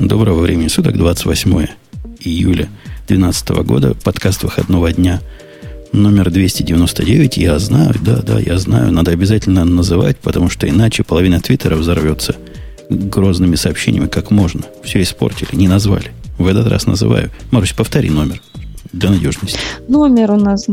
Доброго времени суток, 28 июля 2012 года, подкаст выходного дня номер 299. Я знаю, да, я знаю, надо обязательно называть, потому что иначе половина Твиттера взорвется грозными сообщениями, как можно. Все испортили, не назвали. В этот раз называю. Марусь, повтори номер для надежности. Номер у нас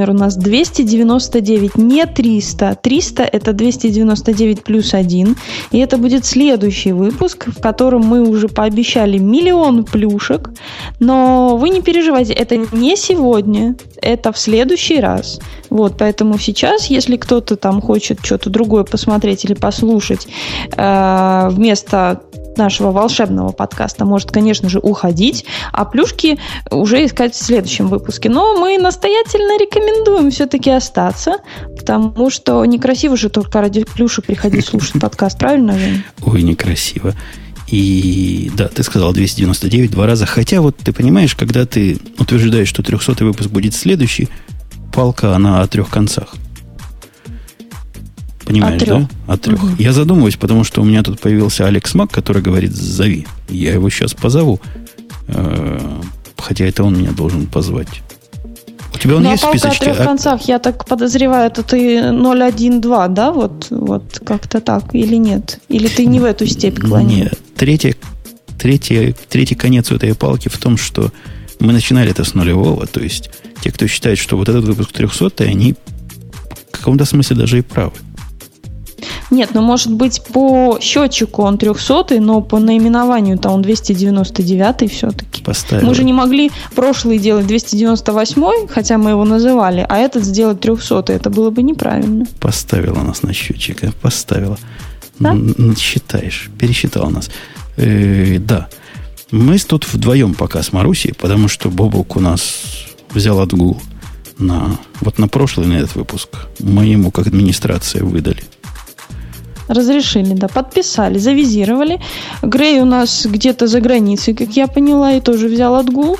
299, не 300. 300 это 299 плюс 1. И это будет следующий выпуск, в котором мы уже пообещали 1 миллион плюшек. Но вы не переживайте, это не сегодня, это в следующий раз. Вот, поэтому сейчас, если кто-то там хочет что-то другое посмотреть или послушать вместо нашего волшебного подкаста, может, конечно же, уходить, а плюшки уже искать в следующем выпуске. Но мы настоятельно рекомендуем все-таки остаться, потому что некрасиво же только ради плюшек приходить слушать подкаст, правильно, Жень? Ой, некрасиво. И да, ты сказал 299 два раза. Хотя вот ты понимаешь, когда ты утверждаешь, что 300-й выпуск будет следующий, палка, она о трех концах. Понимаешь, да? От трех. Угу. Я задумываюсь, потому что у меня тут появился Алекс Мак, который говорит, зови. Я его сейчас позову. Хотя это он меня должен позвать. У тебя он есть в списочке? Палка о трех концах, я так подозреваю, это ты 012, да? Вот как-то так, или нет? Или ты не в эту степь клонил? Нет. Третий конец у этой палки в том, что мы начинали это с нулевого. То есть те, кто считает, что вот этот выпуск 300-й, они в каком-то смысле даже и правы. Нет, ну может быть по счетчику он 300-й, но по наименованию-то он 299-й все-таки. Поставил. Мы же не могли прошлый делать 298-й, хотя мы его называли, а этот сделать 300-й. Это было бы неправильно. Поставила нас на счетчик. Поставила. Да? Считаешь. Пересчитала нас. Да. Мы тут вдвоем пока с Марусей, потому что Бобук у нас взял отгул на прошлый, на этот выпуск. Мы ему, как администрация, выдали. Разрешили, да, подписали, завизировали. Грей у нас где-то за границей, как я поняла, и тоже взял отгул.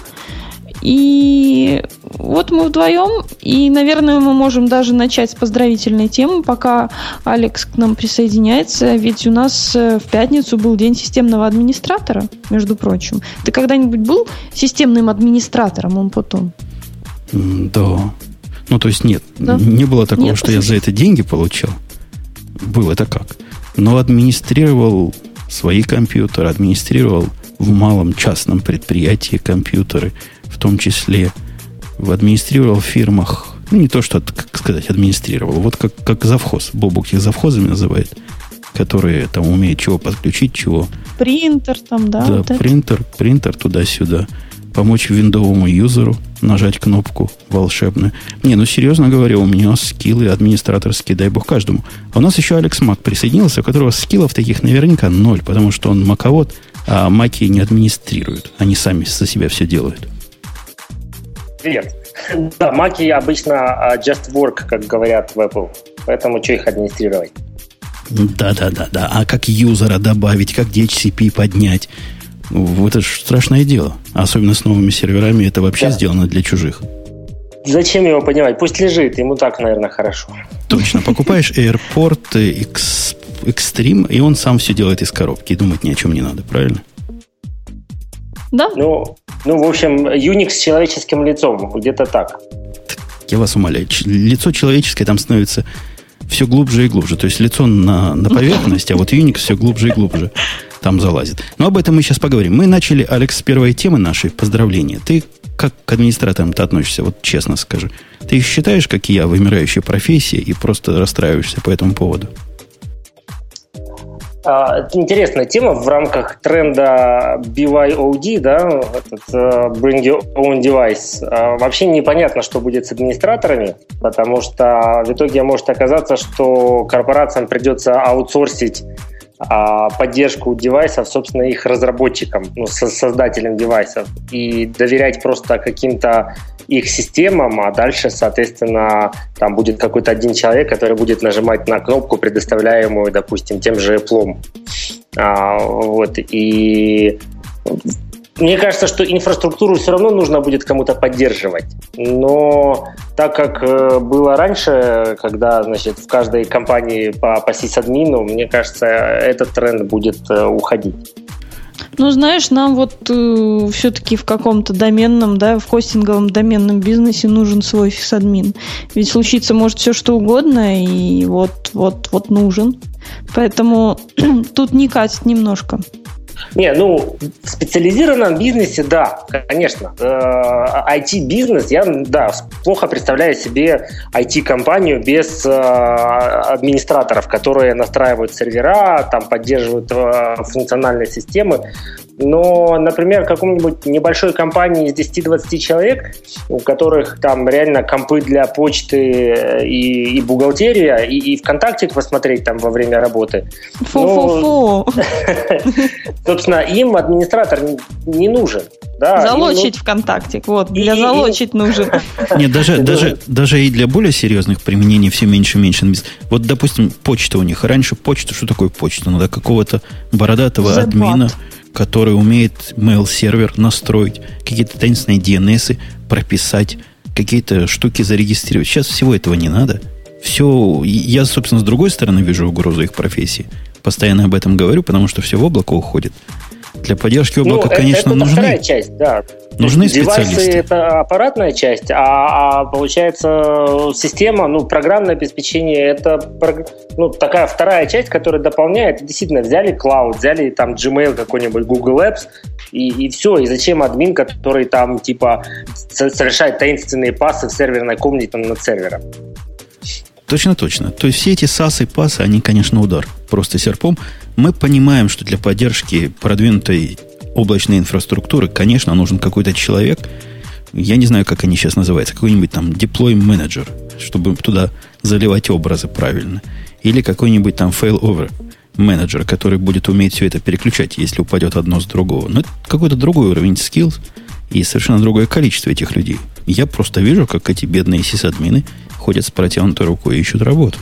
И вот мы вдвоем, и, наверное, мы можем даже начать с поздравительной темы, пока Алекс к нам присоединяется, ведь у нас в пятницу был день системного администратора, между прочим. Ты когда-нибудь был системным администратором, он потом? Да. Ну, то есть нет, да? Не было такого, что я за это деньги получал. Было это как? Но администрировал свои компьютеры, администрировал в малом частном предприятии компьютеры, в том числе администрировал в фирмах, ну, не то, что, как сказать, администрировал, вот как завхоз, Бобук их завхозами называет, которые там умеют чего подключить, чего. Принтер там, да? Да, вот принтер туда-сюда. Помочь виндовому юзеру нажать кнопку волшебную. Не, ну серьезно говоря, у меня скиллы администраторские, дай бог каждому. А у нас еще Алекс Мак присоединился, у которого скиллов таких наверняка 0, потому что он маковод, а маки не администрируют. Они сами за себя все делают. Привет. Да, маки обычно just work, как говорят в Apple. Поэтому что их администрировать? Да. А как юзера добавить, как DHCP поднять? Это же страшное дело. Особенно с новыми серверами это вообще сделано для чужих. Зачем его поднимать? Пусть лежит, ему так, наверное, хорошо. Точно. Покупаешь AirPort Extreme, и он сам все делает из коробки. И думать ни о чем не надо, правильно? Да. Ну, в общем, Unix с человеческим лицом. Где-то так. Я вас умоляю. Лицо человеческое там становится все глубже и глубже. То есть лицо на поверхности, а вот Unix все глубже и глубже там залазит. Но об этом мы сейчас поговорим. Мы начали, Алекс, с первой темы нашей, поздравления. Ты как к администраторам-то относишься? Вот честно скажи. Ты их считаешь, как и я, вымирающей профессией и просто расстраиваешься по этому поводу? Интересная тема в рамках тренда BYOD, да, Bring Your Own Device. Вообще непонятно, что будет с администраторами, потому что в итоге может оказаться, что корпорациям придется аутсорсить поддержку девайсов, собственно, их разработчикам, создателям девайсов, и доверять просто каким-то их системам, а дальше, соответственно, там будет какой-то один человек, который будет нажимать на кнопку, предоставляемую, допустим, тем же Apple. И мне кажется, что инфраструктуру все равно нужно будет кому-то поддерживать. Но так как было раньше, когда, значит, в каждой компании по сисадмину, мне кажется, этот тренд будет уходить. Ну, знаешь, нам вот все-таки в каком-то доменном, да, в хостинговом доменном бизнесе нужен свой сисадмин. Ведь случится может все что угодно, и вот нужен. Поэтому тут не катит немножко. Не, ну, в специализированном бизнесе, да, конечно. IT-бизнес, я, да, плохо представляю себе IT-компанию без администраторов, которые настраивают сервера, там, поддерживают функциональные системы. Но, например, в какой-нибудь небольшой компании из 10-20 человек, у которых там реально компы для почты и бухгалтерия, и ВКонтакте посмотреть там во время работы. Фу-фу-фу. Собственно, им администратор не нужен. Да, залочить ВКонтакте. Вот, для залочить нужен. Нет, даже и для более серьезных применений все меньше и меньше. Вот, допустим, почта у них. Раньше почта, что такое почта? Надо какого-то бородатого админа, который умеет mail-сервер настроить, какие-то таинственные DNS прописать, какие-то штуки зарегистрировать. Сейчас всего этого не надо. Все, я, собственно, с другой стороны вижу угрозу их профессии. Постоянно об этом говорю, потому что все в облако уходит. Для поддержки облака, конечно, это нужны. Вторая часть, да. Нужны специалисты. Девайсы – это аппаратная часть, а получается система, программное обеспечение – это такая вторая часть, которая дополняет. Действительно, взяли клауд, взяли там Gmail какой-нибудь, Google Apps, и все. И зачем админ, который там типа совершает таинственные пасы в серверной комнате над сервером? Точно. То есть все эти САСы и ПАСы, они, конечно, удар просто серпом. Мы понимаем, что для поддержки продвинутой облачной инфраструктуры, конечно, нужен какой-то человек. Я не знаю, как они сейчас называются. Какой-нибудь там deploy менеджер, чтобы туда заливать образы правильно. Или какой-нибудь там failover менеджер, который будет уметь все это переключать, если упадет одно с другого. Но это какой-то другой уровень skills и совершенно другое количество этих людей. Я просто вижу, как эти бедные сисадмины ходят с протянутой рукой и ищут работу.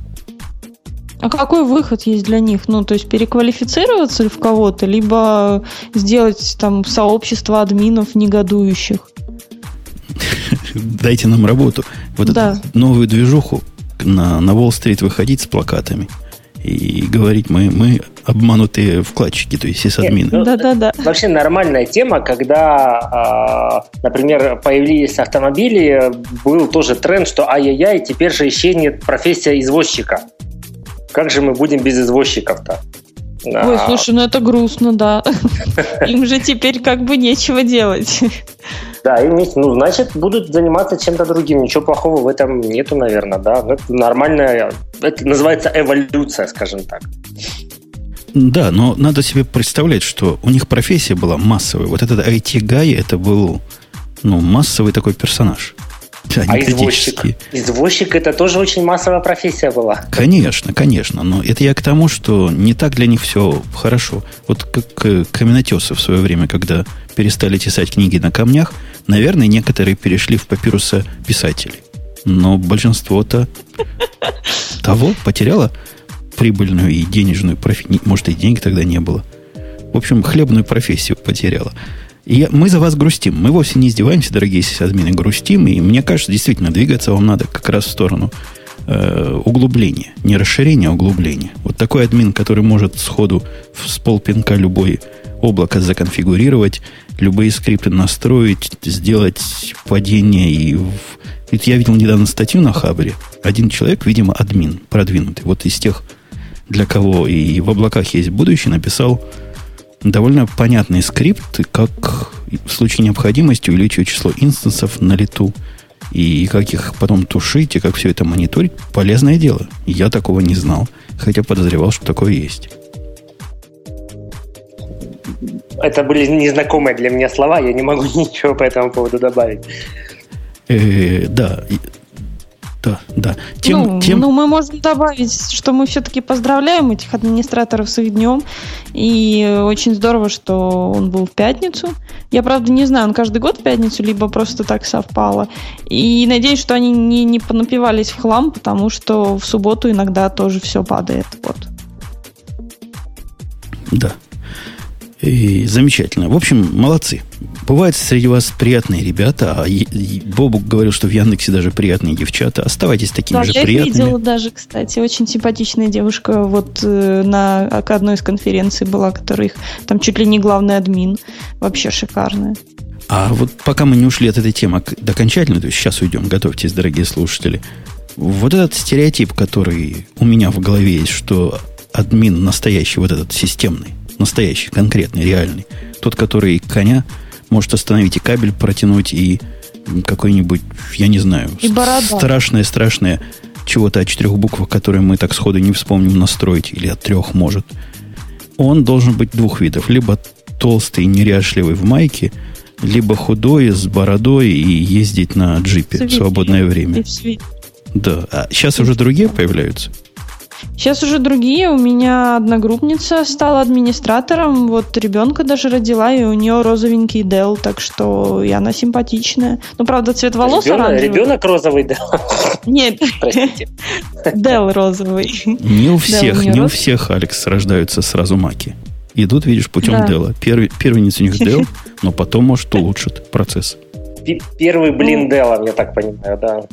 А какой выход есть для них? То есть переквалифицироваться в кого-то, либо сделать там сообщество админов негодующих? Дайте нам работу. Вот эту новую движуху на Уолл-стрит выходить с плакатами и говорить, мы обманутые вкладчики, то есть сисадмины. Да. Вообще нормальная тема, когда, например, появились автомобили, был тоже тренд, что ай-яй-яй, теперь же исчезнет профессия извозчика. Как же мы будем без извозчиков-то? Ой, слушай, это грустно, да. Им же теперь как бы нечего делать. Да, значит, будут заниматься чем-то другим. Ничего плохого в этом нету, наверное, да. Это нормальная, это называется эволюция, скажем так. Да, но надо себе представлять, что у них профессия была массовая. Вот этот IT-гай, это был, массовый такой персонаж. А извозчик это тоже очень массовая профессия была. Конечно. Но это я к тому, что не так для них все хорошо. Вот как каменотесы в свое время, когда перестали тесать книги на камнях, наверное, некоторые перешли в папирусописателей. Но большинство-то того потеряло прибыльную и денежную профессию. Может, и денег тогда не было. В общем, хлебную профессию потеряло. И мы за вас грустим. Мы вовсе не издеваемся, дорогие сисадмины, грустим. И мне кажется, действительно, двигаться вам надо как раз в сторону углубления. Не расширения, а углубления. Вот такой админ, который может сходу с полпинка любое облако законфигурировать, любые скрипты настроить, сделать падение. Ведь я видел недавно статью на Хабре. Один человек, видимо, админ продвинутый. Вот из тех, для кого и в облаках есть будущее, написал довольно понятный скрипт, как в случае необходимости увеличивать число инстансов на лету, и как их потом тушить, и как все это мониторить. Полезное дело. Я такого не знал, хотя подозревал, что такое есть. Это были незнакомые для меня слова, я не могу ничего по этому поводу добавить. Да. Мы можем добавить, что мы все-таки поздравляем этих администраторов с их днем. И очень здорово, что он был в пятницу. Я, правда, не знаю, он каждый год в пятницу, либо просто так совпало. И надеюсь, что они не понапивались в хлам, потому что в субботу иногда тоже все падает. Вот. Да. И замечательно. В общем, молодцы. Бывают среди вас приятные ребята, а Бобук говорил, что в Яндексе даже приятные девчата. Оставайтесь такими же приятными. Я видела даже, кстати, очень симпатичная девушка вот на одной из конференций была, которая их там чуть ли не главный админ. Вообще шикарная. А вот пока мы не ушли от этой темы окончательно, то есть сейчас уйдем, готовьтесь, дорогие слушатели. Вот этот стереотип, который у меня в голове есть, что админ настоящий, вот этот системный, настоящий, конкретный, реальный, тот, который коня может остановить и кабель протянуть, и какой-нибудь, я не знаю, страшное чего-то от 4 букв, которые мы так сходу не вспомним, настроить, или от 3 может. Он должен быть 2 видов. Либо толстый, неряшливый в майке, либо худой, с бородой и ездить на джипе в свободное время. Да. А сейчас уже другие появляются? Сейчас уже другие. У меня одногруппница стала администратором. Вот ребенка даже родила, и у нее розовенький Dell, так что и она симпатичная. Ну, правда, цвет волос оранжевый. Ребенок розовый Dell? Нет. Простите. Dell розовый. Не у всех, Алекс, рождаются сразу маки. Идут, видишь, путем Dell. Первенец у них Dell, но потом, может, улучшит процесс. Первый блин Dell, я так понимаю, да.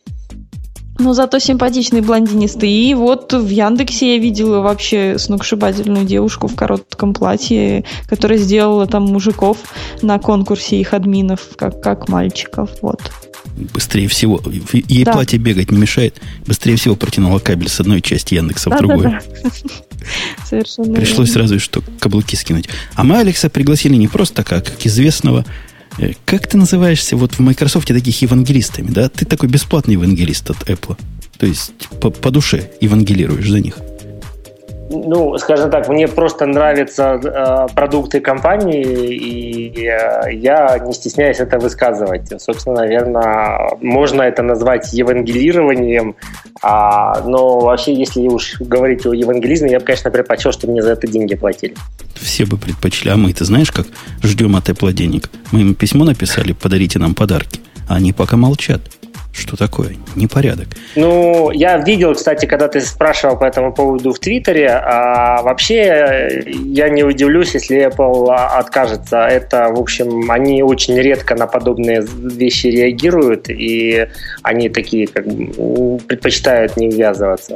Но зато симпатичный блондинистый. И вот в Яндексе я видела вообще сногсшибательную девушку в коротком платье, которая сделала там мужиков на конкурсе их админов, как мальчиков. Вот. Быстрее всего. Ей платье бегать не мешает. Быстрее всего протянула кабель с одной части Яндекса в другую. Да. Совершенно. Пришлось сразу что каблуки скинуть. А мы Алекса пригласили не просто как известного. Как ты называешься вот в Microsoft таких евангелистами, да? Ты такой бесплатный евангелист от Apple. То есть по душе евангелируешь за них. Ну, скажем так, мне просто нравятся продукты компании, и я не стесняюсь это высказывать. Собственно, наверное, можно это назвать евангелированием, но вообще, если уж говорить о евангелизме, я бы, конечно, предпочел, чтобы мне за это деньги платили. Все бы предпочли. А мы, ты знаешь, как ждем от Apple денег? Мы им письмо написали, подарите нам подарки. А они пока молчат. Что такое? Непорядок. Ну, я видел, кстати, когда ты спрашивал по этому поводу в Твиттере, вообще я не удивлюсь, если Apple откажется. Это, в общем, они очень редко на подобные вещи реагируют, и они такие, как бы, предпочитают не ввязываться.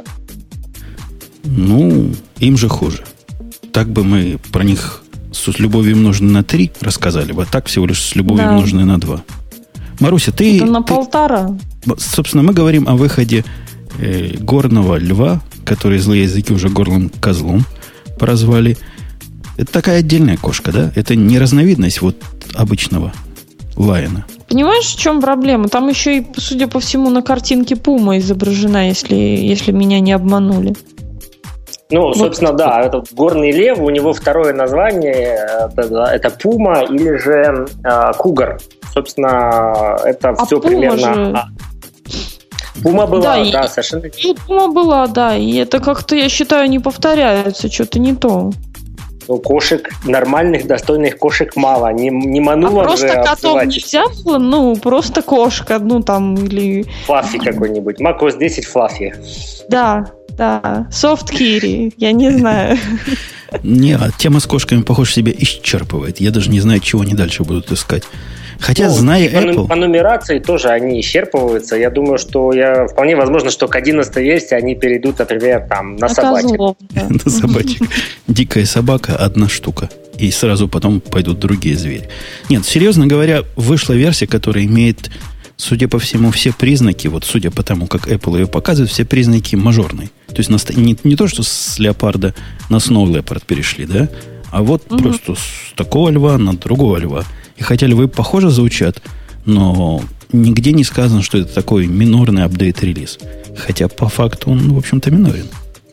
Ну, им же хуже. Так бы мы про них с любовью умноженной на 3 рассказали бы, а так всего лишь с любовью умноженной на 2. Маруся, ты... Это на 1,5. Собственно, мы говорим о выходе горного льва, который злые языки уже горлым козлом прозвали. Это такая отдельная кошка, да? Это не разновидность вот обычного лайона. Понимаешь, в чем проблема? Там еще и, судя по всему, на картинке пума изображена, если меня не обманули. Ну, собственно, вот. Да, этот горный лев, у него второе название, это пума или же кугар. Собственно, это все примерно... Пума была, да, совершенно. И пума была, да, и это как-то, я считаю, не повторяется, что-то не то. Ну, кошек, нормальных, достойных кошек мало, не мануло же просто котом нельзя было, ну, просто кошка, ну, там, или... Флаффи какой-нибудь, macOS 10 Флаффи. Да, Soft Kitty, я не знаю. Не, тема с кошками, похоже, себя исчерпывает. Я даже не знаю, чего они дальше будут искать. Хотя, зная Apple... По нумерации тоже они исчерпываются. Я думаю, что вполне возможно, что к 11 версии они перейдут, например, там, на собачек. На собачек. Дикая собака – 1 штука. И сразу потом пойдут другие звери. Нет, серьезно говоря, вышла версия, которая имеет, судя по всему, все признаки, вот судя по тому, как Apple ее показывает, все признаки мажорной. То есть не то, что с леопарда на Snow Leopard перешли, да? А вот просто с такого льва на другого льва. И хотя львы похоже звучат, но нигде не сказано, что это такой минорный апдейт-релиз. Хотя по факту он, в общем-то, минорен.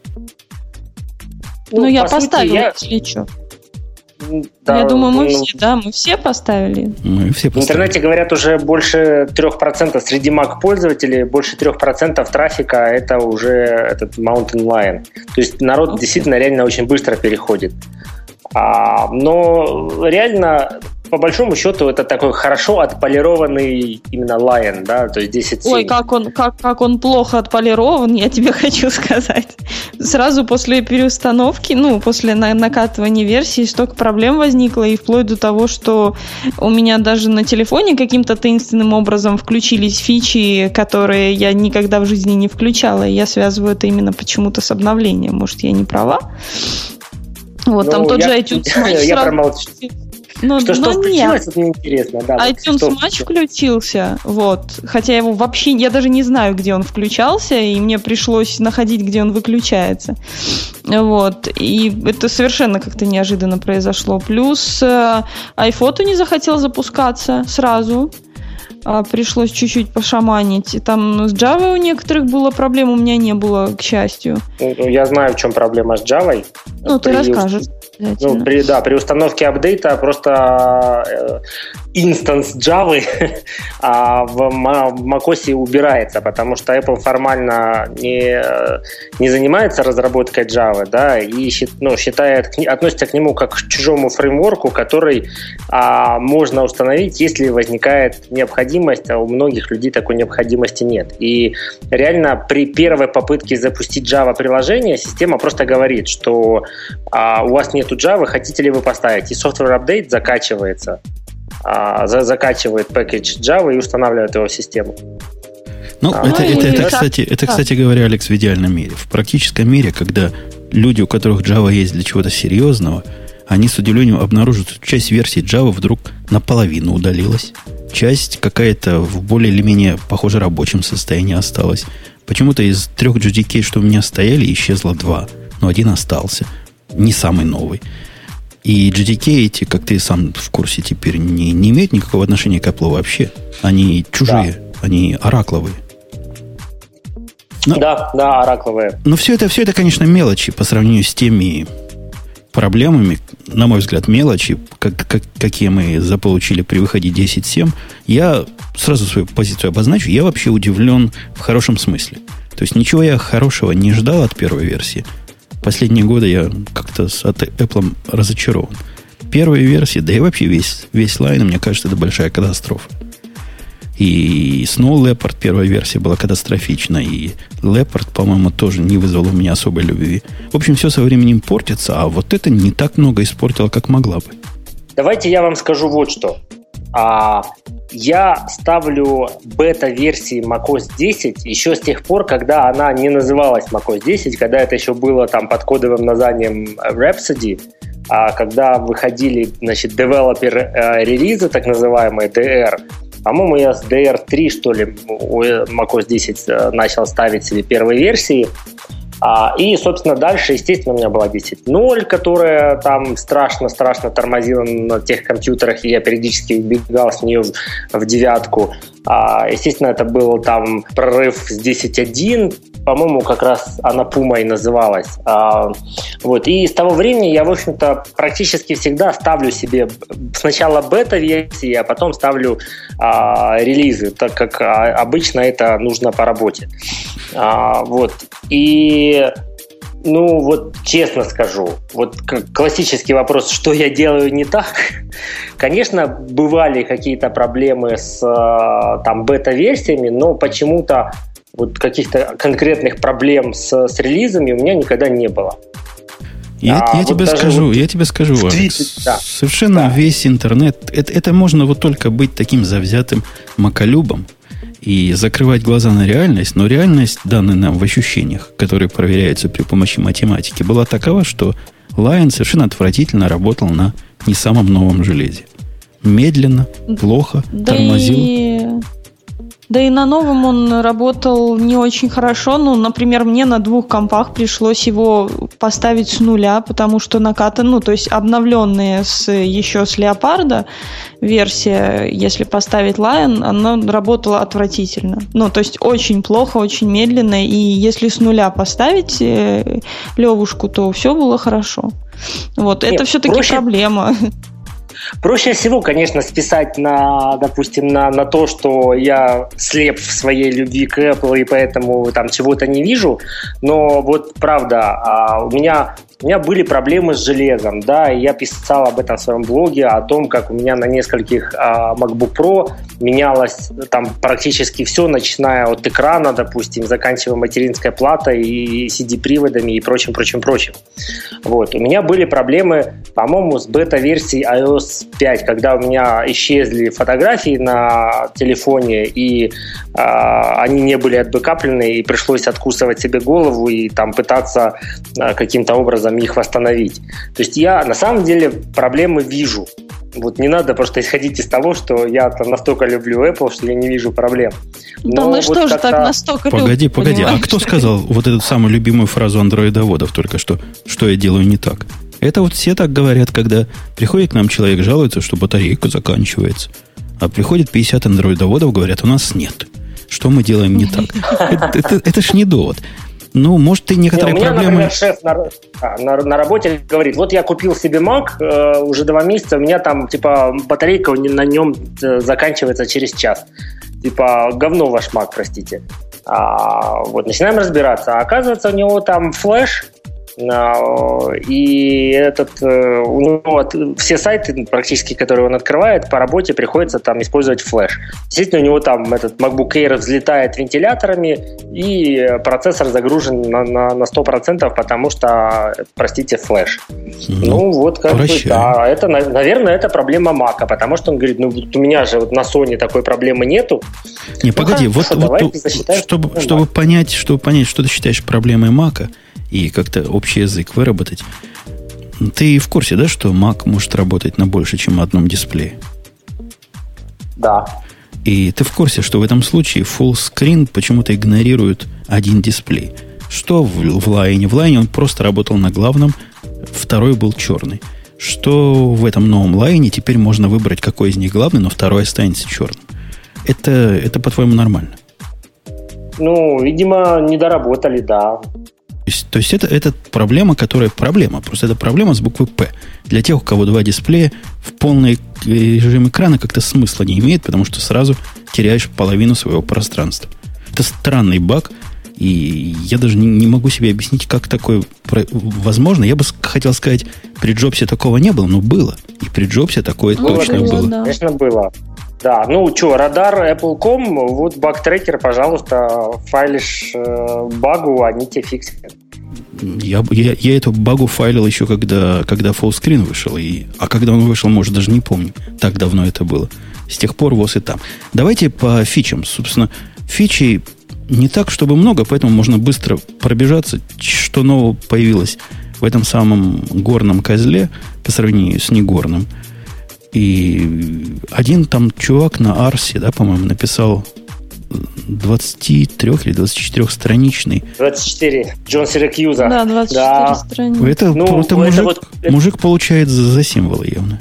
Ну, я поставила, если что. Да, я думаю, мы все поставили. Мы все поставили. В интернете говорят уже больше 3% среди Mac-пользователей, больше 3% трафика это уже этот Mountain Lion. То есть народ действительно реально очень быстро переходит. Но реально по большому счету это такой хорошо отполированный именно Lion, да, то есть 10.7. Ой, как он плохо отполирован, я тебе хочу сказать. Сразу после переустановки, после накатывания версии столько проблем возникло, и вплоть до того, что у меня даже на телефоне каким-то таинственным образом включились фичи, которые я никогда в жизни не включала, и я связываю это именно почему-то с обновлением. Может, я не права? Вот, там тот же iTunes Match. Я промолчу. Что включилось, это неинтересно. Да, iTunes Match включился, вот. Хотя его вообще, я даже не знаю, где он включался, и мне пришлось находить, где он выключается. Вот. И это совершенно как-то неожиданно произошло. Плюс iPhoto не захотел запускаться сразу. Пришлось чуть-чуть пошаманить. Там с Java у некоторых было проблем, у меня не было, к счастью. Я знаю, в чем проблема с Java. Ты расскажешь. При установке апдейта просто инстанс Java в macOS убирается, потому что Apple формально не занимается разработкой Java, да, и относится к нему как к чужому фреймворку, который можно установить, если возникает необходимость, а у многих людей такой необходимости нет. И реально при первой попытке запустить Java-приложение система просто говорит, что у вас нету Java, хотите ли вы поставить? И software update закачивается, закачивает пакетч Java и устанавливает его в систему. Это, кстати говоря, Алекс, в идеальном мире. В практическом мире, когда люди, у которых Java есть для чего-то серьезного, они с удивлением обнаружат, что часть версий Java вдруг наполовину удалилась. Часть какая-то в более или менее, похоже, рабочем состоянии осталась. Почему-то из 3 JDK, что у меня стояли, исчезло 2, но один остался. Не самый новый. И JDK эти, как ты сам в курсе теперь, не имеют никакого отношения к Apple вообще. Они чужие, они оракловые. Оракловые. Но все это, конечно, мелочи по сравнению с теми проблемами, на мой взгляд, мелочи, какие мы заполучили при выходе 10.7. Я сразу свою позицию обозначу. Я вообще удивлен в хорошем смысле. То есть ничего я хорошего не ждал от первой версии. Последние годы я как-то от Apple разочарован. Первые версии, да и вообще весь Lion, мне кажется, это большая катастрофа. И Snow Leopard первая версия была катастрофична, и Leopard, по-моему, тоже не вызвал у меня особой любви. В общем, все со временем портится, а вот это не так много испортило, как могла бы. Давайте я вам скажу вот что. Я ставлю бета-версии macOS 10 еще с тех пор, когда она не называлась macOS 10, когда это еще было там под кодовым названием Rhapsody, когда выходили, девелопер-релизы, так называемые DR. По-моему, я с DR3, что ли, macOS 10 начал ставить себе первые версии. И, собственно, дальше, естественно, у меня была 10.0, которая там страшно тормозила на тех компьютерах, и я периодически убегал с нее в 9. Естественно, это был там прорыв с 10.1, по-моему, как раз она Пумой называлась. И с того времени я, в общем-то, практически всегда ставлю себе сначала бета-версии, а потом ставлю релизы, так как обычно это нужно по работе. И честно скажу, классический вопрос, что я делаю не так. Конечно, бывали какие-то проблемы с бета-версиями, но почему-то каких-то конкретных проблем с релизами у меня никогда не было. Я тебе скажу, совершенно весь интернет, это можно только быть таким завзятым маколюбом и закрывать глаза на реальность, но реальность, данная нам в ощущениях, которые проверяются при помощи математики, была такова, что Lion совершенно отвратительно работал на не самом новом железе. Медленно, плохо, тормозил. Да и на новом он работал не очень хорошо. Например, мне на 2 компах пришлось его поставить с нуля, потому что накатан, то есть обновленные еще с Леопарда версия, если поставить Lion, она работала отвратительно. То есть очень плохо, очень медленно, и если с нуля поставить Левушку, то все было хорошо. Это все-таки проблема. Проще всего, конечно, списать допустим, на то, что я слеп в своей любви к Apple и поэтому там чего-то не вижу. Но правда, у меня у меня были проблемы с железом, да, и я писал об этом в своем блоге, о том, как у меня на нескольких MacBook Pro менялось там практически все, начиная от экрана, допустим, заканчивая материнской платой и CD-приводами и прочим. Вот. У меня были проблемы, по-моему, с бета-версией iOS 5, когда у меня исчезли фотографии на телефоне, и они не были отбэкаплены, и пришлось откусывать себе голову и там пытаться каким-то образом их восстановить. То есть я на самом деле проблемы вижу. Вот не надо просто исходить из того, что я настолько люблю Apple, что я не вижу проблем. Да мы что же так настолько любим? Погоди, а кто сказал вот эту самую любимую фразу андроидоводов только что я делаю не так? Это вот все так говорят, когда приходит к нам человек, жалуется, что батарейка заканчивается. А приходит 50 андроидоводов, говорят, у нас нет. Что мы делаем не так? Это ж не довод. Ну, может, и некоторые проблемы... У меня, например, шеф на работе говорит, вот я купил себе Mac уже 2 месяца, у меня там, типа, батарейка на нем заканчивается через час. Типа, говно ваш Mac, простите. Вот, начинаем разбираться. А оказывается, у него там флеш, и у него все сайты, практически, которые он открывает, по работе приходится там использовать флеш. Действительно, у него там этот MacBook Air взлетает вентиляторами, и процессор загружен на 100%, потому что, простите, флеш. Ну вот как бы, да. Это, наверное, это проблема Mac, потому что он говорит, ну у меня же вот на Sony такой проблемы нету. Не, погоди, чтобы понять, что ты считаешь проблемой Mac, и как-то общий язык выработать. Ты в курсе, да, что Mac может работать на больше, чем одном дисплее? Да. И ты в курсе, что в этом случае Full Screen почему-то игнорирует один дисплей. Что в Lion? В Lion он просто работал на главном, второй был черный. Что в этом новом Lion теперь можно выбрать, какой из них главный, но второй останется черным. Это по-твоему, нормально? Ну, видимо, не доработали, да. То есть это проблема, просто это проблема с буквы «П». Для тех, у кого 2 дисплея, в полный режим экрана как-то смысла не имеет, потому что сразу теряешь половину своего пространства. Это странный баг, и я даже не могу себе объяснить, как такое возможно. Я бы хотел сказать, при Джобсе такого не было, но было. И при Джобсе такое точно было. Да. Конечно, было. Да, ну что, радар Apple.com, вот баг-трекер, пожалуйста, файлишь багу, они тебе фиксят. Я эту багу файлил еще, когда фуллскрин вышел. А когда он вышел, может, даже не помню. Так давно это было. С тех пор ВОЗ и там. Давайте по фичам. Собственно, фичей не так, чтобы много, поэтому можно быстро пробежаться, что нового появилось в этом самом горном козле по сравнению с негорным. И один там чувак на Арсе, да, по-моему, написал 23 или 24-страничный. 24. Джон Сиракьюза. Да, 24 страницы. Это мужик получает за символы явно.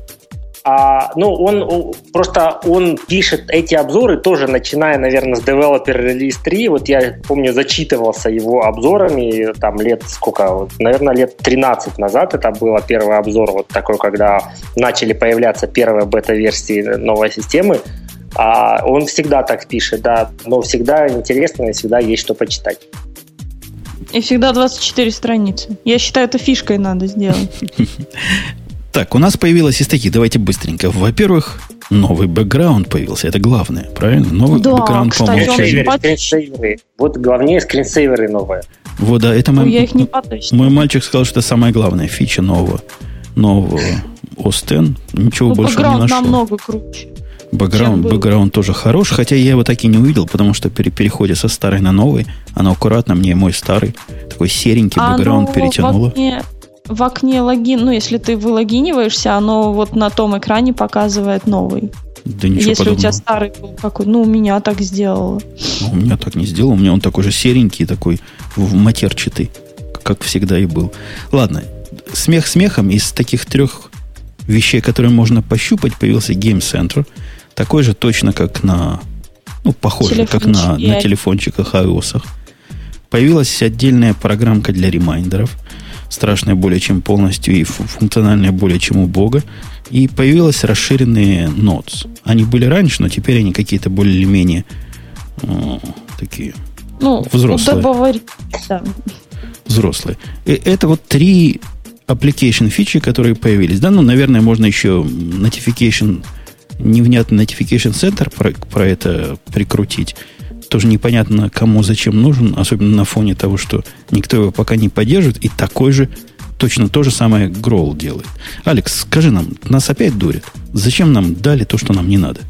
Он пишет эти обзоры тоже, начиная, наверное, с Developer Release 3. Вот я помню, зачитывался его обзорами там наверное, лет 13 назад это был первый обзор вот такой, когда начали появляться первые бета-версии новой системы. Он всегда так пишет, да, но всегда интересно и всегда есть что почитать. И всегда 24 страницы. Я считаю, это фишкой надо сделать. Так, у нас появилось из таких, давайте быстренько. Во-первых, новый бэкграунд появился, это главное, правильно? Новый бэкграунд по умолчанию. Вот главнее скринсейверы новые. Вот, да, это я их не поточно. Мой мальчик сказал, что это самая главная фича нового OS X. Ничего больше не нашел. Бэкграунд намного круче. Бэкграунд тоже хорош, хотя я его так и не увидел, потому что при переходе со старой на новый, она аккуратно мне мой старый, такой серенький бэкграунд перетянула. В окне логин, если ты вылогиниваешься, оно вот на том экране показывает новый. Да ничего если подобного. У тебя старый был какой, у меня так сделало. У меня так не сделал, у меня он такой же серенький, такой матерчатый, как всегда и был. Ладно, смех смехом, из таких 3 вещей, которые можно пощупать, появился Game Center, такой же точно, как похоже, как на телефончиках iOS. Появилась отдельная программка для ремайндеров, страшная более чем полностью и функциональная более чем у Бога. И появились расширенные Notes. Они были раньше, но теперь они какие-то более-менее такие взрослые. Да. взрослые. Это вот 3 application фичи, которые появились. Да, ну, наверное, можно еще notification, невнятный notification center про это прикрутить. Тоже непонятно, кому зачем нужен, особенно на фоне того, что никто его пока не поддерживает, и такой же, точно то же самое Growl делает. Алекс, скажи нам, нас опять дурят? Зачем нам дали то, что нам не надо?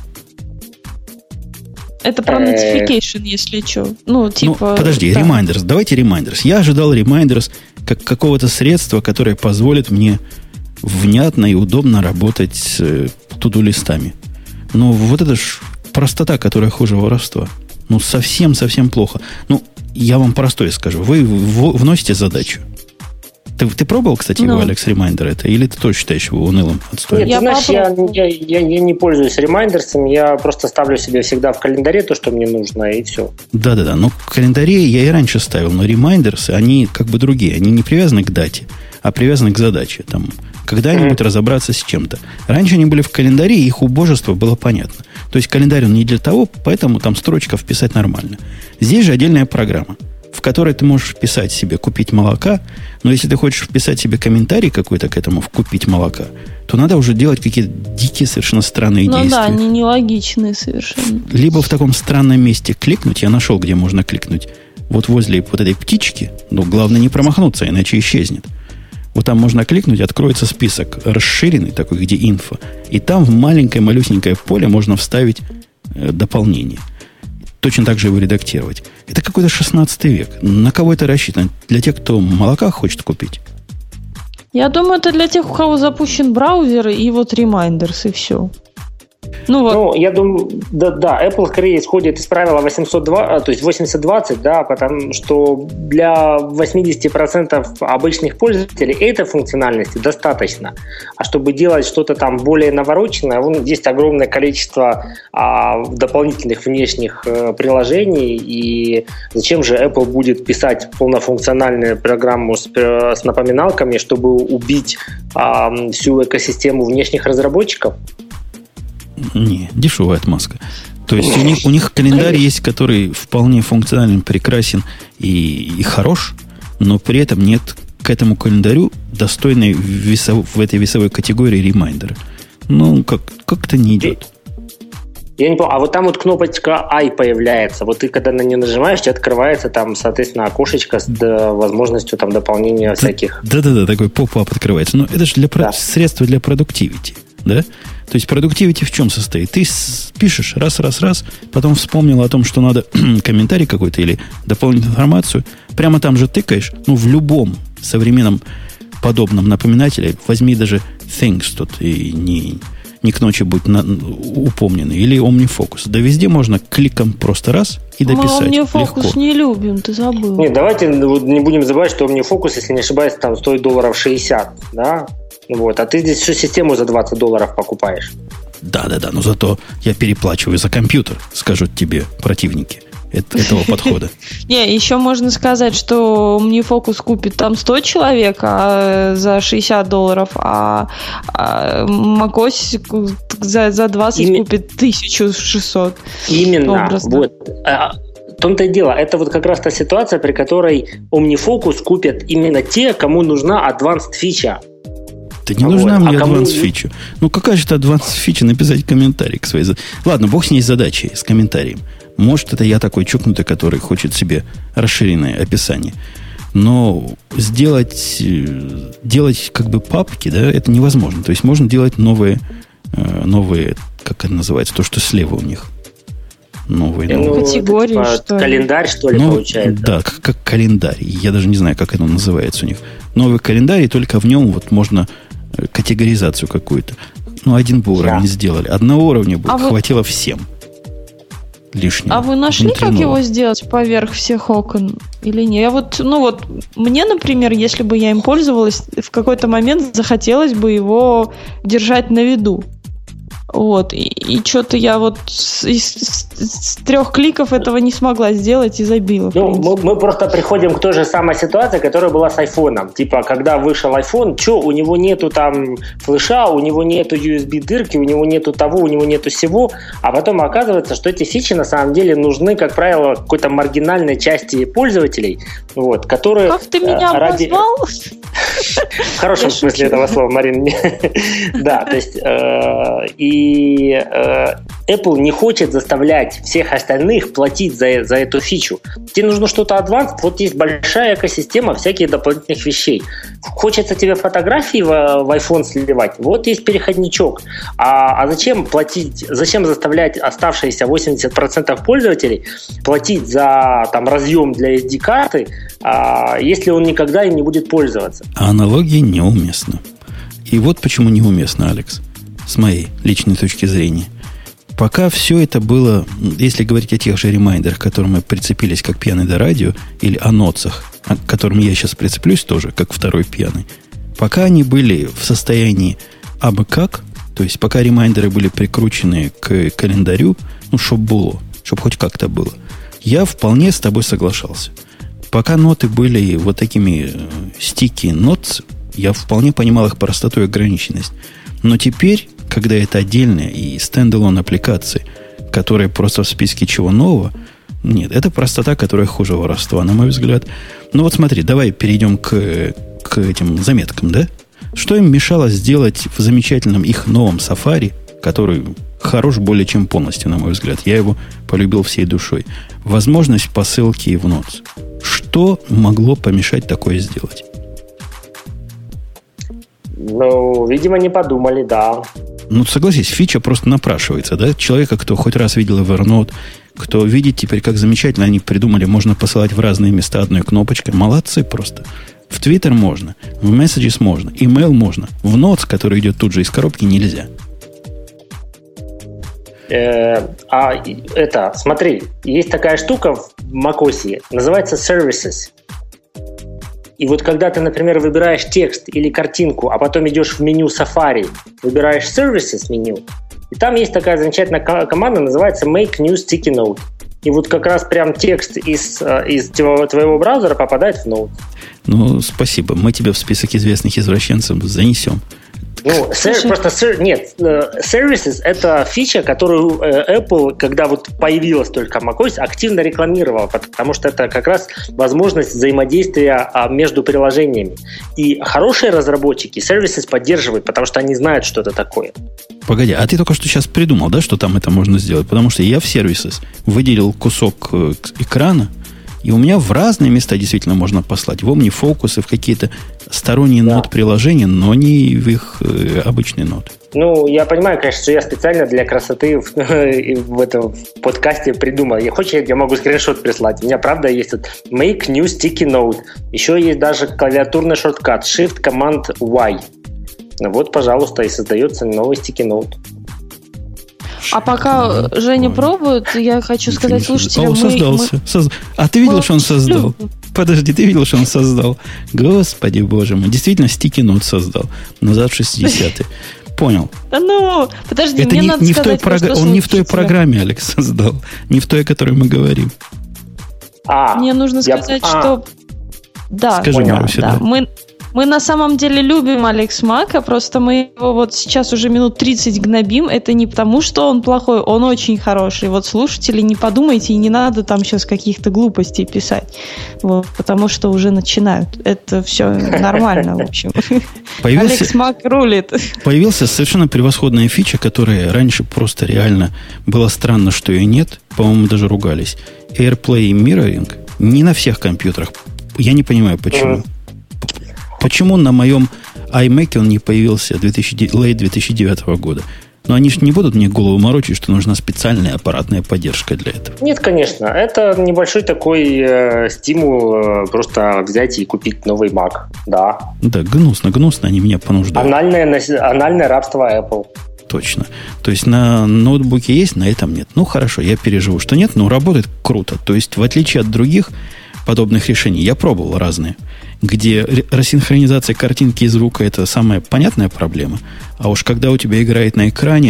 Это про notification, если что. Ну, типа... Ну, подожди, да. Reminders. Давайте Reminders. Я ожидал Reminders как какого-то средства, которое позволит мне внятно и удобно работать с туду-листами. Но вот это ж простота, которая хуже воровства. Ну, совсем-совсем плохо. Ну, я вам простое скажу. Вы вносите задачу. Ты пробовал, кстати, его, Алекс, ремайндер это? Или ты тоже считаешь его унылым отстоем? Нет, знаешь, я не пользуюсь ремайндерсом. Я просто ставлю себе всегда в календаре то, что мне нужно, и все. Да-да-да. Но в календаре я и раньше ставил. Но ремайндерсы, они как бы другие. Они не привязаны к дате, а привязаны к задаче. Там, когда-нибудь разобраться с чем-то. Раньше они были в календаре, и их убожество было понятно. То есть календарь он не для того, поэтому там строчка вписать нормально. Здесь же отдельная программа, в которой ты можешь вписать себе «купить молока», но если ты хочешь вписать себе комментарий какой-то к этому в «купить молока», то надо уже делать какие-то дикие, совершенно странные действия. Ну да, они нелогичные совершенно. Либо в таком странном месте кликнуть, я нашел, где можно кликнуть, вот возле вот этой птички, но главное не промахнуться, иначе исчезнет. Вот там можно кликнуть, откроется список расширенный, такой, где инфо, и там в маленькое-малюсенькое поле можно вставить дополнение. Точно так же его редактировать. Это какой-то 16 век. На кого это рассчитано? Для тех, кто молока хочет купить? Я думаю, это для тех, у кого запущен браузер и вот Reminders, и все. Ну, я думаю, да, Apple скорее исходит из правила 802, то есть 80-20, да, потому что для 80% обычных пользователей этой функциональности достаточно. А чтобы делать что-то там более навороченное, есть огромное количество дополнительных внешних приложений, и зачем же Apple будет писать полнофункциональную программу с напоминалками, чтобы убить всю экосистему внешних разработчиков? Не, дешевая отмазка. То есть у них календарь есть, который вполне функционален, прекрасен и хорош, но при этом нет к этому календарю достойной в этой весовой категории ремайндера. Ну, как-то не идет. Я не понял, а вот там вот кнопочка I появляется. Вот ты когда на нее нажимаешь, тебе открывается там, соответственно, окошечко с возможностью там дополнения всяких. Да-да-да, такой поп-ап открывается. Но это же средство для продуктивити, да? То есть продуктивити в чем состоит? Ты пишешь раз, потом вспомнил о том, что надо комментарий какой-то или дополнительную информацию, прямо там же тыкаешь, в любом современном подобном напоминателе, возьми даже Things тут, и не к ночи будь упомнены, или OmniFocus. Да везде можно кликом просто раз и дописать. Мы OmniFocus не любим, ты забыл. Нет, давайте не будем забывать, что OmniFocus, если не ошибаюсь, там стоит $60, да? Вот, а ты здесь всю систему за $20 покупаешь. Да, но зато я переплачиваю за компьютер, скажут тебе противники этого подхода. Не, еще можно сказать, что OmniFocus купит там 100 человек за $60, а macOS за 20 купит 1600. Именно, вот. В том-то и дело, это вот как раз та ситуация, при которой OmniFocus купят именно те, кому нужна advanced фича. Да не нужна мне advanced фича. Ну, какая же это advanced фича написать комментарий к своей... Ладно, бог с ней с задачей, с комментарием. Может, это я такой чокнутый, который хочет себе расширенное описание. Но делать как бы папки, да, это невозможно. То есть можно делать новые, как это называется, то, что слева у них. Новые. Категории, типа, что ли? Календарь, что ли, получается? Да, как календарь. Я даже не знаю, как это называется у них. Новый календарь, и только в нем вот можно категоризацию какую-то. Один бы уровень сделали. Одного уровня бы хватило всем. Лишнего. А вы нашли, как его сделать поверх всех окон? Или нет? Я мне, например, если бы я им пользовалась, в какой-то момент захотелось бы его держать на виду. Вот. И что-то я вот с 3 кликов этого не смогла сделать и забила. Ну, мы просто приходим к той же самой ситуации, которая была с айфоном. Типа, когда вышел iPhone, у него нету там флеша, у него нету USB-дырки, у него нету того, у него нету всего. А потом оказывается, что эти фичи на самом деле нужны, как правило, какой-то маргинальной части пользователей, вот, которые... Как ты меня обозвал? В хорошем смысле этого слова, Марина. Да, то есть Apple не хочет заставлять всех остальных платить за эту фичу. Тебе нужно что-то advanced, вот есть большая экосистема всяких дополнительных вещей. Хочется тебе фотографии в iPhone сливать, вот есть переходничок. А зачем платить, зачем заставлять оставшиеся 80% пользователей платить за там разъем для SD-карты, если он никогда им не будет пользоваться? А аналогия неуместна. И вот почему неуместно, Алекс, с моей личной точки зрения. Пока все это было, если говорить о тех же ремайдерах, к которым мы прицепились как пьяный до радио, или о нотсах, к которым я сейчас прицеплюсь тоже, как второй пьяный, пока они были в состоянии абы как, то есть пока ремайдеры были прикручены к календарю, чтобы было, чтобы хоть как-то было, я вполне с тобой соглашался. Пока ноты были вот такими sticky notes, я вполне понимал их простоту и ограниченность. Но теперь, когда это отдельные и стендалон аппликации, которые просто в списке чего нового, нет, это простота, которая хуже воровства, на мой взгляд. Ну вот смотри, давай перейдем к этим заметкам, да? Что им мешало сделать в замечательном их новом Safari, который хорош более чем полностью, на мой взгляд. Я его полюбил всей душой. Возможность посылки в Notes. Что могло помешать такое сделать? Ну, видимо, не подумали, да. Ну, согласись, фича просто напрашивается, да? Человека, кто хоть раз видел Evernote, кто видит теперь, как замечательно они придумали, можно посылать в разные места одной кнопочкой. Молодцы просто. В Twitter можно, в Messages можно, email можно. В Notes, который идет тут же из коробки, нельзя. Смотри, есть такая штука в macOS, называется Services. И вот когда ты, например, выбираешь текст или картинку, а потом идешь в меню Safari, выбираешь Services меню, и там есть такая замечательная команда, называется Make New Sticky Note. И вот как раз прям текст из твоего браузера попадает в Note. Ну, спасибо. Мы тебя в список известных извращенцев занесем. Ну, Services – это фича, которую Apple, когда вот появилась только macOS, активно рекламировала, потому что это как раз возможность взаимодействия между приложениями. И хорошие разработчики Services поддерживают, потому что они знают, что это такое. Погоди, а ты только что сейчас придумал, да, что там это можно сделать? Потому что я в Services выделил кусок экрана, и у меня в разные места действительно можно послать. В OmniFocus и в какие-то сторонние нот-приложения, но не в их обычные ноты. Ну, я понимаю, конечно, что я специально для красоты в этом подкасте придумал. Хочешь, я могу скриншот прислать. У меня, правда, есть вот Make New Sticky Note. Еще есть даже клавиатурный шорткат Shift-Command-Y. Вот, пожалуйста, и создается новый Sticky Note. А пока Женя пробует, я хочу сказать слушателям... Создался. А ты видел, что он создал? Подожди, ты видел, что он создал? Господи, боже мой. Действительно, Sticky Note создал. Назад в 60-е. Понял. Да ну, подожди, это мне надо сказать... Он не в той программе, Алекс, создал. Не в той, о которой мы говорим. Мне нужно сказать, что... Да, скажи, Маруся, да. Мы на самом деле любим Алекс Мака, просто мы его вот сейчас уже минут 30 гнобим. Это не потому, что он плохой, он очень хороший. Вот слушатели, не подумайте, и не надо там сейчас каких-то глупостей писать. Вот, потому что уже начинают. Это все нормально, в общем. Алекс Мак рулит. Появился совершенно превосходная фича, которая раньше просто реально было странно, что ее нет. По-моему, даже ругались. AirPlay Mirroring не на всех компьютерах. Я не понимаю, почему. Почему на моем iMac он не появился лate 2009 года? Но они же не будут мне голову морочить, что нужна специальная аппаратная поддержка для этого. Нет, конечно. Это небольшой такой стимул просто взять и купить новый Mac. Да. Да, гнусно они меня понуждают. Анальное рабство Apple. Точно. То есть на ноутбуке есть, на этом нет. Ну, хорошо, я переживу, что нет, но работает круто. То есть, в отличие от других подобных решений, я пробовал разные, где рассинхронизация картинки и звука – это самая понятная проблема. А уж когда у тебя играет на экране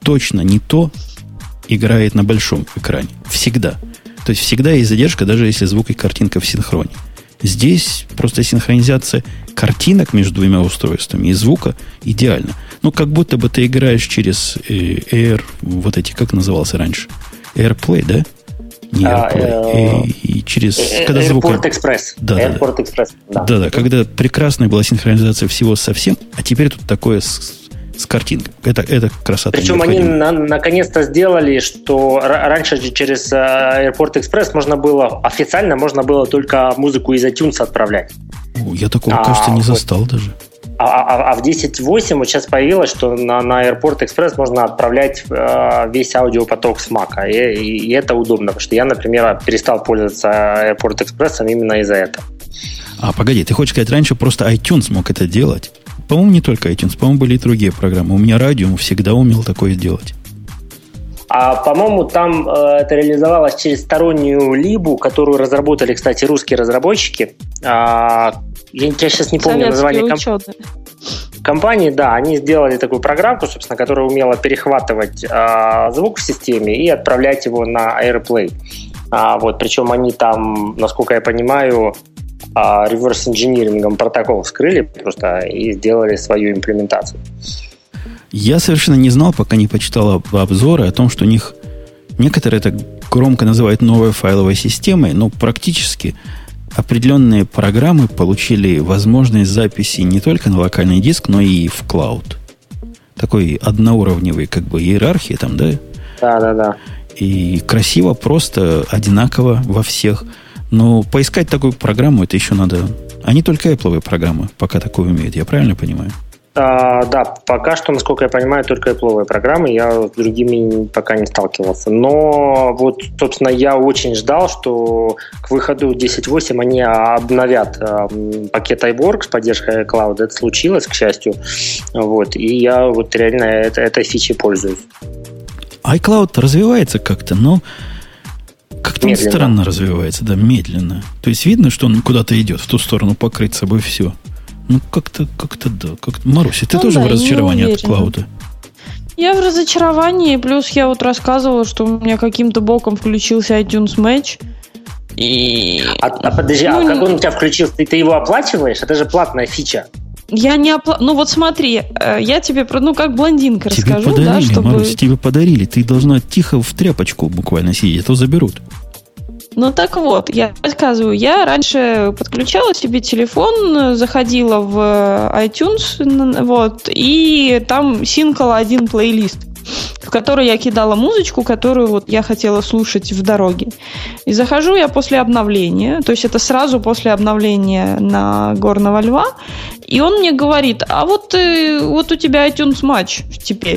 точно не то играет на большом экране. Всегда. То есть всегда есть задержка, даже если звук и картинка в синхроне. Здесь просто синхронизация картинок между двумя устройствами и звука идеально. Ну, как будто бы ты играешь через Air, вот эти, как назывался раньше? AirPlay, да? Не AirPlay. И через... когда Airport Express. Да, Airport Express. Да, когда прекрасная была синхронизация всего совсем, а теперь тут такое с картинкой. Это красота. Причем они наконец-то сделали, что раньше через Airport Express официально можно было только музыку из iTunes отправлять. Я такого, кажется, не застал даже. А в 10.8 вот сейчас появилось, что на Airport Express можно отправлять весь аудиопоток с Mac. И это удобно, потому что я, например, перестал пользоваться Airport Express именно из-за этого. Погоди, ты хочешь сказать, раньше просто iTunes мог это делать? По-моему, не только iTunes, по-моему, были и другие программы. У меня Radium всегда умел такое делать. По-моему, там это реализовалось через стороннюю либу, которую разработали, кстати, русские разработчики. Я сейчас не помню название компании. Да, они сделали такую программку, собственно, которая умела перехватывать звук в системе и отправлять его на AirPlay. Причем они там, насколько я понимаю, реверс-инжинирингом протокол вскрыли просто и сделали свою имплементацию. Я совершенно не знал, пока не почитал обзоры о том, что у них некоторые это громко называют новой файловой системой, но практически определенные программы получили возможность записи не только на локальный диск, но и в клауд. Такой одноуровневый иерархии там, да? Да. И красиво, просто одинаково во всех. Но поискать такую программу, это еще надо... Они только Apple-овые программы пока такое умеют, я правильно понимаю? Да, пока что, насколько я понимаю, только Apple-овые программы. Я с другими пока не сталкивался. Но собственно, я очень ждал, что к выходу 10.8 они обновят пакет iWork с поддержкой iCloud. Это случилось, к счастью. И я реально этой фичей пользуюсь. iCloud развивается как-то, но как-то он странно развивается, да, медленно. То есть видно, что он куда-то идет, в ту сторону покрыть собой все. Как-то да. Маруся, ты тоже в разочаровании от клауда? Я в разочаровании, плюс я рассказывала, что у меня каким-то боком включился iTunes Match. Подожди, как он у тебя включился? Ты его оплачиваешь? Это же платная фича. Я не смотри, я тебе как блондинка тебе расскажу. Подарили, да, чтобы... Марусь, тебе подарили. Ты должна тихо в тряпочку буквально сидеть, а то заберут. Так вот, я рассказываю. Я раньше подключала себе телефон, заходила в iTunes, и там синкала один плейлист, в который я кидала музычку, которую я хотела слушать в дороге. И захожу я после обновления, то есть это сразу после обновления на Горного Льва, и он мне говорит, а у тебя iTunes Match теперь.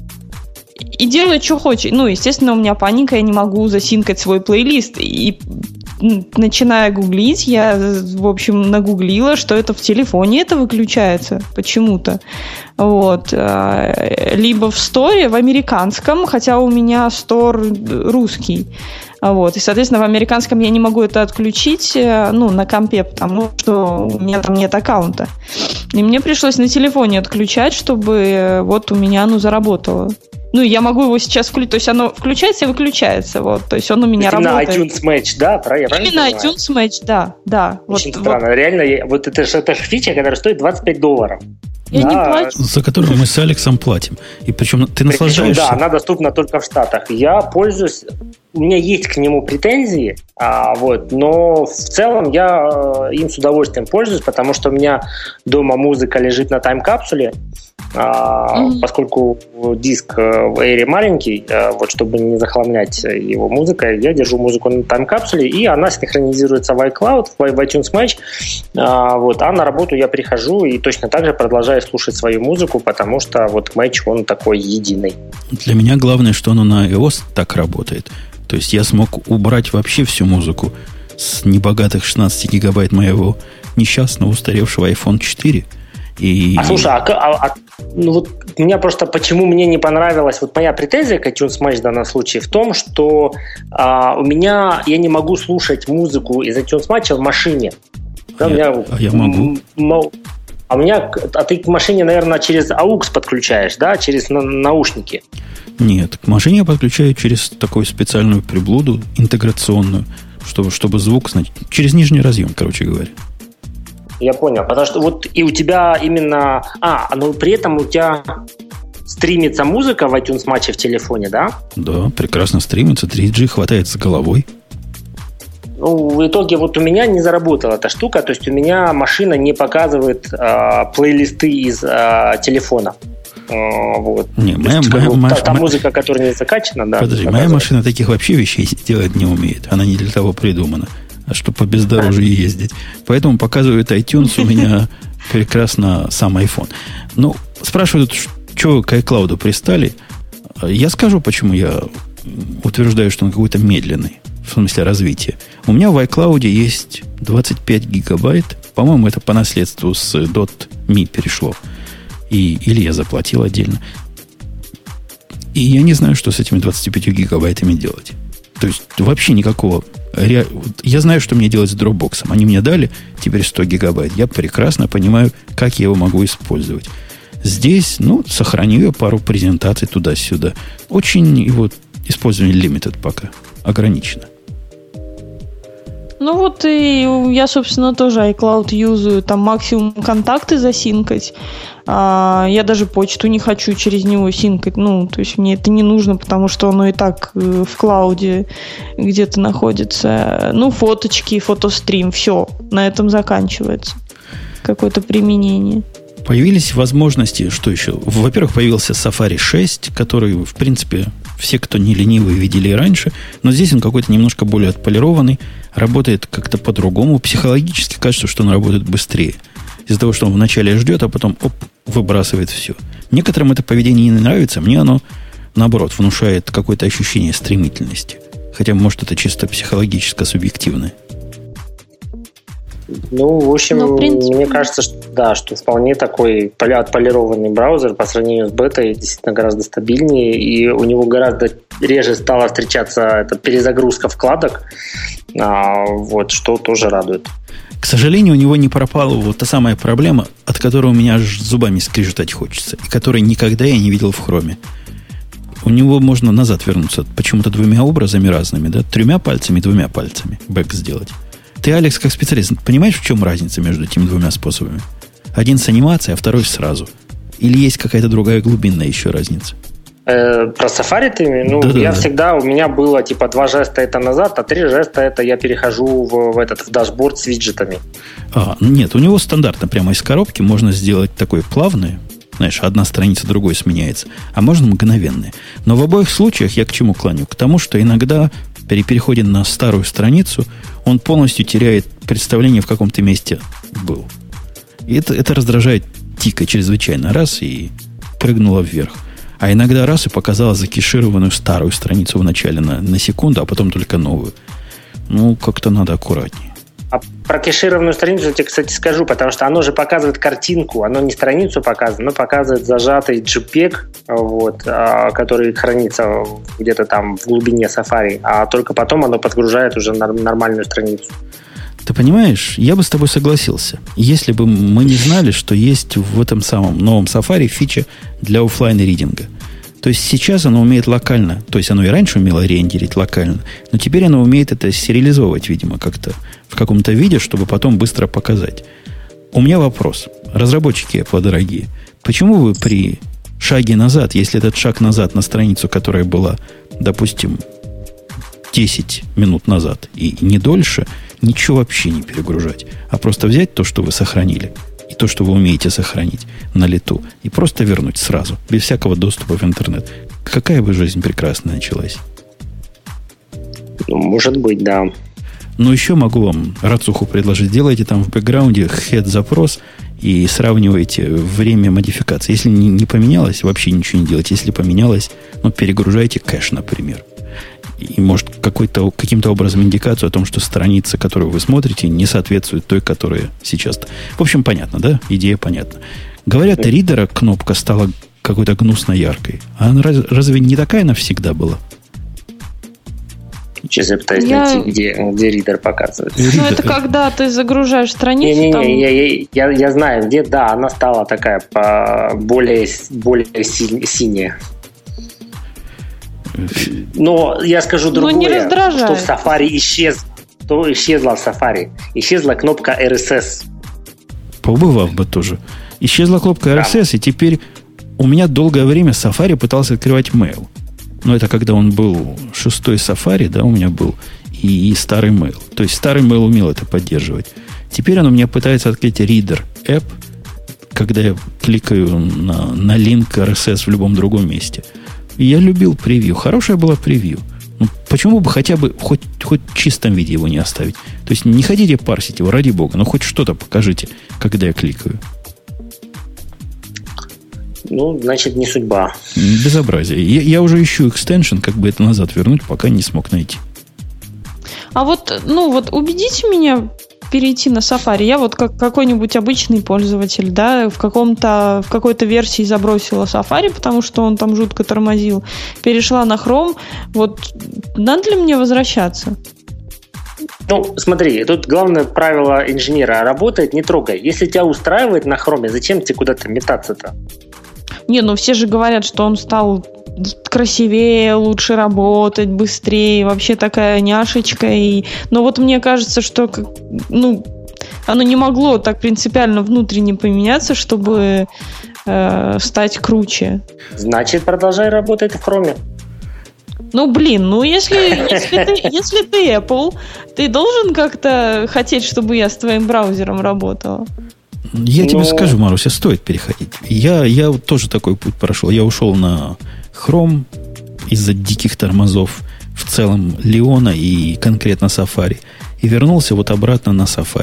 И делай, что хочешь. Естественно, у меня паника, я не могу засинкать свой плейлист. И начиная гуглить, я, в общем, нагуглила, что это в телефоне это выключается почему-то. Либо в сторе, в американском, хотя у меня стор русский. И, соответственно, в американском я не могу это отключить, на компе, потому что у меня там нет аккаунта. И мне пришлось на телефоне отключать, чтобы у меня оно заработало. Я могу его сейчас включить, то есть оно включается и выключается, то есть он у меня работает. Именно iTunes Match, да? Именно iTunes Match, да. Очень странно, реально, это же фича, которая стоит $25. Я не плачу. За которую мы с Алексом платим. И причем ты наслаждаешься. Да, она доступна только в Штатах. Я пользуюсь, у меня есть к нему претензии, но в целом я им с удовольствием пользуюсь, потому что у меня дома музыка лежит на тайм-капсуле, поскольку диск в Air маленький, чтобы не захламлять его музыкой, я держу музыку на тайм-капсуле, и она синхронизируется в iCloud, в iTunes Match, а на работу я прихожу и точно так же продолжаю слушать свою музыку, потому что Match, он такой единый. Для меня главное, что он на iOS так работает. То есть я смог убрать вообще всю музыку с небогатых 16 гигабайт моего несчастного устаревшего iPhone 4. Слушай, меня просто, почему мне не понравилась, моя претензия к iTunes Match в данном случае в том, что я не могу слушать музыку из iTunes Match в машине. Я могу. А ты к машине, наверное, через AUX подключаешь, да, через наушники. Нет, к машине я подключаю через такую специальную приблуду интеграционную, чтобы звук, значит, через нижний разъем, короче говоря. Я понял, потому что вот и у тебя именно... но при этом у тебя стримится музыка в iTunes Match в телефоне, да? Да, прекрасно стримится, 3G хватает с головой. Ну, в итоге вот у меня не заработала эта штука, то есть у меня машина не показывает плейлисты из телефона. Вот. Не, та музыка, которая не закачана, да. Подожди, моя машина таких вообще вещей делать не умеет. Она не для того придумана, а чтобы по бездорожью ездить. Поэтому показывает iTunes у меня прекрасно сам iPhone. Ну, спрашивают, что вы к iCloud пристали. Я скажу, почему я утверждаю, что он какой-то медленный. В смысле развития. У меня в iCloud есть 25 гигабайт. По-моему, это по наследству с .me перешло. Или я заплатил отдельно. И я не знаю, что с этими 25 гигабайтами делать. То есть вообще никакого... Я знаю, что мне делать с Dropbox. Они мне дали теперь 100 гигабайт. Я прекрасно понимаю, как я его могу использовать. Здесь, сохраню я пару презентаций туда-сюда. Очень его использование limited пока. Ограничено. Ну вот и я, собственно, тоже iCloud юзаю, там максимум контакты засинкать. Я даже почту не хочу через него синкать. То есть мне это не нужно, потому что оно и так в клауде где-то находится. Фоточки, фотострим, все, на этом заканчивается какое-то применение. Появились возможности, что еще? Во-первых, появился Safari 6, который, в принципе, все, кто не ленивый, видели и раньше, но здесь он какой-то немножко более отполированный, работает как-то по-другому. Психологически кажется, что он работает быстрее. Из-за того, что он вначале ждет, а потом, выбрасывает все. Некоторым это поведение не нравится, мне оно, наоборот, внушает какое-то ощущение стремительности. Хотя, может, это чисто психологически субъективное. В общем, мне кажется, что вполне такой отполированный браузер по сравнению с бетой действительно гораздо стабильнее, и у него гораздо реже стала встречаться эта перезагрузка вкладок, что тоже радует. К сожалению, у него не пропала вот та самая проблема, от которой у меня аж зубами скрежетать хочется, и которой никогда я не видел в Хроме. У него можно назад вернуться почему-то 2 образами разными, да? 3 пальцами и 2 пальцами бэк сделать. Ты, Алекс, как специалист, понимаешь, в чем разница между этими 2 способами? Один с анимацией, а второй сразу. Или есть какая-то другая глубинная еще разница? Про Safari ты? Всегда, у меня было 2 жеста это назад, а 3 жеста это я перехожу в дашборд с виджетами. Нет, у него стандартно прямо из коробки можно сделать такое плавное. Знаешь, одна страница другой сменяется. А можно мгновенное. Но в обоих случаях я к чему клоню? К тому, что иногда при переходе на старую страницу он полностью теряет представление, в каком-то месте был. И это раздражает дико чрезвычайно. Раз и прыгнуло вверх. А иногда раз и показала закешированную старую страницу вначале на секунду, а потом только новую. Как-то надо аккуратнее. А про кешированную страницу я тебе, кстати, скажу, потому что оно же показывает картинку, оно не страницу показывает, оно показывает зажатый JPEG, который хранится где-то там в глубине Safari, а только потом оно подгружает уже нормальную страницу. Ты понимаешь, я бы с тобой согласился, если бы мы не знали, что есть в этом самом новом Safari фича для офлайн-ридинга. То есть сейчас оно умеет локально, то есть оно и раньше умело рендерить локально, но теперь оно умеет это сериализовывать, видимо, как-то в каком-то виде, чтобы потом быстро показать. У меня вопрос. Разработчики Apple, дорогие, почему вы при шаге назад, если этот шаг назад на страницу, которая была, допустим, 10 минут назад и не дольше, ничего вообще не перегружать, а просто взять то, что вы сохранили, и то, что вы умеете сохранить на лету, и просто вернуть сразу, без всякого доступа в интернет. Какая бы жизнь прекрасная началась? Может быть, да. Но еще могу вам рацуху предложить. Делайте там в бэкграунде head-запрос и сравнивайте время модификации. Если не поменялось, вообще ничего не делайте. Если поменялось, перегружайте кэш, например. И может каким-то образом индикацию о том, что страница, которую вы смотрите, не соответствует той, которая сейчас. В общем, понятно, да? Идея понятна. Говорят, ридера кнопка стала какой-то гнусно яркой. А она разве не такая она всегда была? Сейчас я пытаюсь найти, где ридер показывает. Это когда ты загружаешь страницу. Я знаю, где, да, она стала такая более синяя. Но я скажу другое, не раздражает. что в Safari исчезла в Safari. Исчезла кнопка RSS. Побывав бы тоже. Исчезла кнопка RSS, и теперь у меня долгое время Safari пытался открывать Mail. Но это когда он был 6-й Safari, да, у меня был, и старый Mail. То есть старый Mail умел это поддерживать. Теперь он у меня пытается открыть Reader App, когда я кликаю на линк RSS в любом другом месте. И я любил превью. Хорошее было превью. Ну, почему бы хотя бы хоть в чистом виде его не оставить? То есть не хотите парсить его, ради бога, но хоть что-то покажите, когда я кликаю. Ну, значит, не судьба. Безобразие. Я уже ищу экстеншн, как бы это назад вернуть, пока не смог найти. А вот убедите меня перейти на Safari. Я вот как какой-нибудь обычный пользователь, да, в какой-то версии забросила Safari, потому что он там жутко тормозил. Перешла на Chrome. Вот надо ли мне возвращаться? Ну, смотри, тут главное правило инженера: работает, не трогай. Если тебя устраивает на Chrome, зачем тебе куда-то метаться-то? Не, ну все же говорят, что он стал красивее, лучше работать, быстрее, вообще такая няшечка. Но вот мне кажется, что оно не могло так принципиально внутренне поменяться, чтобы стать круче. Значит, продолжай работать в Chrome. Если ты Apple, ты должен как-то хотеть, чтобы я с твоим браузером работала. Я тебе скажу, Маруся, стоит переходить. Я тоже такой путь прошел. Я ушел на Chrome из-за диких тормозов в целом Леона и конкретно Safari. И вернулся вот обратно на Safari.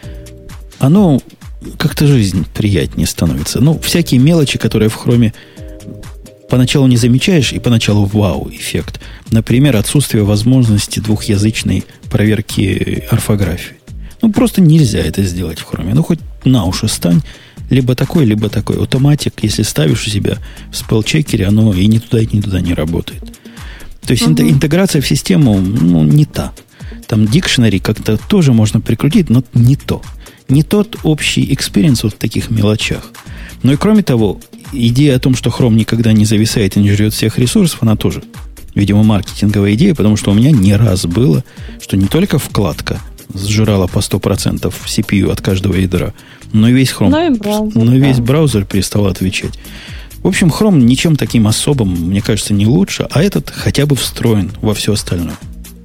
Оно как-то жизнь приятнее становится. Всякие мелочи, которые в Chrome поначалу не замечаешь, и поначалу вау-эффект. Например, отсутствие возможности двухязычной проверки орфографии. Просто нельзя это сделать в Chrome. Хоть на уши стань. Либо такой, либо такой. Automatic, если ставишь у себя в спеллчекере, оно и ни туда не работает. То есть интеграция в систему, не та. Там дикшнери как-то тоже можно прикрутить, но не то. Не тот общий экспириенс вот в таких мелочах. Но и кроме того, идея о том, что Chrome никогда не зависает и не жрет всех ресурсов, она тоже, видимо, маркетинговая идея, потому что у меня не раз было, что не только вкладка сжирала по 100% CPU от каждого ядра, но и весь Chrome, весь браузер перестал отвечать. В общем, Chrome ничем таким особым, мне кажется, не лучше, а этот хотя бы встроен во все остальное.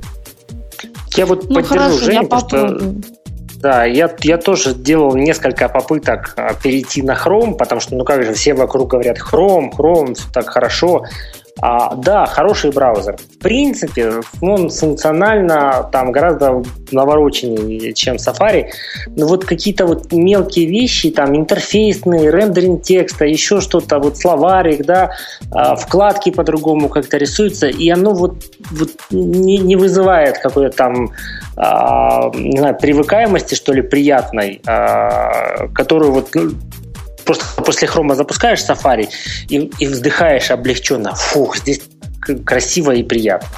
Я вот поддержу Женю, потому что да, я тоже делал несколько попыток перейти на Chrome, потому что, как же, все вокруг говорят Chrome, так хорошо. Да, хороший браузер. В принципе, он функционально там гораздо навороченнее, чем Safari. Но вот какие-то вот мелкие вещи, там интерфейсные, рендеринг текста, еще что-то, вот словарик, да, вкладки по-другому как-то рисуются, и оно вот не вызывает какой-то там, не знаю, привыкаемости, что ли, приятной, которую вот просто после Chrome запускаешь Safari и вздыхаешь облегченно. Фух, здесь красиво и приятно.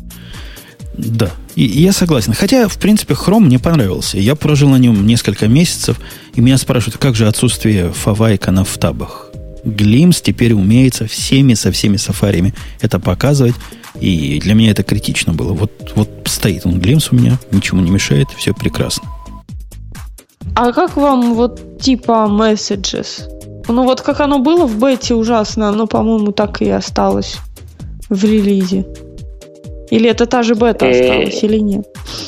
Да, и я согласен. Хотя, в принципе, Chrome мне понравился. Я прожил на нем несколько месяцев, и меня спрашивают, как же отсутствие фавайконов в табах. Glimpse теперь умеет со всеми сафариями это показывать, и для меня это критично было. Вот стоит он, Glimpse у меня, ничему не мешает, все прекрасно. А как вам вот типа Messages? Вот как оно было в бете ужасно, оно, по-моему, так и осталось в релизе. Или это та же бета осталась, или нет?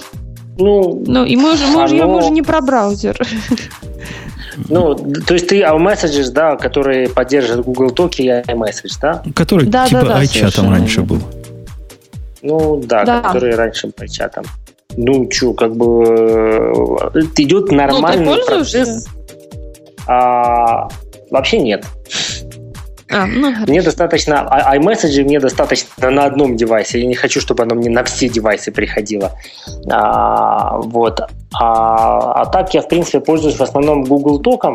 И мы же не про браузер. То есть ты iMessages, да, которые поддерживают Google Talk и iMessage, да? Который типа iChat'ом раньше был. Который раньше был iChat'ом. Идет нормальный процесс. Вообще нет. Мне достаточно iMessage, мне достаточно на одном девайсе. Я не хочу, чтобы оно мне на все девайсы приходило. Так я, в принципе, пользуюсь в основном Google Talk'ом.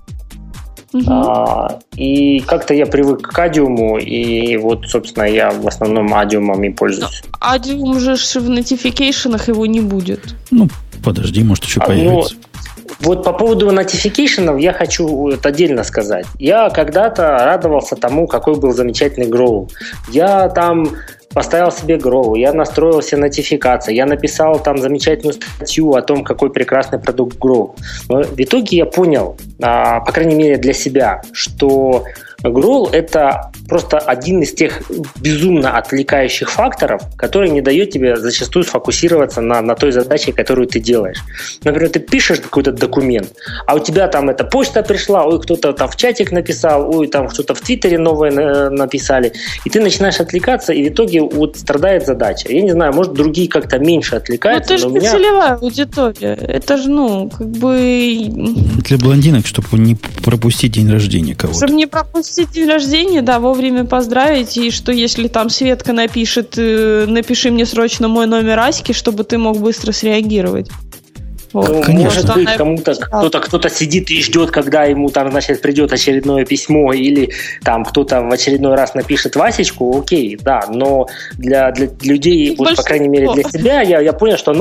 И как-то я привык к Adium, и вот, собственно, я в основном Adium'ом и пользуюсь. Adium же в нотификейшенах его не будет. Подожди, может, еще появится. Вот по поводу нотификейшенов я хочу отдельно сказать. Я когда-то радовался тому, какой был замечательный Growl. Я там поставил себе Grow, я настроил все нотификации, я написал там замечательную статью о том, какой прекрасный продукт Grow. Но в итоге я понял, по крайней мере для себя, что Grow — это просто один из тех безумно отвлекающих факторов, который не дает тебе зачастую сфокусироваться на той задаче, которую ты делаешь. Например, ты пишешь какой-то документ, а у тебя там эта почта пришла, ой, кто-то там в чатик написал, ой, там что-то в Твиттере новое написали, и ты начинаешь отвлекаться, и в итоге вот страдает задача. Я не знаю, может, другие как-то меньше отвлекаются. Ну, ты же целевая аудитория. Это же, как бы... Для блондинок, чтобы не пропустить день рождения кого-то. Чтобы не пропустить день рождения, да, вовремя поздравить, и что если там Светка напишет, напиши мне срочно мой номер Аськи, чтобы ты мог быстро среагировать. Вот. Ну, может быть, кто-то сидит и ждет, когда ему там, значит, придет очередное письмо, или там кто-то в очередной раз напишет Васечку, окей, да, но для людей, вот, по крайней мере для себя, я понял, что оно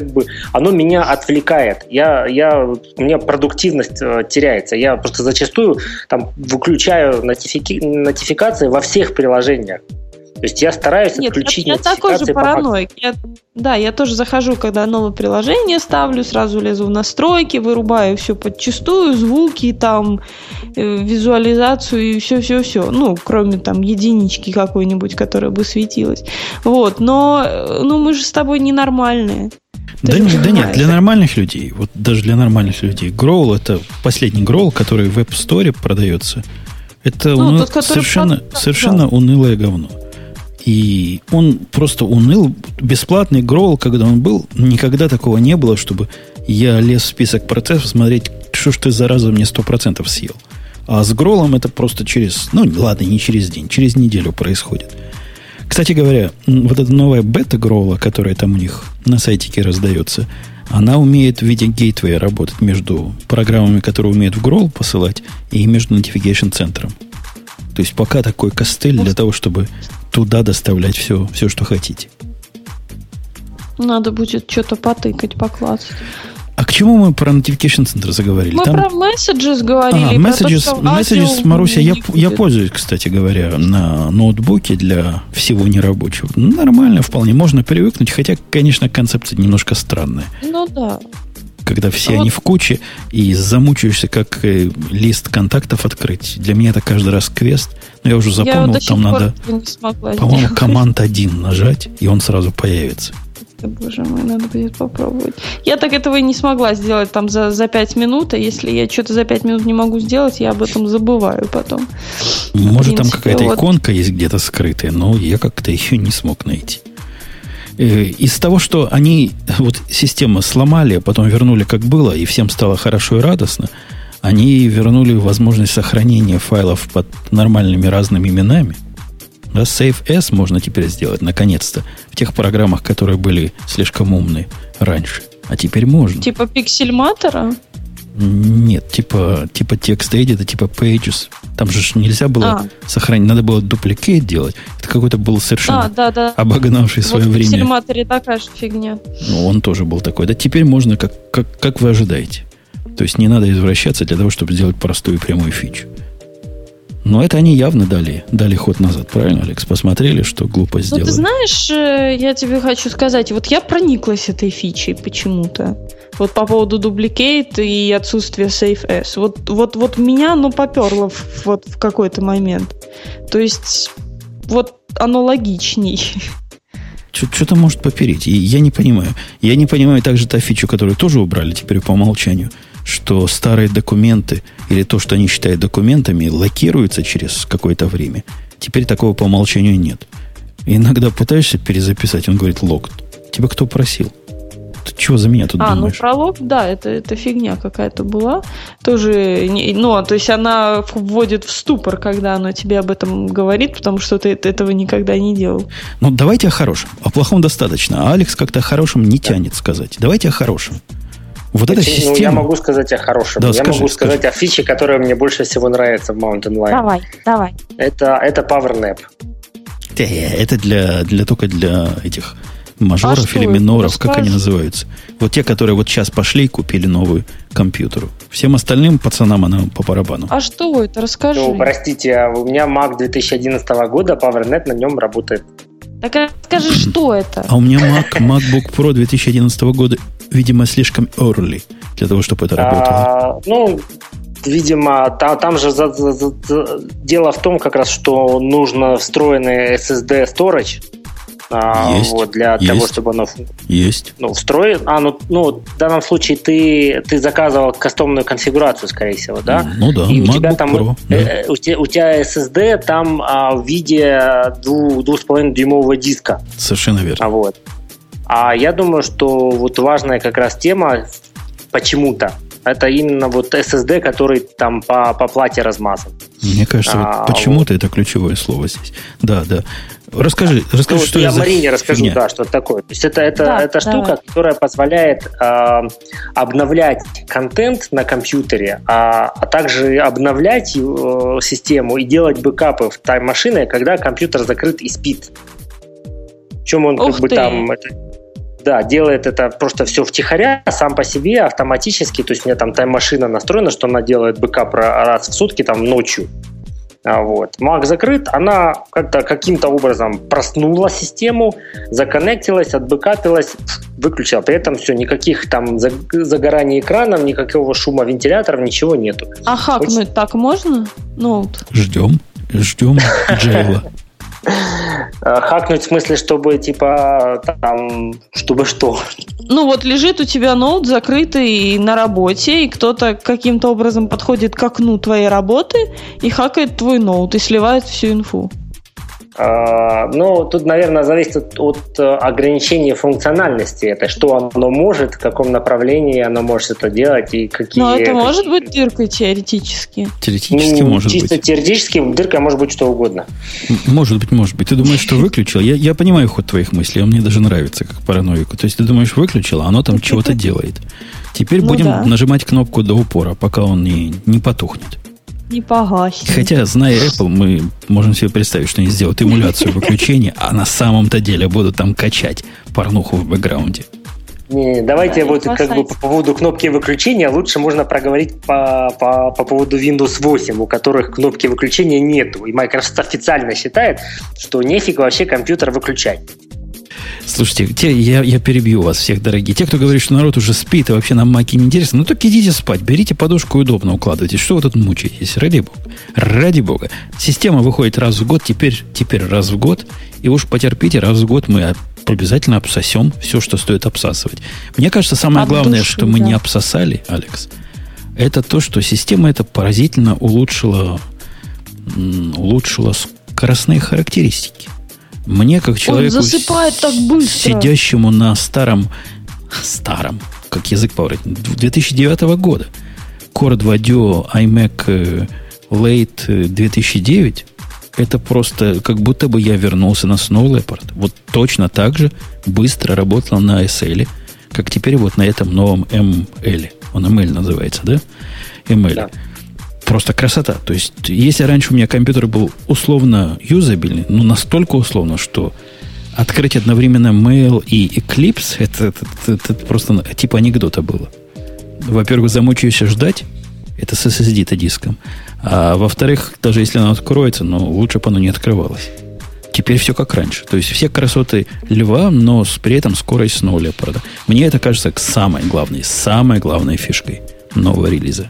меня отвлекает. У меня продуктивность теряется. Я просто зачастую там выключаю нотификации во всех приложениях. То есть я стараюсь отключить нотификации. Я такой же параноик. Я тоже захожу, когда новое приложение ставлю, сразу лезу в настройки, вырубаю все подчистую, звуки, там, визуализацию и все. Ну, кроме там единички какой-нибудь, которая бы светилась. Вот, но мы же с тобой ненормальные. Да нет, для нормальных людей, вот даже для нормальных людей, Growl — это последний Growl, который в App Store продается. Это совершенно унылое говно. И он просто уныл. Бесплатный Growl, когда он был, никогда такого не было, чтобы я лез в список процессов смотреть, что ж ты, зараза, мне 100% съел. А с Growl'ом это просто не через день, через неделю происходит. Кстати говоря, вот эта новая бета Growl'а, которая там у них на сайтике раздается, она умеет в виде гейтвея работать между программами, которые умеют в Growl посылать, и между notification-центром. То есть пока такой костыль для того, чтобы туда доставлять все, что хотите. Надо будет что-то потыкать, поклацать. А к чему мы про Notification Center заговорили? Мы про Messages говорили. Messages, Маруся, я пользуюсь, кстати говоря, на ноутбуке для всего нерабочего. Нормально, вполне. Можно привыкнуть, хотя, конечно, концепция немножко странная. Ну да. Когда все они в куче, и замучаешься, как лист контактов открыть. Для меня это каждый раз квест. Но я уже запомнил, там надо, по-моему, команд 1 нажать, и он сразу появится. Боже мой, надо будет попробовать. Я так этого и не смогла сделать там за 5 минут, а если я что-то за 5 минут не могу сделать, я об этом забываю потом. Может, там какая-то иконка есть где-то скрытая, но я как-то ее не смог найти. Из того, что они систему сломали, а потом вернули как было, и всем стало хорошо и радостно, они вернули возможность сохранения файлов под нормальными разными именами. Да, Save S можно теперь сделать, наконец-то, в тех программах, которые были слишком умные раньше. А теперь можно. Типа пиксельматора? Нет, типа текст эдита, типа Pages. Там же нельзя было сохранить, надо было дупликейт делать. Это какой-то был совершенно обогнавший свое время. В пиксельматоре такая же фигня. Ну, он тоже был такой. Да теперь можно, как вы ожидаете. То есть не надо извращаться для того, чтобы сделать простую прямую фичу. Но это они явно дали ход назад, правильно, Алекс? Посмотрели, что глупость сделали. Ты знаешь, я тебе хочу сказать, вот я прониклась этой фичей почему-то. Вот по поводу дубликейт и отсутствия Save S. Вот меня поперло в какой-то момент. То есть, вот оно логичней. Что-то может попереть. И я не понимаю. Я не понимаю также та фичу, которую тоже убрали теперь по умолчанию, что старые документы или то, что они считают документами, локируются через какое-то время. Теперь такого по умолчанию нет. И иногда пытаешься перезаписать, он говорит locked. Тебя кто просил? Ты чего за меня тут думаешь? Про лог, да, это фигня какая-то была. Тоже, то есть она вводит в ступор, когда она тебе об этом говорит, потому что ты этого никогда не делал. Ну, давайте о хорошем. О плохом достаточно. А Алекс как-то о хорошем не тянет сказать. Давайте о хорошем. Вот эта система... я могу сказать о хорошем. Да, могу сказать о фиче, которая мне больше всего нравится в Mountain Lion. Давай. Это PowerNap. Это только для этих мажоров или миноров, как они называются. Вот те, которые вот сейчас пошли и купили новый компьютер. Всем остальным пацанам она по барабану. А что это? Расскажи. Простите, у меня Mac 2011 года, PowerNap на нем работает. Так скажи, что это? А у меня MacBook Pro 2011 года, видимо, слишком early для того, чтобы это работало. Видимо, там же дело в том, как раз, что нужно встроенный SSD storage. Для того, чтобы оно встроить. В данном случае ты заказывал кастомную конфигурацию, скорее всего, да? Ну да, и у MacBook тебя там Pro, да. у тебя SSD там в виде 2,5-дюймового диска. Совершенно верно. Вот. А я думаю, что вот важная как раз тема почему-то это именно вот SSD, который там по плате размазан. Мне кажется, почему-то это ключевое слово здесь. Да. Расскажи, что я за Марине расскажу, фигня. Что это такое. То есть это штука, которая позволяет обновлять контент на компьютере, а также обновлять систему и делать бэкапы в тайм-машины, когда компьютер закрыт и спит. Причем он делает это просто все втихаря, сам по себе, автоматически. То есть у меня там тайм-машина настроена, что она делает бэкап раз в сутки, там ночью. Вот. Mac закрыт, она каким-то образом проснула систему, законнектилась, отбэкапилась, выключила. При этом все, никаких там загораний экранов, никакого шума вентиляторов, ничего нету. А хакнуть так можно? Ждем Джейла. Хакнуть в смысле, чтобы чтобы что? Лежит у тебя ноут закрытый на работе, и кто-то каким-то образом подходит к окну твоей работы и хакает твой ноут и сливает всю инфу. Тут, наверное, зависит от ограничения функциональности. Это что оно может, в каком направлении оно может это делать и какие... Но это может быть дыркой теоретически. Теоретически может быть. Чисто теоретически дырка может быть что угодно. Может быть. Ты думаешь, что выключил? Я понимаю ход твоих мыслей, он мне даже нравится, как параноику. То есть ты думаешь, выключил, а оно там чего-то делает. Теперь будем нажимать кнопку до упора, пока он не потухнет. Не погаснет. Хотя, зная Apple, мы можем себе представить, что они сделают эмуляцию выключения, а на самом-то деле будут там качать порнуху в бэкграунде. Давайте по поводу кнопки выключения лучше можно проговорить по поводу Windows 8, у которых кнопки выключения нету. И Microsoft официально считает, что нефиг вообще компьютер выключать. Слушайте, я перебью вас всех, дорогие. Те, кто говорит, что народ уже спит и вообще на Маке не интересно, так идите спать, берите подушку и удобно укладывайтесь. Что вы тут мучаетесь? Ради бога. Система выходит раз в год, теперь раз в год, и уж потерпите, раз в год мы обязательно обсосем все, что стоит обсасывать. Мне кажется, самое главное, что мы не обсосали, Алекс, это то, что система эта поразительно улучшила скоростные характеристики. Мне, как человеку, сидящему на старом, как язык поворот, 2009 года, Core 2 Duo iMac Late 2009, это просто как будто бы я вернулся на Snow Leopard. Вот точно так же быстро работал на SL, как теперь вот на этом новом ML. Он ML называется, да? ML. Да. Просто красота. То есть, если раньше у меня компьютер был условно юзабельный, настолько условно, что открыть одновременно Mail и Eclipse, это просто типа анекдота было. Во-первых, замучаешься ждать, это с SSD-то диском. А во-вторых, даже если оно откроется, лучше бы оно не открывалось. Теперь все как раньше. То есть, все красоты льва, но при этом скорость Snow Leopard. Мне это кажется самой главной фишкой нового релиза.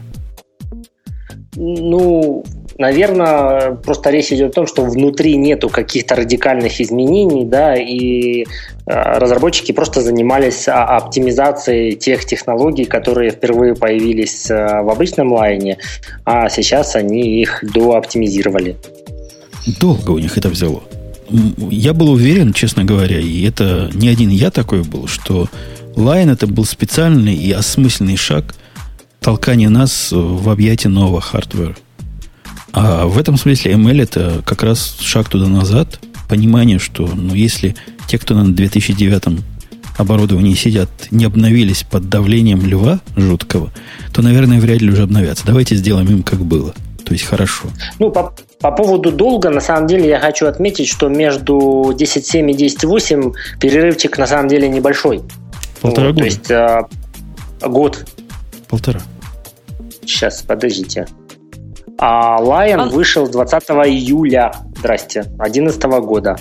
Наверное, просто речь идет о том, что внутри нету каких-то радикальных изменений, да, и разработчики просто занимались оптимизацией тех технологий, которые впервые появились в обычном лайне, а сейчас они их дооптимизировали. Долго у них это взяло. Я был уверен, честно говоря, и это не один я такой был, что Line это был специальный и осмысленный шаг толкания нас в объятия нового хардвера. А в этом смысле ML это как раз шаг туда-назад, понимание, что если те, кто на 2009 оборудовании сидят, не обновились под давлением льва жуткого, то, наверное, вряд ли уже обновятся. Давайте сделаем им как было. То есть хорошо. По поводу долга, на самом деле, я хочу отметить, что между 10.7 и 10.8 перерывчик на самом деле небольшой. Полтора года. То есть год. Полтора. Сейчас, подождите. А Lion вышел 20 июля, 2011 года.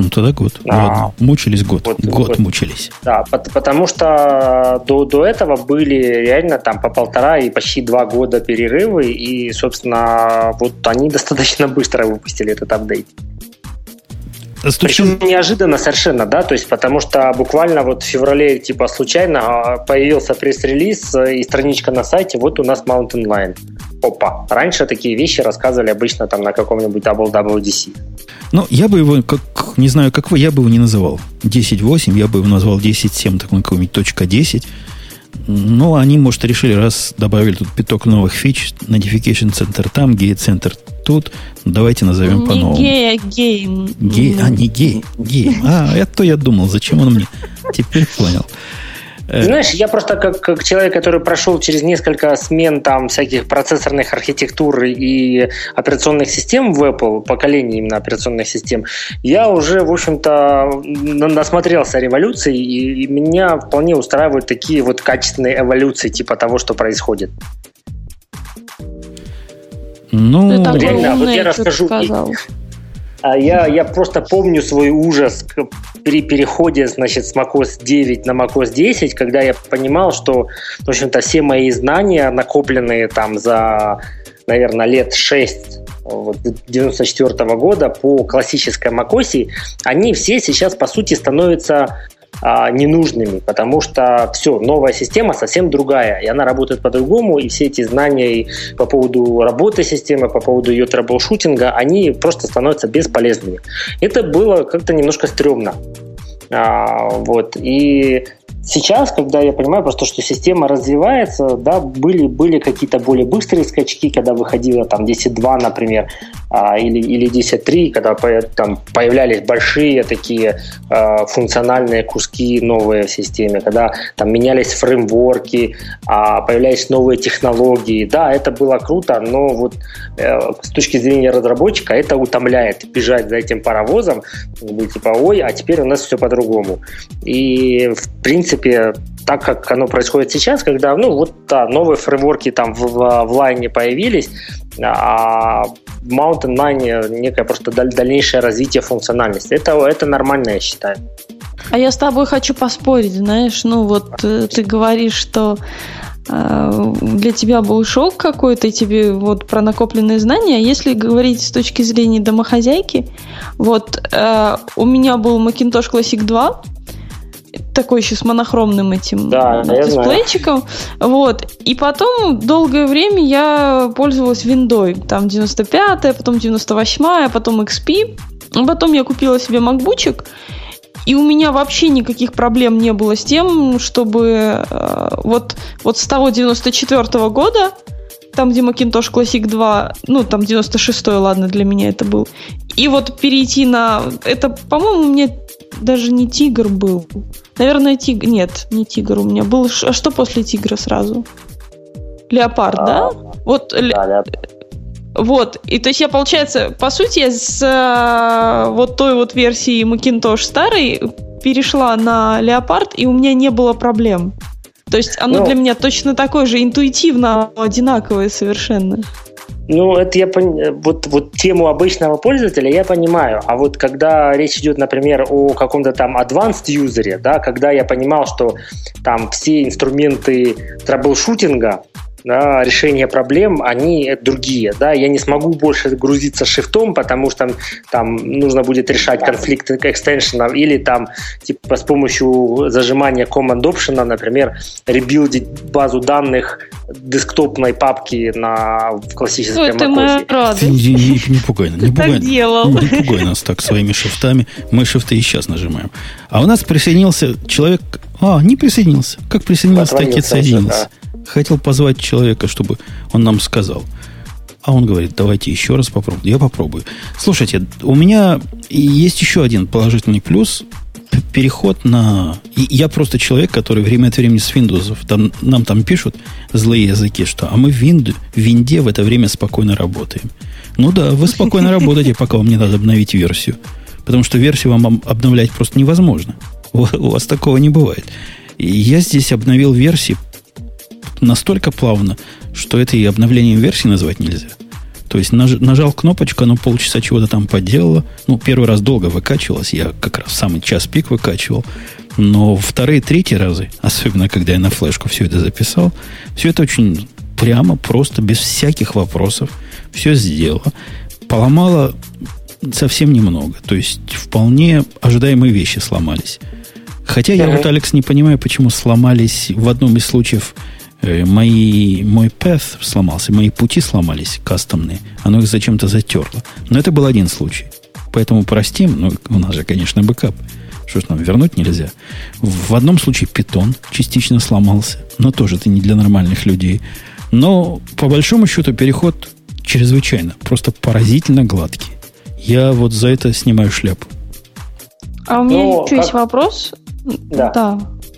Ну, тогда год. Ладно. Мучились год. Год мучились. Да, потому что до этого были реально там по 1,5 и почти 2 года перерывы, и, собственно, вот они достаточно быстро выпустили этот апдейт. Причем неожиданно совершенно, да, то есть потому что буквально вот в феврале типа случайно появился пресс-релиз и страничка на сайте, вот у нас Mountain Lion. Опа. Раньше такие вещи рассказывали обычно там на каком-нибудь WWDC. Ну, я бы его, не знаю, как вы, я бы его не называл 10.8, я бы его назвал 10.7, такой какой-нибудь .10. Ну, они, может, решили, раз добавили тут пяток новых фич, Notification Center там, Gate Center тут, давайте назовем по-новому. Не гейм. Не гей. Это я думал, зачем он мне? Теперь понял. Знаешь, я просто как человек, который прошел через несколько смен там всяких процессорных архитектур и операционных систем в Apple, поколений именно операционных систем, я уже, в общем-то, насмотрелся революций, и меня вполне устраивают такие вот качественные эволюции типа того, что происходит. Ну, реально, вот я расскажу. Я просто помню свой ужас при переходе, значит, с macOS 9 на macOS 10, когда я понимал, что, в общем-то, все мои знания, накопленные там за, наверное, лет 6 94 года по классической macOS, они все сейчас, по сути, становятся ненужными, потому что все, новая система совсем другая, и она работает по-другому, и все эти знания по поводу работы системы, по поводу ее трэблшутинга, они просто становятся бесполезными. Это было как-то немножко стрёмно. Вот. И сейчас, когда я понимаю просто, что система развивается, да, были какие-то более быстрые скачки, когда выходило там 10.2, например, или 10.3, когда там появлялись большие такие функциональные куски новые в системе, когда там менялись фреймворки, появлялись новые технологии. Да, это было круто, но вот с точки зрения разработчика это утомляет бежать за этим паровозом, типа, ой, а теперь у нас все по-другому. И в принципе, так как оно происходит сейчас, когда, новые фреймворки там в лайне появились, а в Mountain Lion некое просто дальнейшее развитие функциональности. Это нормально, я считаю. А я с тобой хочу поспорить, знаешь, ты говоришь, что для тебя был шок какой-то, тебе вот про накопленные знания. Если говорить с точки зрения домохозяйки, у меня был Macintosh Classic 2, такой еще с монохромным этим дисплейчиком. И потом долгое время я пользовалась виндой. Там 95-я, потом 98-я, потом XP. Потом я купила себе макбучик. И у меня вообще никаких проблем не было с тем, чтобы с того 94-го года, там, где Macintosh Classic 2, там 96-й, ладно, для меня это был, и перейти на... Это, по-моему, у меня даже не Тигр был. Наверное, Тигр... Нет, не Тигр у меня был. А что после Тигра сразу? Леопард, да? И то есть я, получается, по сути, я с той версии Macintosh старой перешла на Леопард, и у меня не было проблем. То есть оно для меня точно такое же, интуитивно одинаковое совершенно. Это я тему обычного пользователя я понимаю, а вот когда речь идет, например, о каком-то там advanced юзере, да, когда я понимал, что там все инструменты трэблшутинга, да, решение проблем, они другие. Да? Я не смогу больше грузиться шифтом, потому что там нужно будет решать конфликт экстеншенов или там типа с помощью зажимания command option, например, ребилдить базу данных десктопной папки в классической macOS. Не пугай нас так своими шифтами. Мы шифты и сейчас нажимаем. А у нас присоединился человек... не присоединился. Как присоединился, так и отсоединился. Хотел позвать человека, чтобы он нам сказал. А он говорит, давайте еще раз попробуем. Я попробую. Слушайте, у меня есть еще один положительный плюс. Переход на... Я просто человек, который время от времени с Windows нам там пишут злые языки, что мы в Винде в это время спокойно работаем. Ну да, вы спокойно работаете, пока вам не надо обновить версию. Потому что версию вам обновлять просто невозможно. У вас такого не бывает. И я здесь обновил версии настолько плавно, что это и обновлением версии назвать нельзя. То есть нажал кнопочку, оно полчаса чего-то там поделало. Ну, первый раз долго выкачивалось, я как раз в самый час пик выкачивал. Но вторые, третьи разы, особенно когда я на флешку все это записал, все это очень прямо, просто, без всяких вопросов, все сделало. Поломало совсем немного. То есть вполне ожидаемые вещи сломались. Хотя я вот, Алекс, не понимаю, почему сломались в одном из случаев мой path сломался, мои пути сломались кастомные. Оно их зачем-то затерло. Но это был один случай. Поэтому простим, но у нас же, конечно, бэкап. Что ж нам, вернуть нельзя. В одном случае Python частично сломался. Но тоже это не для нормальных людей. Но, по большому счету, переход чрезвычайно, просто поразительно гладкий. Я вот за это снимаю шляпу. А у меня еще есть вопрос. Да.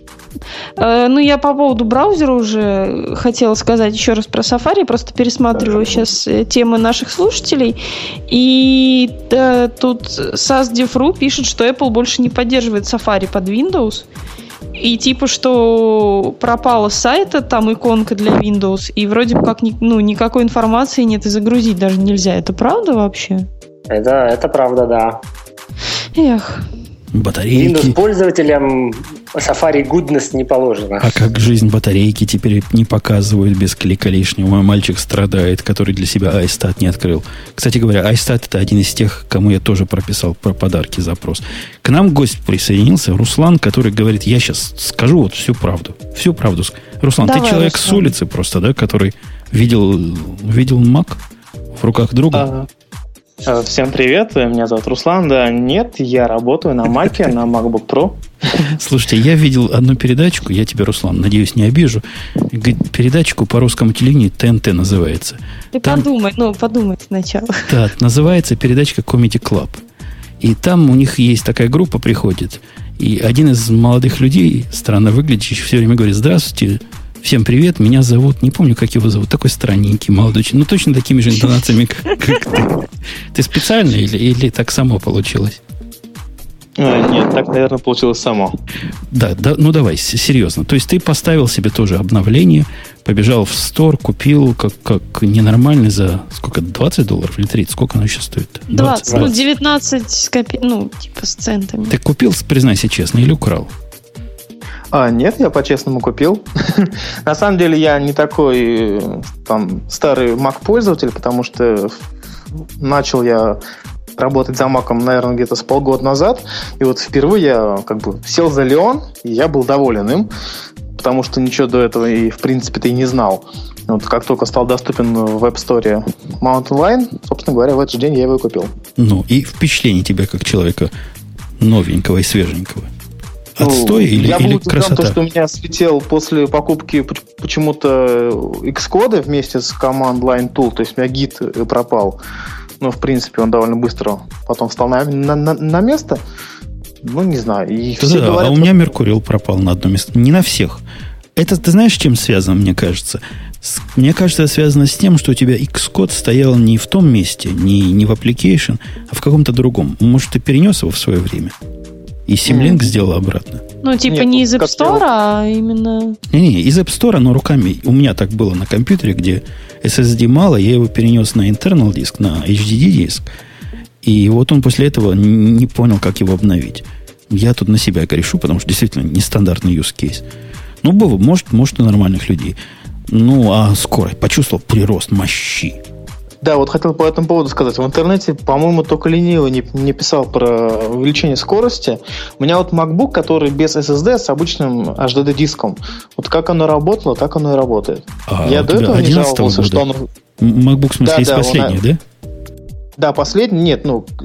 Я по поводу браузера уже хотела сказать еще раз про Safari. Просто пересматриваю сейчас темы наших слушателей. И тут SAS.Dev.ru пишет, что Apple больше не поддерживает Safari под Windows. И типа, что пропала с сайта там иконка для Windows. И вроде как никакой информации нет, и загрузить даже нельзя. Это правда вообще? Это правда, да. Эх. Батарейки. Windows-пользователям Safari Goodness не положено. А как жизнь батарейки теперь не показывают без клика лишнего. Мой мальчик страдает, который для себя iStat не открыл. Кстати говоря, iStat это один из тех, кому я тоже прописал про подарки запрос. К нам гость присоединился, Руслан, который говорит, я сейчас скажу вот всю правду. Всю правду. Руслан, давай, ты человек Руслан с улицы просто, да, который видел Mac в руках друга? Всем привет, меня зовут Руслан. Да, нет, я работаю на Mac, на MacBook Pro. Слушайте, я видел одну передачку, я тебя, Руслан, надеюсь, не обижу. Передачку по русскому телевидению ТНТ называется. Ты подумай сначала. Да, называется передачка Comedy Club. И там у них есть такая группа, приходит, и один из молодых людей, странно выглядящий, все время говорит: здравствуйте, всем привет, меня зовут, не помню, как его зовут, такой странненький, молодой, ну точно такими же интонациями, как ты. Ты специально или так само получилось? Нет, так, наверное, получилось само. Да, ну давай, серьезно. То есть ты поставил себе тоже обновление, побежал в стор, купил как ненормальный за сколько, $20 или 30? Сколько оно сейчас стоит? 20. 19 с с центами. Ты купил, признайся честно, или украл? Нет, я по-честному купил. На самом деле я не такой старый Mac-пользователь, потому что начал я работать за Mac'ом, наверное, где-то с полгода назад. И вот впервые я сел за Leon, и я был доволен им, потому что ничего до этого и, в принципе-то, и не знал. Вот как только стал доступен в App Store Mountain Lion, собственно говоря, в этот же день я его и купил. Ну, и впечатление тебя как человека новенького и свеженького? Отстой или красота? Я был удивлен, что у меня слетел после покупки почему-то Xcode вместе с Command Line Tool, то есть у меня гид пропал. Но, в принципе, он довольно быстро потом встал на место. Ну, не знаю. И все говорят, у меня Меркурил пропал на одно место. Не на всех. Это, ты знаешь, с чем связано, мне кажется? Мне кажется, это связано с тем, что у тебя Xcode стоял не в том месте, не в application, а в каком-то другом. Может, ты перенес его в свое время? И Symlink сделал обратно. Ну, типа не из App Store, а именно... Не, из App Store, но руками. У меня так было на компьютере, где SSD мало, я его перенес на internal диск, на HDD диск. И вот он после этого не понял, как его обновить. Я тут на себя грешу, потому что действительно нестандартный use case. Ну, может, у нормальных людей. Ну, а скорость. Почувствовал прирост мощи. Да, вот хотел по этому поводу сказать. В интернете, по-моему, только ленивый не писал про увеличение скорости. У меня вот MacBook, который без SSD, с обычным HDD-диском. Вот как оно работало, так оно и работает. Я до этого не жаловался, что он... MacBook, в смысле, из последних, да? Да, последний, нет,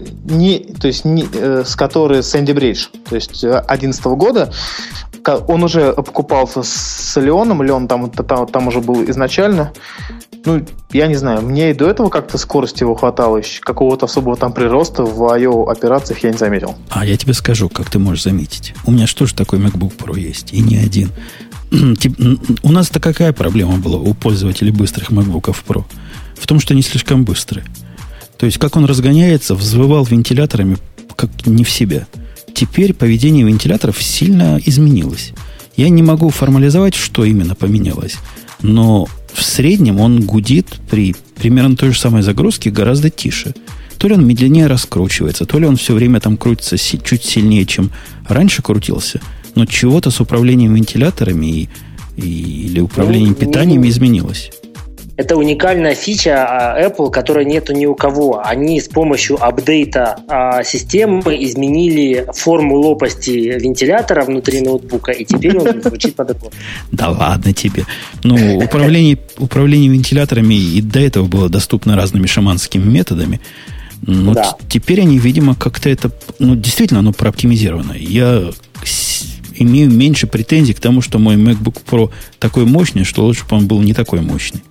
с который Sandy Bridge, то есть 2011 года. Он уже покупался с Леоном, Леон там уже был изначально. Ну, я не знаю, мне и до этого как-то скорости его хватало, какого-то особого там прироста в I/O операциях я не заметил. А я тебе скажу, как ты можешь заметить. У меня что же такой MacBook Pro есть, и не один. У нас-то какая проблема была у пользователей быстрых MacBook'ов Pro? В том, что они слишком быстрые. То есть, как он разгоняется, взвывал вентиляторами, как не в себя. Теперь поведение вентиляторов сильно изменилось. Я не могу формализовать, что именно поменялось. Но в среднем он гудит при примерно той же самой загрузке гораздо тише. То ли он медленнее раскручивается, то ли он все время там крутится чуть сильнее, чем раньше крутился, но чего-то с управлением вентиляторами или управлением питанием изменилось. Это уникальная фича Apple, которой нету ни у кого. Они с помощью апдейта системы изменили форму лопасти вентилятора внутри ноутбука, и теперь он звучит по-другому. Да ладно тебе. Ну, управление вентиляторами и до этого было доступно разными шаманскими методами. Но да. Теперь они, видимо, как-то это... Ну, действительно, оно прооптимизировано. Я имею меньше претензий к тому, что мой MacBook Pro такой мощный, что лучше бы он был не такой мощный.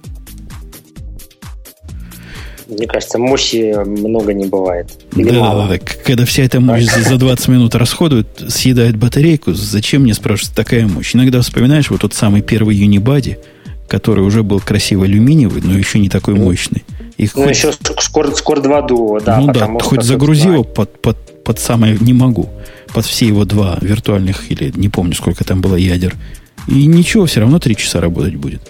Мне кажется, мощи много не бывает. Да, когда вся эта мощь за 20 минут расходует, съедает батарейку, зачем мне, спрашивается, такая мощь? Иногда вспоминаешь вот тот самый первый Unibody, который уже был красиво алюминиевый, но еще не такой мощный. Еще Core 2 Duo, да. Ну да, хоть загрузи его под самое не могу, под все его два виртуальных, или не помню, сколько там было ядер. И ничего, все равно 3 часа работать будет.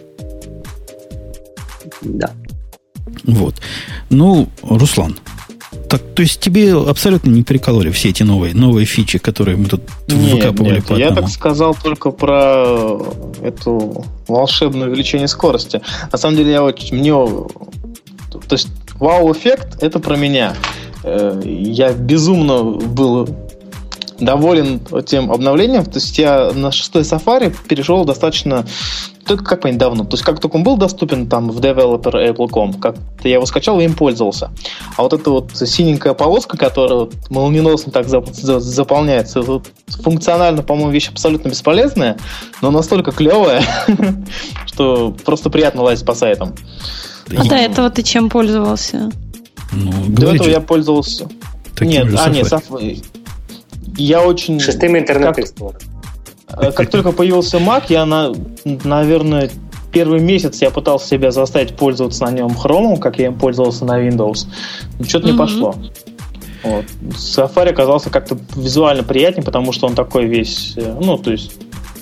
Да. Вот. Ну, Руслан, так, то есть тебе абсолютно не прикололи все эти новые фичи, которые мы тут выкапывали нет, по одному? Я так сказал только про эту волшебное увеличение скорости. На самом деле, то есть вау-эффект это про меня. Я безумно был доволен тем обновлением. То есть я на 6-й Safari перешел достаточно только как-нибудь давно. То есть как только он был доступен там в Developer Apple.com, как-то я его скачал и им пользовался. А вот эта вот синенькая полоска, которая вот молниеносно так заполняется, вот, функционально, по-моему, вещь абсолютно бесполезная, но настолько клевая, что просто приятно лазить по сайтам. А до этого ты чем пользовался? До этого я пользовался... Нет, я очень... 6-м интернет-эксплорером. Как только появился Mac, я, наверное, первый месяц я пытался себя заставить пользоваться на нем Chrome, как я им пользовался на Windows. Что-то не пошло. Вот. Safari оказался как-то визуально приятнее, потому что он такой весь, то есть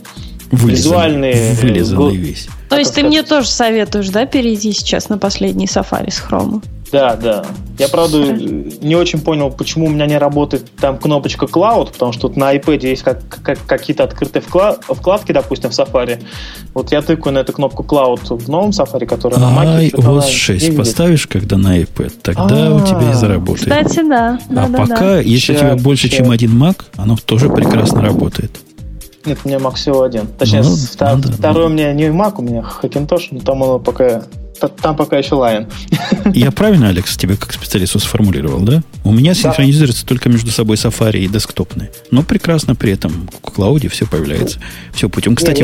вылизанный весь. То есть ты мне тоже советуешь, да, перейти сейчас на последний Safari с Chrome? Да. Я, правда, не очень понял, почему у меня не работает там кнопочка Cloud, потому что тут на iPad есть какие-то открытые вкладки, допустим, в Safari. Вот я тыкаю на эту кнопку Cloud в новом Safari, который на Mac. iOS 6 поставишь, когда на iPad, тогда у тебя и заработает. Кстати, да. Пока, если у тебя больше, чем один Mac, оно тоже прекрасно работает. Нет, у меня Mac всего один. Точнее, второй у меня не Mac, у меня Hackintosh, но там оно пока... Там пока еще Lion. Я правильно, Алекс, тебе как специалисту сформулировал, да? У меня синхронизируется только между собой Safari и десктопные. Но прекрасно при этом в клауде все появляется. Все путем. Кстати,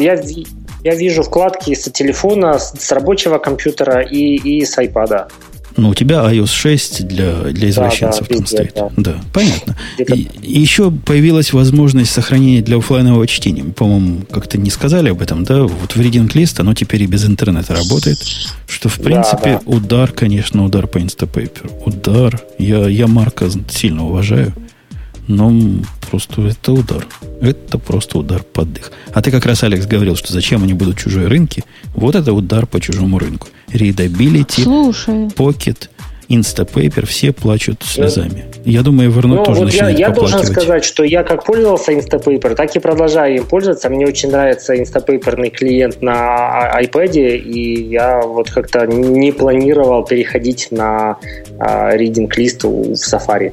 я вижу вкладки с телефона, с рабочего компьютера и с iPad. Ну, у тебя iOS 6 для извращенцев там стоит. Да, понятно. И еще появилась возможность сохранения для офлайнового чтения. По-моему, как-то не сказали об этом, да? Вот в Reading List оно теперь и без интернета работает. Что, в принципе, удар, конечно, удар по Instapaper. Удар. Я Марка сильно уважаю. Но просто это удар. Это просто удар под дых. А ты как раз, Алекс, говорил, что зачем они будут чужие рынки. Вот это удар по чужому рынку. Readability, Pocket, Instapaper, все плачут слезами. Я думаю, Evernote тоже начинает я поплакивать. должен сказать, что я как пользовался Instapaper, так и продолжаю им пользоваться. Мне очень нравится Instapaperный клиент на iPad, и я вот как-то не планировал переходить на Reading List в Safari.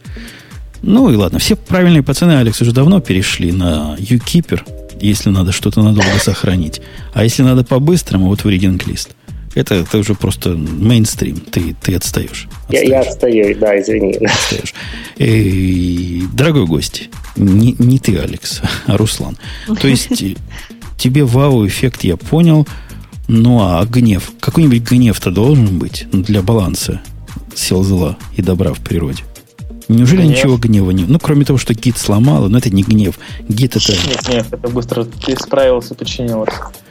Ну и ладно, все правильные пацаны, Алекс, уже давно перешли на UKeeper, если надо что-то надолго сохранить. А если надо по-быстрому, вот в Reading List. Это уже просто мейнстрим. Ты отстаешь. Я отстаю, да, извини. Отстаешь. Дорогой гость, не ты, Алекс, а Руслан. То есть тебе вау-эффект я понял, ну а гнев? Какой-нибудь гнев-то должен быть для баланса сил зла и добра в природе? Неужели ничего гнева не... Ну, кроме того, что гид сломало, но это не гнев. Гид это... Нет, это быстро исправился и починилось.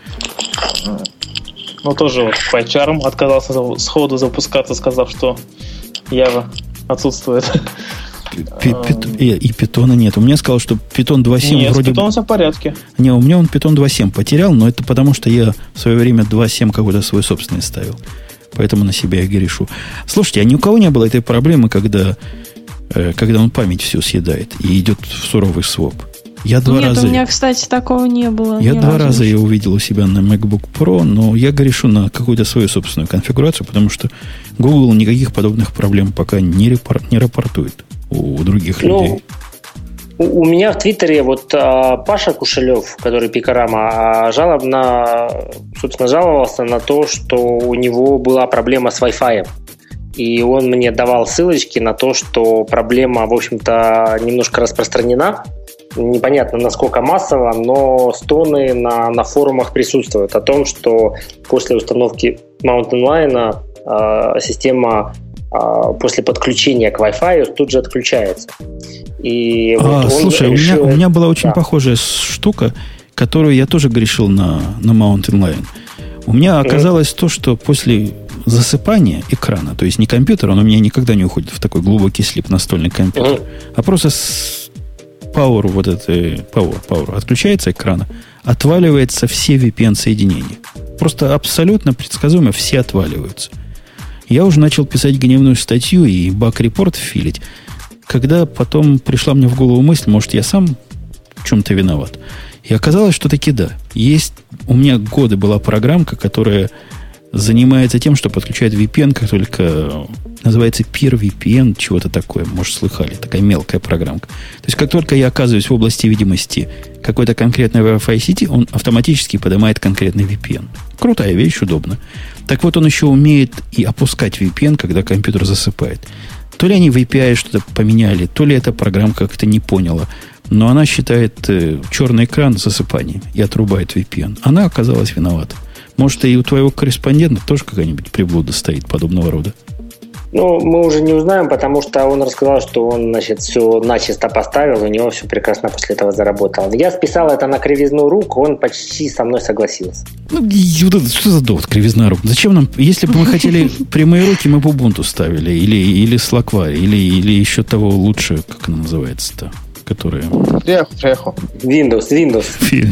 Ну, тоже вот PyCharm отказался сходу запускаться, сказав, что Java отсутствует. И питона нет. У меня сказал, что питон 2.7 нет, вроде... Нет, питон все в порядке. Не, у меня он питон 2.7 потерял, но это потому, что я в свое время 2.7 какой-то свой собственный ставил. Поэтому на себя я грешу. Слушайте, а ни у кого не было этой проблемы, когда он память всю съедает и идет в суровый своп? Нет, у меня, кстати, такого не было. Я 2 раза ее увидел у себя на MacBook Pro, но я грешу на какую-то свою собственную конфигурацию, потому что Google никаких подобных проблем пока не рапортует у других людей. У меня в Твиттере вот Паша Кушелев, который Пикорама, жаловался на то, что у него была проблема с Wi-Fi. И он мне давал ссылочки на то, что проблема, в общем-то, немножко распространена. Непонятно, насколько массово, но стоны на форумах присутствуют о том, что после установки Mountain Lion система после подключения к Wi-Fi тут же отключается. И слушай, у меня была очень похожая штука, которую я тоже грешил на Mountain Lion. У меня оказалось то, что после засыпания экрана, то есть не компьютер, он у меня никогда не уходит в такой глубокий слип настольный компьютер, а просто с Power отключается экрана, отваливается все VPN-соединения. Просто абсолютно предсказуемо все отваливаются. Я уже начал писать гневную статью и баг-репорт филить, когда потом пришла мне в голову мысль, может, я сам в чем-то виноват. И оказалось, что таки да. У меня годы была программка, которая занимается тем, что подключает VPN, как только называется Peer VPN, чего-то такое, может, слыхали, такая мелкая программка. То есть, как только я оказываюсь в области видимости какой-то конкретной Wi-Fi сети, он автоматически поднимает конкретный VPN. Крутая вещь, удобно. Так вот, он еще умеет и опускать VPN, когда компьютер засыпает. То ли они в API что-то поменяли, то ли эта программка как-то не поняла, но она считает черный экран засыпанием и отрубает VPN. Она оказалась виновата. Может, и у твоего корреспондента тоже какая-нибудь приблуда стоит подобного рода? Мы уже не узнаем, потому что он рассказал, что он, все начисто поставил, у него все прекрасно после этого заработало. Я списал это на кривизну рук, он почти со мной согласился. Что за довод, кривизна рук? Зачем нам, если бы мы хотели прямые руки, мы бы Ubuntu ставили, или Slackware, или еще того лучше, как она называется-то? Которые... Windows,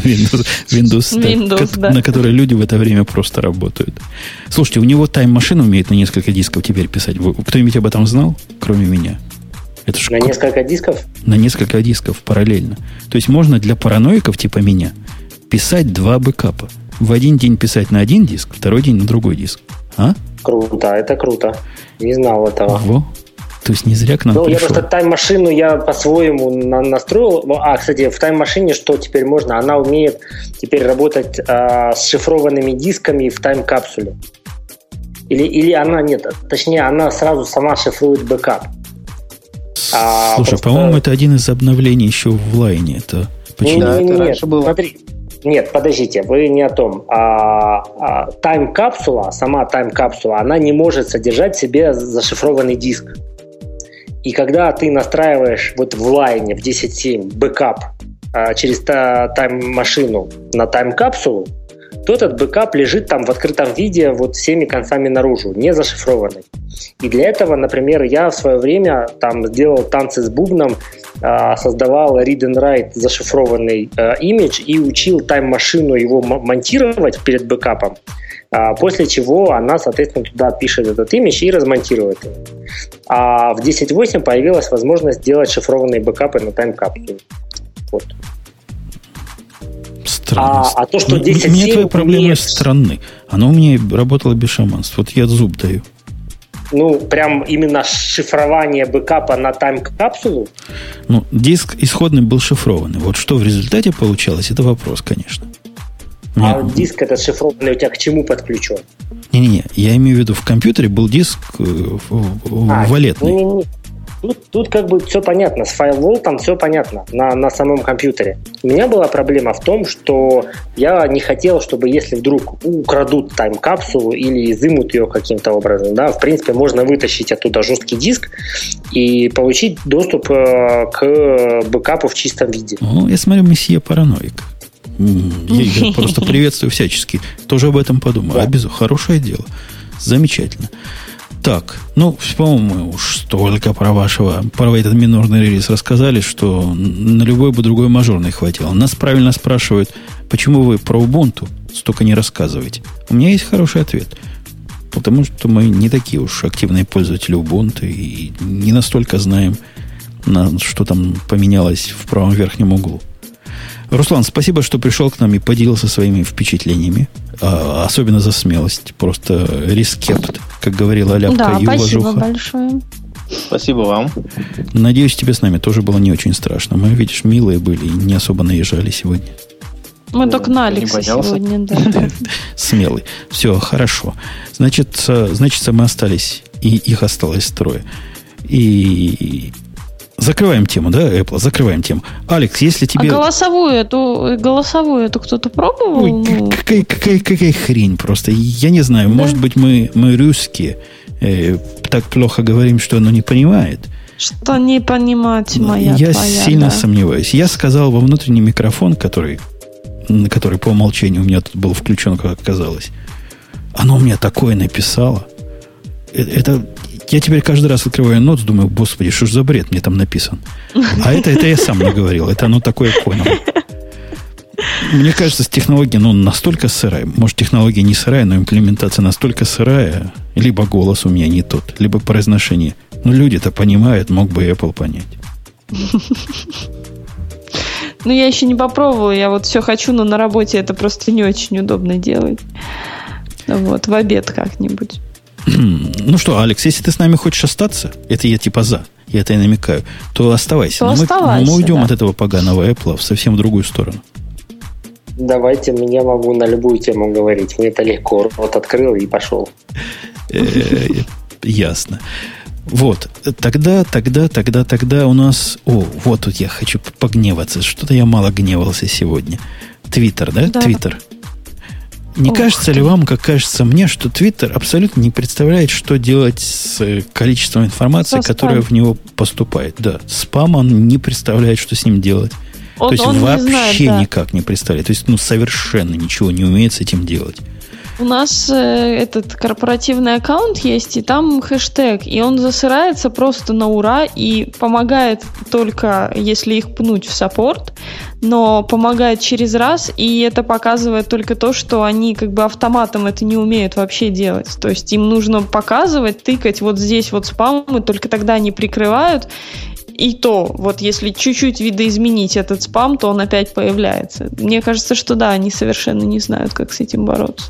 да. На которой люди в это время просто работают. Слушайте, у него тайм-машина умеет на несколько дисков теперь писать. Кто-нибудь об этом знал, кроме меня? Это на несколько дисков? На несколько дисков параллельно. То есть можно для параноиков типа меня писать 2 бэкапа. В один день писать на один диск, второй день на другой диск. А? Круто, это круто. Не знал этого. Во. То есть не зря к нам пришел. Я просто тайм-машину я по-своему настроил. Кстати, в тайм-машине что теперь можно? Она умеет теперь работать с шифрованными дисками в тайм-капсуле. Или она, нет, точнее, она сразу сама шифрует бэкап. Слушай, по-моему, это один из обновлений еще в лайне. Это почему? Нет, смотри. Нет, подождите, вы не о том. Тайм-капсула, сама тайм-капсула, она не может содержать в себе зашифрованный диск. И когда ты настраиваешь вот в лайне в 10.7 бэкап через тайм-машину на тайм-капсулу, то этот бэкап лежит там в открытом виде вот всеми концами наружу, не зашифрованный. И для этого, например, я в свое время там сделал танцы с бубном, создавал read and write зашифрованный имидж и учил тайм-машину его монтировать перед бэкапом, после чего она, соответственно, туда пишет этот имидж и размонтирует его. А в 10.8 появилась возможность делать шифрованные бэкапы на тайм-капсуле. Вот. Странно. А то, что 10.7... Мне твои проблемы странны. Оно у меня работало без шаманства. Вот я зуб даю. Прям именно шифрование бэкапа на тайм-капсулу? Диск исходный был шифрованный. Вот что в результате получалось, это вопрос, конечно. Диск этот шифрованный у тебя к чему подключен? Не-не-не, я имею в виду, в компьютере был диск валетный. Тут как бы все понятно. С FileVault все понятно на самом компьютере. У меня была проблема в том, что я не хотел, чтобы если вдруг украдут тайм-капсулу или изымут ее каким-то образом, в принципе, можно вытащить оттуда жесткий диск и получить доступ к бэкапу в чистом виде. Я смотрю, месье параноик. Я просто приветствую всячески. Тоже об этом подумал. Да. Хорошее дело. Замечательно. Так, по-моему, мы уж столько про этот минорный релиз рассказали, что на любой бы другой мажорный хватило. Нас правильно спрашивают, почему вы про Ubuntu столько не рассказываете. У меня есть хороший ответ. Потому что мы не такие уж активные пользователи Ubuntu и не настолько знаем, что там поменялось в правом верхнем углу. Руслан, спасибо, что пришел к нам и поделился своими впечатлениями. Особенно за смелость. Просто респект, как говорила Ляпка, и уважуха. Да, спасибо большое. Спасибо вам. Надеюсь, тебе с нами тоже было не очень страшно. Мы, видишь, милые были и не особо наезжали сегодня. Мы только на Алекса сегодня, да. Смелый. Все, хорошо. Значит, мы остались, и их осталось трое. И закрываем тему, да, Apple? Закрываем тему. Алекс, если тебе... А голосовую эту кто-то пробовал? Ой, какая хрень просто. Я не знаю, да? Может быть, мы русские так плохо говорим, что оно не понимает. Что не понимать, моя Я твоя, сильно сомневаюсь. Я сказал во внутренний микрофон, который по умолчанию у меня тут был включен, как оказалось. Оно мне такое написало. Это... Я теперь каждый раз открываю нотс, думаю, господи, что ж за бред мне там написан. А это я сам не говорил. Это оно такое понял. Мне кажется, технология настолько сырая. Может, технология не сырая, но имплементация настолько сырая. Либо голос у меня не тот, либо произношение. Люди-то понимают, мог бы Apple понять. Я еще не попробовала. Я вот все хочу, но на работе это просто не очень удобно делать. В обед как-нибудь. Ну что, Алекс, если ты с нами хочешь остаться, это я типа за, я это и намекаю, то оставайся. Мы уйдем от этого поганого Apple в совсем другую сторону. Давайте, я могу на любую тему говорить. Мне это легко. Рот открыл и пошел. Ясно. Вот, тогда у нас... вот тут я хочу погневаться. Что-то я мало гневался сегодня. Твиттер, да? Твиттер. Не кажется ли вам, как кажется мне, что Твиттер абсолютно не представляет, что делать с количеством информации, которая в него поступает? Да, спам он не представляет, что с ним делать. То есть вообще никак не представляет. То есть совершенно ничего не умеет с этим делать. У нас этот корпоративный аккаунт есть, и там хэштег, и он засырается просто на ура и помогает только, если их пнуть в саппорт, но помогает через раз, и это показывает только то, что они как бы автоматом это не умеют вообще делать. То есть им нужно показывать, тыкать вот здесь вот спам, и только тогда они прикрывают. И то, вот если чуть-чуть видоизменить этот спам, то он опять появляется. Мне кажется, что да, они совершенно не знают, как с этим бороться.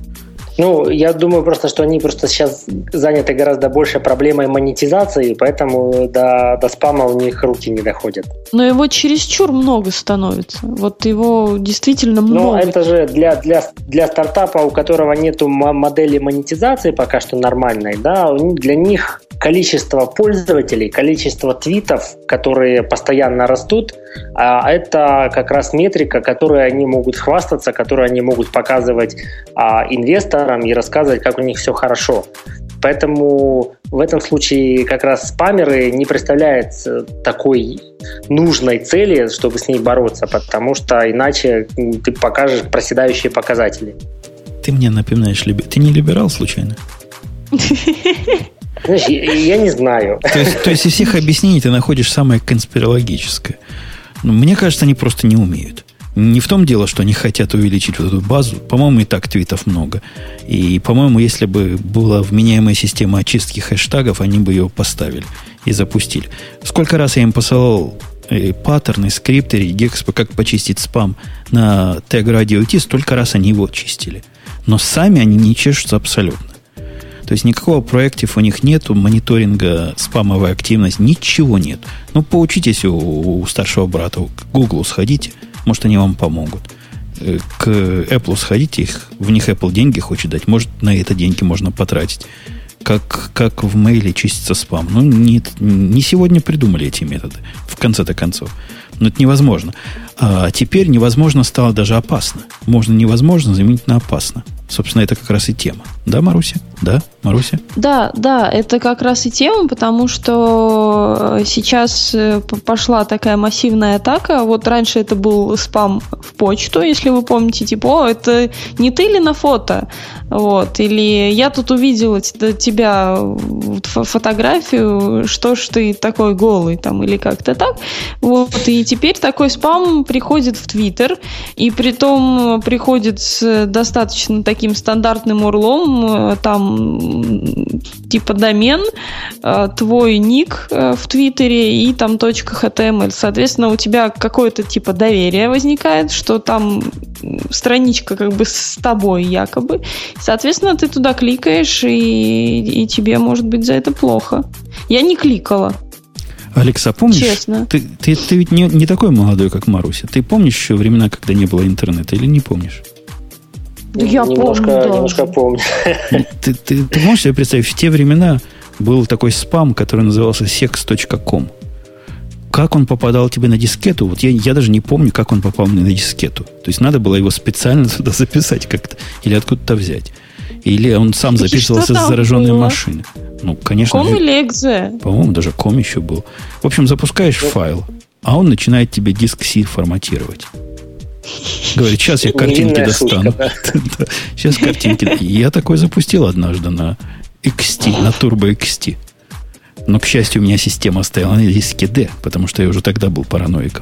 Я думаю просто, что они просто сейчас заняты гораздо больше проблемой монетизации, поэтому до спама у них руки не доходят. Но его чересчур много становится. Вот его действительно много. Это же для стартапа, у которого нету модели монетизации пока что нормальной, да, для них количество пользователей, количество твитов, которые постоянно растут, это как раз метрика, которой они могут хвастаться, которую они могут показывать инвесторам и рассказывать, как у них все хорошо. Поэтому в этом случае как раз спамеры не представляют такой нужной цели, чтобы с ней бороться, потому что иначе ты покажешь проседающие показатели. Ты мне напоминаешь, ты не либерал случайно? Знаешь, я не знаю. То есть из всех объяснений ты находишь самое конспирологическое. Мне кажется, они просто не умеют. Не в том дело, что они хотят увеличить вот эту базу. По-моему, и так твитов много. И, по-моему, если бы была вменяемая система очистки хэштагов, они бы ее поставили и запустили. Сколько раз я им посылал паттерны, скрипты, регекспы, как почистить спам на Tegra IoT, столько раз они его чистили. Но сами они не чешутся абсолютно. То есть никакого проектив у них нету, мониторинга спамовой активности, ничего нет. Поучитесь у старшего брата, к Google сходите, может, они вам помогут. К Apple сходите, в них Apple деньги хочет дать, может, на это деньги можно потратить. Как в мейле чистится спам. Не сегодня придумали эти методы, в конце-то концов. Но это невозможно. А теперь невозможно стало даже опасно. Можно невозможно заменить на опасно. Собственно, это как раз и тема. Да, Маруся? Да, Маруся? Да, это как раз и тема, потому что сейчас пошла такая массивная атака. Вот раньше это был спам в почту, если вы помните, типа, это не ты ли на фото? Вот, или я тут увидела тебя фотографию, что ж ты такой голый, там, или как-то так. Вот, и теперь такой спам приходит в Твиттер, и притом приходит с достаточно таким стандартным урлом, там, типа домен, твой ник в Твиттере и там .html. Соответственно, у тебя какое-то типа доверие возникает, что там страничка как бы с тобой якобы. Соответственно, ты туда кликаешь, и тебе может быть за это плохо. Я не кликала. Алекса, помнишь? Честно. Ты ведь не такой молодой, как Маруся. Ты помнишь еще времена, когда не было интернета, или не помнишь? Я немножко помню. Ты можешь себе представить, в те времена был такой спам, который назывался sex.com. Как он попадал тебе на дискету? Вот я даже не помню, как он попал мне на дискету. То есть надо было его специально туда записать как-то. Или откуда-то взять. Или он сам записывался с зараженной машины. Ну, конечно. Ком или экзе? По-моему, даже ком еще был. В общем, запускаешь файл, а он начинает тебе диск C форматировать. Говорит, сейчас я картинки достану. Сейчас картинки. Я такой запустил однажды на XT, на Turbo XT. Но, к счастью, у меня система стояла на диске D, потому что я уже тогда был параноиком.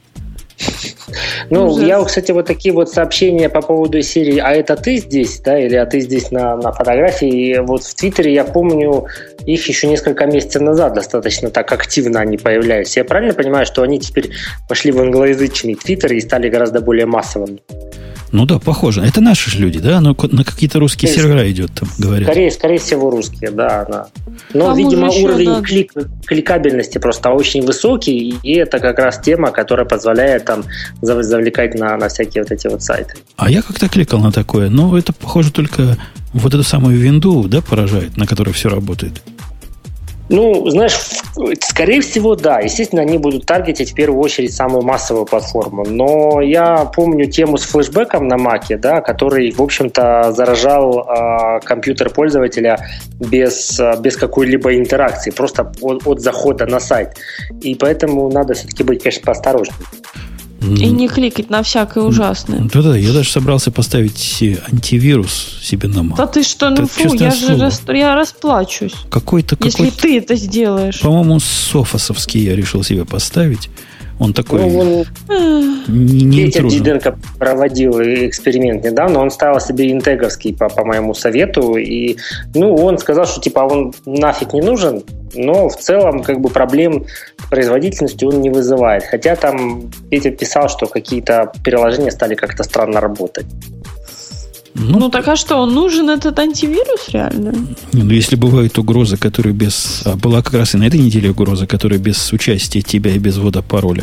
Ну, я, кстати, вот такие вот сообщения по поводу серии «А это ты здесь?» да, или «А ты здесь на фотографии?» И вот в Твиттере, я помню, их еще несколько месяцев назад достаточно так активно они появлялись. Я правильно понимаю, что они теперь пошли в англоязычный Твиттер и стали гораздо более массовыми? Ну да, похоже. Это наши же люди, да? Но на какие-то русские сервера идет, там говорят. Скорее всего, русские, да. Но, видимо, уровень кликабельности просто очень высокий, и это как раз тема, которая позволяет там завлекать на всякие вот эти вот сайты. А я как-то кликал на такое, но это, похоже, только вот эту самую винду, да, поражает, на которой все работает. Ну, знаешь, скорее всего, да. Естественно, они будут таргетить в первую очередь самую массовую платформу. Но я помню тему с флешбеком на Маке, да, который, в общем-то, заражал компьютер пользователя без какой-либо интеракции, просто от захода на сайт. И поэтому надо все-таки быть, конечно, поосторожнее. И не кликать на всякое ужасное. Да-да, я даже собрался поставить антивирус себе на Mac. Да ты что, ну фу, я расплачусь. Если ты это сделаешь. По-моему, софосовский я решил себе поставить. Он такой не Петя Диденко проводил эксперимент недавно. Он ставил себе интеговский по моему совету. И он сказал, что типа он нафиг не нужен, но в целом как бы проблем с производительностью он не вызывает. Хотя там Петя писал, что какие-то приложения стали как-то странно работать. Ну так а что, он нужен этот антивирус реально? Если бывают угрозы, которые без... была как раз и на этой неделе угроза, которая без участия тебя и без ввода пароля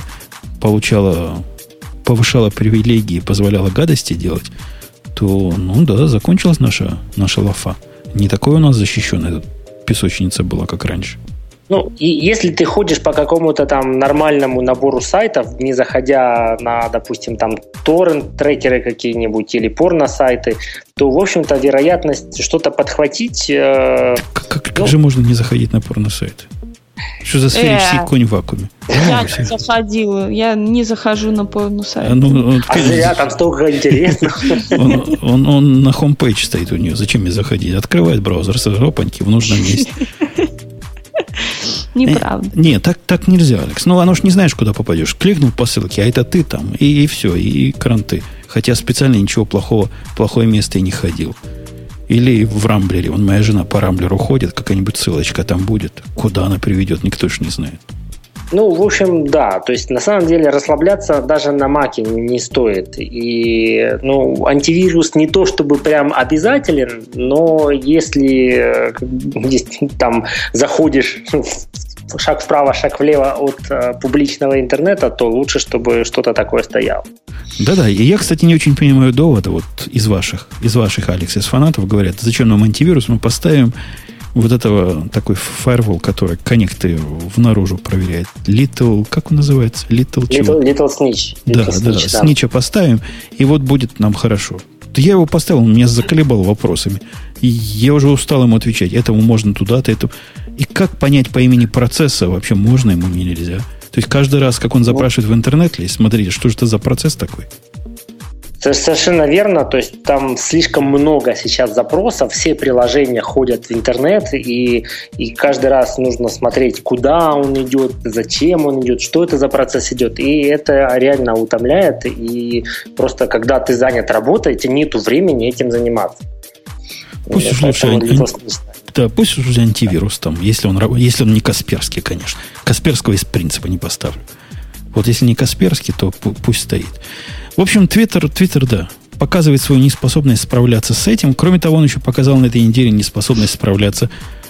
повышала привилегии, позволяла гадости делать, то, закончилась наша лафа. Не такой у нас защищенная песочница была, как раньше. И если ты ходишь по какому-то там нормальному набору сайтов, не заходя на, допустим, там торрент-трекеры какие-нибудь или порно-сайты, то, в общем-то, вероятность что-то подхватить... Как же можно не заходить на порно-сайты? Что за сферический конь в вакууме? Я не заходила. Я не захожу на порно-сайты. Зря, там столько интересного. Он на хомпейдж стоит у нее. Зачем мне заходить? Открывает браузер, опаньки, в нужном месте. Неправда. Нет, так нельзя, Алекс. Оно ж не знаешь, куда попадешь. Кликнул по ссылке, а это ты там, и все, и кранты. Хотя специально ничего плохое место и не ходил. Или в Рамблере. Моя жена по Рамблеру ходит, какая-нибудь ссылочка там будет. Куда она приведет, никто ж не знает. В общем, да. То есть, на самом деле, расслабляться даже на Маке не стоит. И, антивирус не то чтобы прям обязателен, но если там заходишь шаг вправо, шаг влево от публичного интернета, то лучше, чтобы что-то такое стояло. Да-да, и я, кстати, не очень понимаю довода из ваших, Алекс, из фанатов говорят, зачем нам антивирус, мы поставим вот этого такой фаервол, который коннекты внаружи проверяет. Как он называется? Little Snitch. Little Snitch. Да, снича поставим, и вот будет нам хорошо. Я его поставил, он меня заколебал вопросами. И я уже устал ему отвечать. Этому можно туда-то, это. И как понять по имени процесса, вообще можно ему, нельзя? То есть каждый раз, как он запрашивает в интернете, смотрите, что же это за процесс такой? Совершенно верно, то есть там слишком много сейчас запросов, все приложения ходят в интернет, и каждый раз нужно смотреть, куда он идет, зачем он идет, что это за процесс идет, и это реально утомляет, и просто когда ты занят работой, тебе нету времени этим заниматься. Пусть уж лучше пусть уже антивирус там, если он не Касперский, конечно. Касперского из принципа не поставлю. Вот если не Касперский, то пусть стоит. В общем, Твиттер, да, показывает свою неспособность справляться с этим. Кроме того, он еще показал на этой неделе неспособность справляться.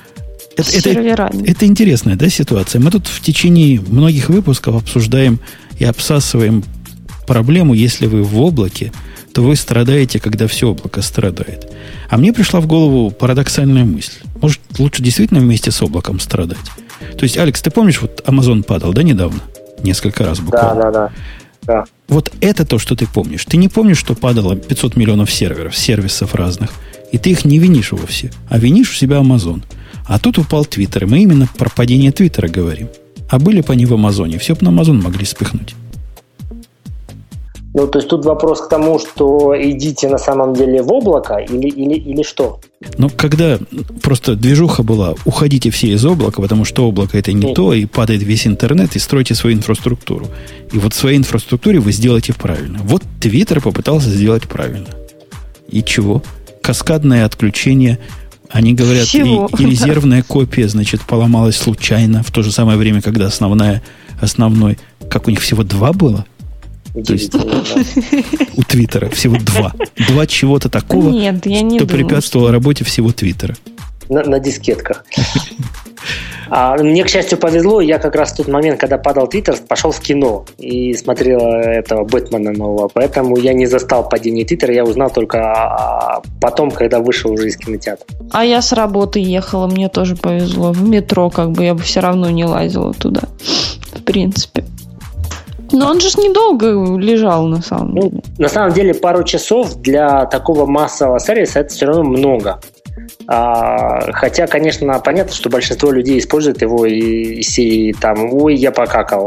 Это интересная, да, ситуация. Мы тут в течение многих выпусков обсуждаем и обсасываем проблему, если вы в облаке, то вы страдаете, когда все облако страдает. А мне пришла в голову парадоксальная мысль. Может, лучше действительно вместе с облаком страдать? То есть, Алекс, ты помнишь, вот Amazon падал, да, недавно? Несколько раз буквально. Да. Вот это то, что ты помнишь. Ты не помнишь, что падало 500 миллионов сервисов разных, и ты их не винишь вовсе, а винишь у себя Amazon. А тут упал Твиттер, и мы именно про падение Твиттера говорим. А были бы они в Амазоне, все бы на Амазон могли спихнуть. Ну, то есть тут вопрос к тому, что идите на самом деле в облако или что? Ну, когда просто движуха была, уходите все из облака, потому что облако это не то, и падает весь интернет, и стройте свою инфраструктуру. И вот в своей инфраструктуре вы сделаете правильно. Вот Твиттер попытался сделать правильно. И чего? Каскадное отключение. Они говорят, и резервная копия, значит, поломалась случайно в то же самое время, когда основной, как у них всего 2 было? То есть у Твиттера всего 2. 2 чего-то такого, что препятствовало работе всего Твиттера. На дискетках. Мне, к счастью, повезло. Я как раз в тот момент, когда падал Твиттер, пошел в кино и смотрел этого Бэтмена нового. Поэтому я не застал падение Твиттера. Я узнал только потом, когда вышел уже из кинотеатра. А я с работы ехала. Мне тоже повезло. В метро я бы все равно не лазила туда. В принципе. Но он же недолго лежал, на самом деле. На самом деле, пару часов для такого массового сервиса это все равно много. Хотя, конечно, понятно, что большинство людей используют его из серии там, ой, я покакал,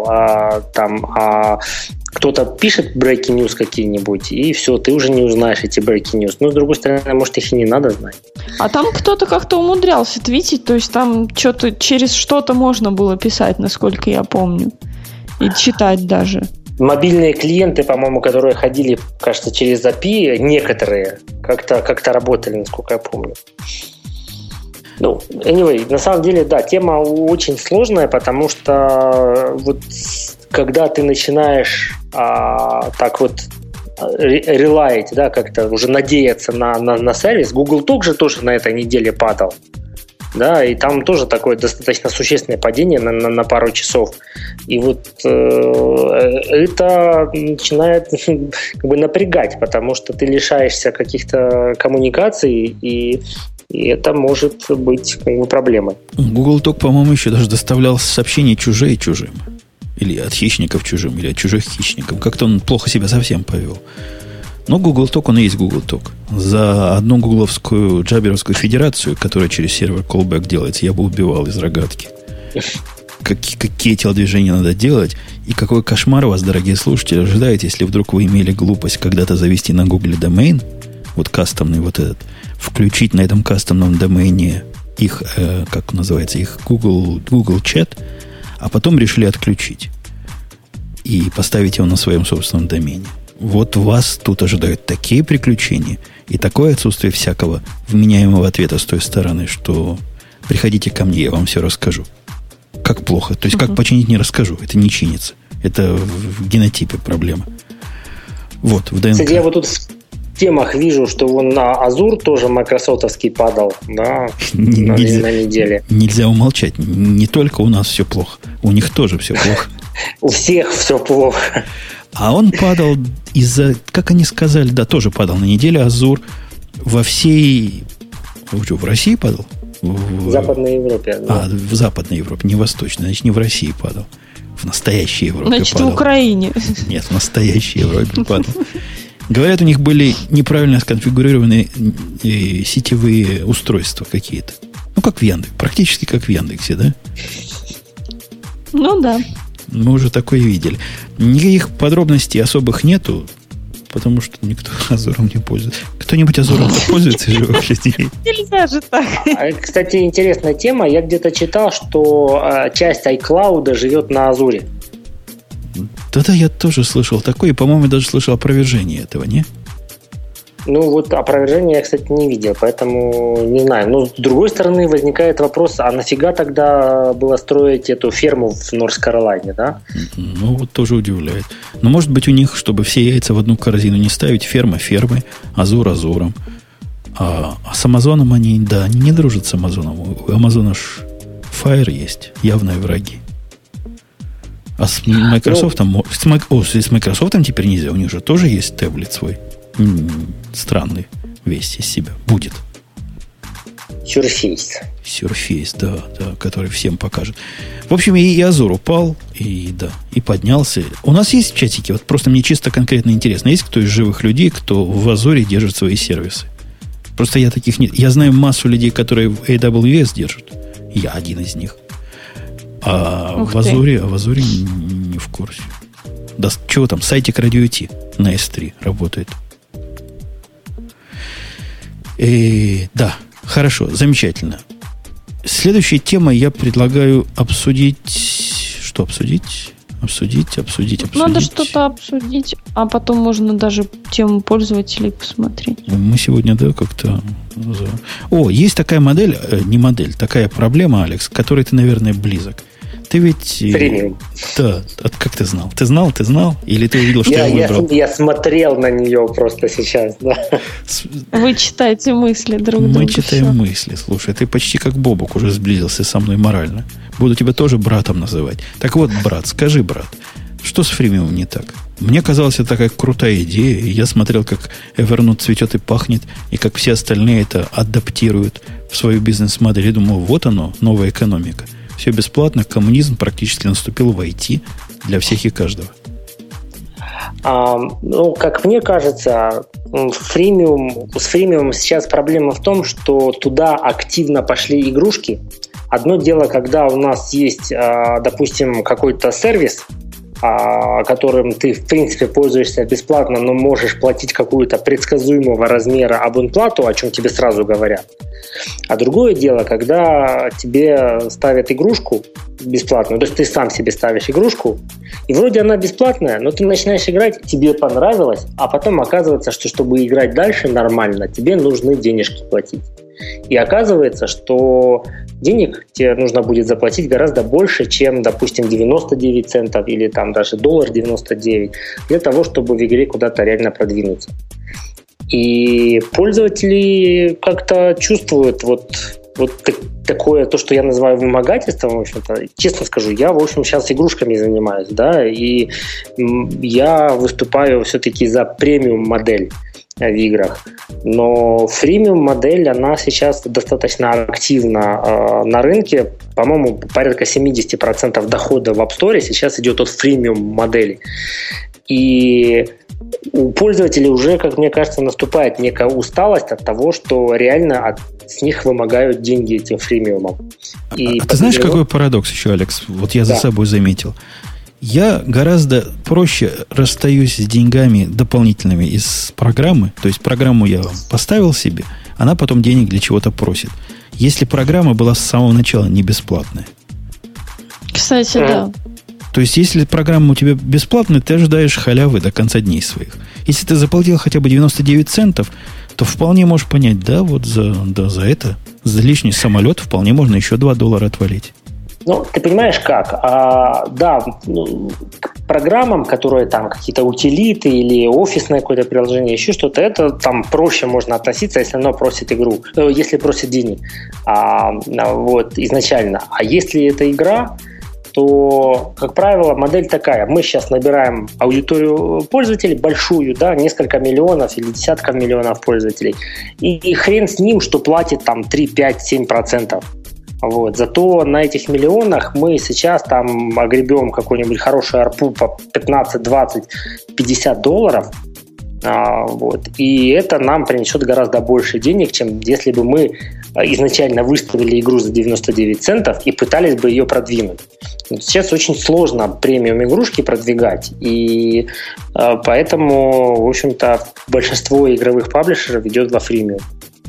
кто-то пишет breaking news какие-нибудь, и все, ты уже не узнаешь эти breaking news. Но, с другой стороны, может, их и не надо знать. А там кто-то как-то умудрялся твитить, то есть там что-то через что-то можно было писать, насколько я помню. И читать даже. Мобильные клиенты, по-моему, которые ходили, кажется, через API, некоторые как-то работали, насколько я помню. Ну, anyway, на самом деле, да, тема очень сложная, потому что вот когда ты начинаешь так вот релаять, да, как-то уже надеяться на сервис, Google Talk же тоже на этой неделе падал. Да, и там тоже такое достаточно существенное падение на пару часов. И вот это начинает напрягать, потому что ты лишаешься каких-то коммуникаций, и это может быть проблемой. Google Talk, по-моему, еще даже доставлял сообщения чужие чужим. Или от хищников чужим, или от чужих хищников. Как-то он плохо себя совсем повел. Но Google Talk, он и есть Google Talk. За одну гугловскую джаберовскую федерацию, которая через сервер callback делается, я бы убивал из рогатки. Какие телодвижения надо делать, и какой кошмар вас, дорогие слушатели, ожидает, если вдруг вы имели глупость когда-то завести на Гугле домен, вот кастомный вот этот, включить на этом кастомном домене их, как называется, их Google Chat, а потом решили отключить и поставить его на своем собственном домене. Вот вас тут ожидают такие приключения и такое отсутствие всякого вменяемого ответа с той стороны, что приходите ко мне, я вам все расскажу. Как плохо. То есть, как починить, не расскажу. Это не чинится. Это в генотипе проблема. Вот, в ДНК. Кстати, я вот тут в темах вижу, что вон на Azure тоже майкрософтовский падал, да, на неделе. Нельзя умолчать. Не только у нас все плохо. У них тоже все плохо. У всех все плохо. А он падал из-за, как они сказали, да, тоже падал на неделе. Azure во всей... В России падал? В Западной Европе. Да. В Западной Европе, не Восточной. Значит, не в России падал. В настоящей Европе значит, падал. В Украине. Нет, в настоящей Европе падал. Говорят, у них были неправильно сконфигурированные сетевые устройства какие-то. Ну, как в Яндексе. Практически как в Яндексе, да? Ну, да. Мы уже такое видели. Никаких подробностей особых нету, потому что никто Азуром не пользуется. Кто-нибудь Азуром пользуется из живых людей? Нельзя же так. Кстати, интересная тема. Я где-то читал, что часть iCloud живет на Азуре. Да-да, я тоже слышал такое. И, по-моему, даже слышал опровержение этого, не? Ну, вот опровержения я, кстати, не видел, поэтому не знаю. Но, с другой стороны, возникает вопрос, а нафига тогда было строить эту ферму в Норс-Каролайне, да? Ну, вот тоже удивляет. Но, может быть, у них, чтобы все яйца в одну корзину не ставить, ферма фермой, Азур Азуром. А с Амазоном они, да, они не дружат с Амазоном. У Амазона ж Fire есть, явные враги. А с Microsoft, с Microsoft теперь нельзя, у них же тоже есть таблет свой. Странный весь из себя. Будет. Surface, да, который всем покажет. В общем, и Азур упал, и поднялся. У нас есть в чатике, вот просто мне чисто конкретно интересно, есть кто из живых людей, кто в Азуре держит свои сервисы? Просто я таких не... Я знаю массу людей, которые в AWS держат. Я один из них. А в Азуре не в курсе. Да, чего там, сайтик Radio T на S3 работает. Да, хорошо, замечательно. Следующая тема я предлагаю обсудить. Что обсудить? Обсудить. Надо что-то обсудить, а потом можно даже тему пользователей посмотреть. Мы сегодня, да, как-то... есть такая модель, не модель, такая проблема, Алекс, к которой ты, наверное, близок. Ты ведь... Премиум. Да. Как ты знал? Ты знал? Или ты увидел, что я выбрал? Я смотрел на нее просто сейчас, да. Вы читаете мысли друг друга. Мы читаем мысли. Слушай, ты почти как Бобок уже сблизился со мной морально. Буду тебя тоже братом называть. Так вот, брат, скажи, брат, что с фримиумом не так? Мне казалось, это такая крутая идея. И я смотрел, как Evernote цветет и пахнет, и как все остальные это адаптируют в свою бизнес-модель. И думаю, вот оно, новая экономика. Все бесплатно, коммунизм практически наступил в IT для всех и каждого. Как мне кажется, с фримиумом сейчас проблема в том, что туда активно пошли игрушки. Одно дело, когда у нас есть, допустим, какой-то сервис, которым ты, в принципе, пользуешься бесплатно, но можешь платить какую-то предсказуемого размера абонплату, о чем тебе сразу говорят. А другое дело, когда тебе ставят игрушку бесплатную, то есть ты сам себе ставишь игрушку, и вроде она бесплатная, но ты начинаешь играть, тебе понравилось, а потом оказывается, что чтобы играть дальше нормально, тебе нужны денежки платить. И оказывается, что денег тебе нужно будет заплатить гораздо больше, чем, допустим, 99 центов или там даже $1.99 для того, чтобы в игре куда-то реально продвинуться. И пользователи как-то чувствуют вот такое, то, что я называю вымогательством, в общем-то. Честно скажу, я, в общем, сейчас игрушками занимаюсь, да, и я выступаю все-таки за премиум-модель в играх. Но фримиум-модель, она сейчас достаточно активна на рынке. По-моему, порядка 70% дохода в App Store сейчас идет от фримиум-модели. И у пользователей уже, как мне кажется, наступает некая усталость от того, что реально с них вымогают деньги этим фримиумом. Ты знаешь, какой парадокс еще, Алекс? Вот я за собой заметил. Я гораздо проще расстаюсь с деньгами дополнительными из программы. То есть программу я поставил себе, она потом денег для чего-то просит. Если программа была с самого начала не бесплатная. Кстати, да. То есть, если программа у тебя бесплатная, ты ожидаешь халявы до конца дней своих. Если ты заплатил хотя бы 99 центов, то вполне можешь понять, да, вот за это, за лишний самолет вполне можно еще $2 отвалить. Ну, ты понимаешь как? К программам, которые там какие-то утилиты или офисное какое-то приложение, еще что-то, это там проще можно относиться, если оно просит игру, если просит денег изначально. А если это игра, то, как правило, модель такая. Мы сейчас набираем аудиторию пользователей большую, да, несколько миллионов или десятков миллионов пользователей. И хрен с ним, что платит там 3, 5, 7%. Вот. Зато на этих миллионах мы сейчас там огребем какой-нибудь хороший ARPU по $15, $20, $50, Вот. И это нам принесет гораздо больше денег, чем если бы мы изначально выставили игру за 99 центов и пытались бы ее продвинуть. Сейчас очень сложно премиум игрушки продвигать, и поэтому, в общем-то, большинство игровых паблишеров идет во фримиум.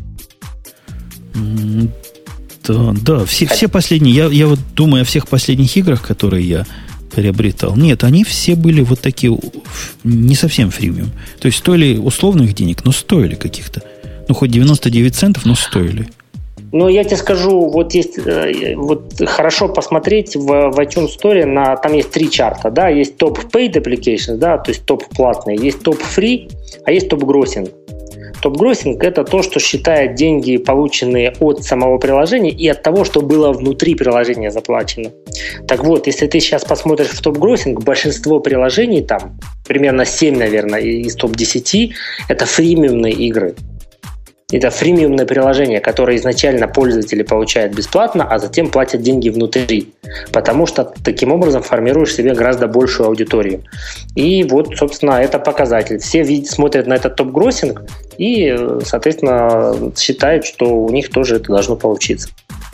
Да, все последние, я вот думаю о всех последних играх, которые я приобретал. Нет, они все были вот такие, не совсем фримиум. То есть стоили условных денег, но стоили каких-то. Ну, хоть 99 центов, но стоили. Ну, я тебе скажу, вот есть, вот хорошо посмотреть в iTunes Store, там есть 3 чарта, да, есть топ paid applications, да, то есть топ платные, есть топ free, а есть топ grossing. Топ-гроссинг – это то, что считает деньги, полученные от самого приложения и от того, что было внутри приложения заплачено. Так вот, если ты сейчас посмотришь в топ-гроссинг, большинство приложений там, примерно 7, наверное, из топ-10 – это фримиумные игры. Это фримиумное приложение, которое изначально пользователи получают бесплатно, а затем платят деньги внутри. Потому что таким образом формируешь себе гораздо большую аудиторию. И вот, собственно, это показатель. Все смотрят на этот топ-гроссинг и, соответственно, считают, что у них тоже это должно получиться.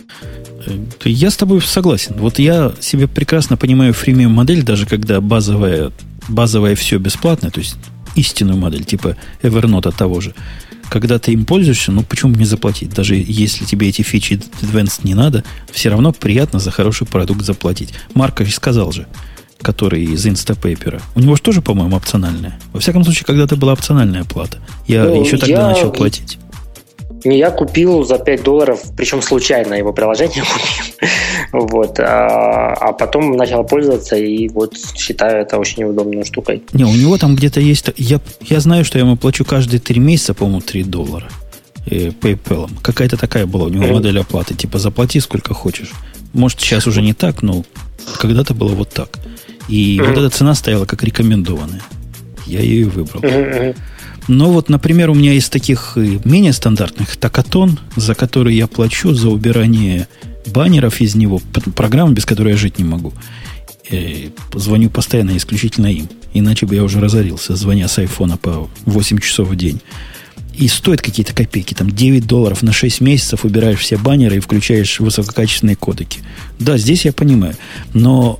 Я с тобой согласен. Вот я себе прекрасно понимаю фримиум модель, даже когда базовая все бесплатное, то есть истинную модель, типа Evernote того же. Когда ты им пользуешься, ну почему бы не заплатить? Даже если тебе эти фичи Advanced не надо, все равно приятно за хороший продукт заплатить. Маркович сказал же, который из Instapaper. У него же тоже, по-моему, опциональная. Во всяком случае, когда-то была опциональная плата. Я еще тогда начал платить. Я купил за $5, причем случайно его приложение купил. Вот. А потом начал пользоваться, и вот считаю это очень удобной штукой. Не, у него там где-то есть... Я знаю, что я ему плачу каждые 3 месяца, по-моему, $3 PayPal. Какая-то такая была у него модель оплаты. Типа, заплати сколько хочешь. Может, сейчас уже не так, но когда-то было вот так. И вот эта цена стояла как рекомендованная. Я ее и выбрал. Но вот, например, у меня из таких менее стандартных Такатон, за который я плачу за убирание баннеров из него, программа, без которой я жить не могу. Звоню постоянно исключительно им. Иначе бы я уже разорился, звоня с айфона по 8 часов в день. И стоит какие-то копейки. Там $9 на 6 месяцев убираешь все баннеры и включаешь высококачественные кодеки. Да, здесь я понимаю. Но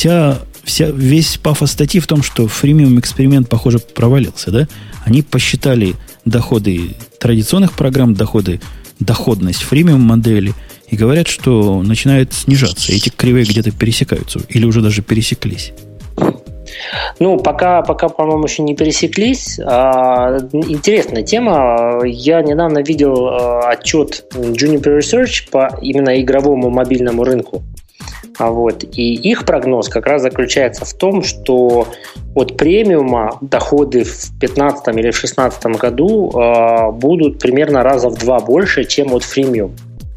весь пафос статьи в том, что фримиум эксперимент, похоже, провалился, да? Они посчитали доходы традиционных программ, доходность фримиум модели и говорят, что начинают снижаться. Эти кривые где-то пересекаются или уже даже пересеклись. Ну, пока, по-моему, еще не пересеклись. Интересная тема. Я недавно видел отчет Juniper Research по именно игровому мобильному рынку. Вот. И их прогноз как раз заключается в том, что от премиума доходы в 2015 или в 2016 году будут примерно раза в 2 больше, чем от фримиум.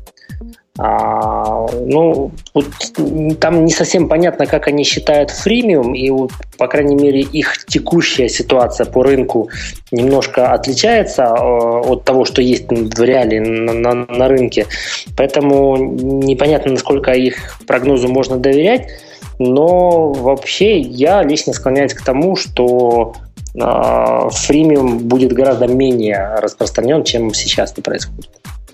Ну, вот, там не совсем понятно, как они считают фримиум, и, по крайней мере, их текущая ситуация по рынку немножко отличается от того, что есть в реале на рынке. Поэтому непонятно, насколько их прогнозу можно доверять, но вообще я лично склоняюсь к тому, что фримиум будет гораздо менее распространен, чем сейчас это происходит.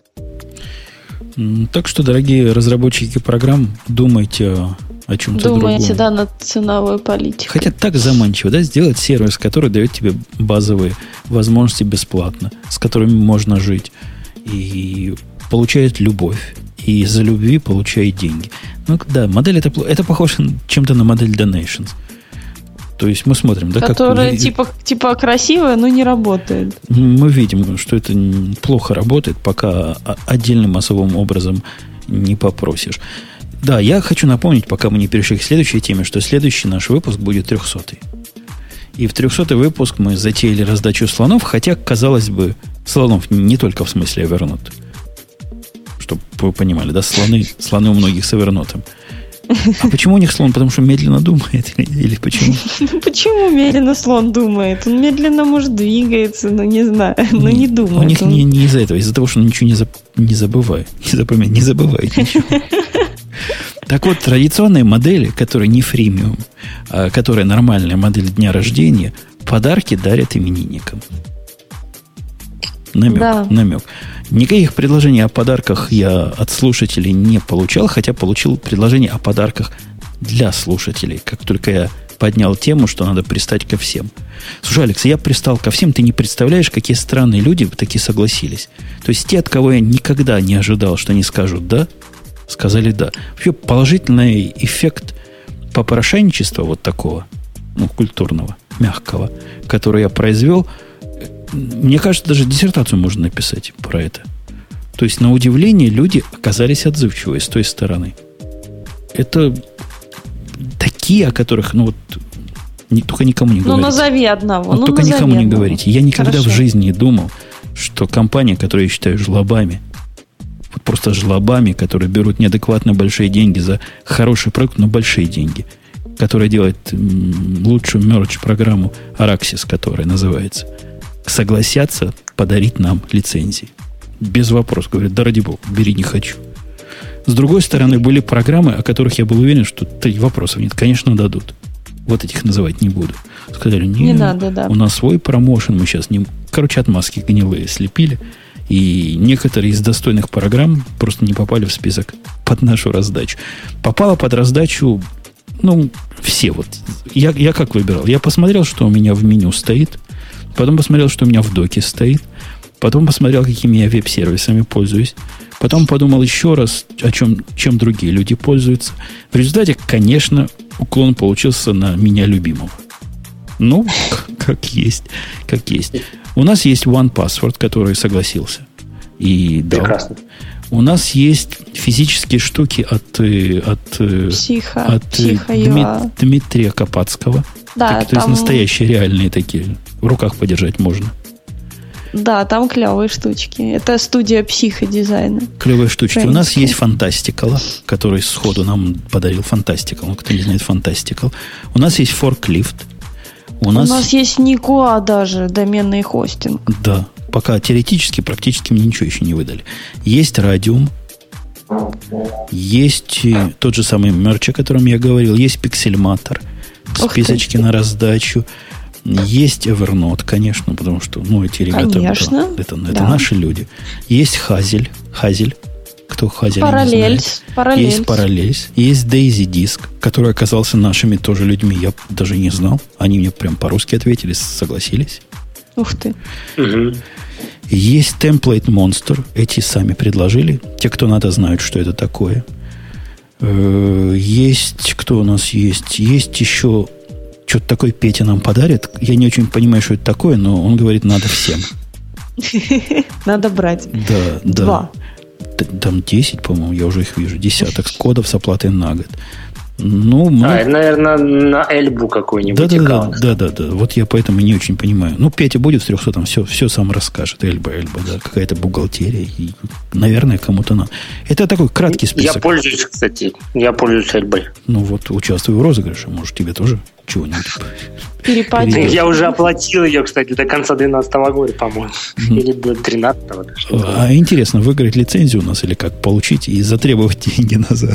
Так что, дорогие разработчики программ, думайте о чем-то другом. Думайте, да, над ценовой политикой. Хотя так заманчиво, да, сделать сервис, который дает тебе базовые возможности бесплатно, с которыми можно жить, и получает любовь, и за любви получает деньги. Ну, да, модель это похоже чем-то на модель Donations. То есть мы смотрим, да, которая типа красивая, но не работает. Мы видим, что это плохо работает, пока отдельным особым образом не попросишь. Да, я хочу напомнить, пока мы не перешли к следующей теме, что следующий наш выпуск будет 300-й. И в 300-й выпуск мы затеяли раздачу слонов, хотя, казалось бы, слонов не только в смысле Evernote. Чтобы вы понимали, да, слоны у многих с Evernote. А почему у них слон? Потому что медленно думает? Или почему? Почему медленно слон думает? Он медленно, может, двигается, но не знаю, но не думает. У них не из-за этого, из-за того, что он ничего не забывает. Не забывает ничего. Так вот, традиционные модели, которые не фримиум, а которые нормальная модель дня рождения, подарки дарят именинникам. Намек, Да. намек. Никаких предложений о подарках я от слушателей не получал, хотя получил предложение о подарках для слушателей. Как только я поднял тему, что надо пристать ко всем. Слушай, Алекс, я пристал ко всем, ты не представляешь, какие странные люди такие согласились. То есть те, от кого я никогда не ожидал, что они скажут «да», сказали «да». Вообще положительный эффект попрошайничества вот такого, культурного, мягкого, который я произвел, мне кажется, даже диссертацию можно написать про это. То есть, на удивление, люди оказались отзывчивые с той стороны. Это такие, о которых, только никому не говорите. Назови одного. Только назови никому не одного. говорите. Я никогда Хорошо. в жизни не думал, что компания, которую я считаю жлобами, вот просто жлобами, которые берут неадекватно большие деньги за хороший проект, но большие деньги, которая делает лучшую мерч-программу Araxis, которая называется, согласятся подарить нам лицензии. Без вопросов. Говорят, да ради бога, бери, не хочу. С другой стороны, были программы, о которых я был уверен, что вопросов нет. Конечно, дадут. Вот этих называть не буду. Сказали, Не надо, да. У нас свой промоушен, мы сейчас не... Короче, отмазки гнилые слепили. И некоторые из достойных программ просто не попали в список под нашу раздачу. Попало под раздачу, все вот. Я как выбирал? Я посмотрел, что у меня в меню стоит. Потом посмотрел, что у меня в доке стоит. Потом посмотрел, какими я веб-сервисами пользуюсь. Потом подумал еще раз, чем другие люди пользуются. В результате, конечно, уклон получился на меня любимого. Как есть. У нас есть OnePassword, который согласился. И дал. Прекрасно. У нас есть физические штуки от Дмитрия Копацкого. Да, То есть настоящие, реальные такие. В руках подержать можно. Да, там клевые штучки. Это студия психодизайна. Клевые штучки. У нас Украинские. есть Fantastical, который сходу нам подарил Fantastical. Кто не знает Fantastical. У нас есть Forklift. У нас есть Никоа даже, доменный хостинг. Да. Пока теоретически, практически мне ничего еще не выдали. Есть Radium. Есть тот же самый мерч, о котором я говорил. Есть Pixelmator. Списочки на раздачу. Есть Evernote, конечно, потому что, эти ребята, Конечно, это да. наши люди. Есть Hazel. Кто Hazel, Параллельс. Есть Параллельс. Есть Daisy Disk, который оказался нашими тоже людьми. Я даже не знал. Они мне прям по-русски ответили, согласились. Ух ты. Угу. Есть Template Monster. Эти сами предложили. Те, кто надо, знают, что это такое. Есть, кто у нас есть? Есть еще что-то такое Петя нам подарит. Я не очень понимаю, что это такое, но он говорит, надо всем. Надо брать. Да. 2. Там 10, по-моему, я уже их вижу. Десяток кодов с оплатой на год. это, наверное, на Эльбу какой-нибудь. Да. Вот я поэтому не очень понимаю. Петя будет в 300, все сам расскажет. Эльба, да. Какая-то бухгалтерия. И, наверное, кому-то надо. Это такой краткий список. Я пользуюсь, кстати. Эльбой. Участвую в розыгрыше. Может, тебе тоже чего-нибудь Перепадет. Я уже оплатил ее, кстати, до конца 2012 года, по-моему. Или до 2013. А интересно, выиграть лицензию у нас или как? Получить и затребовать деньги назад?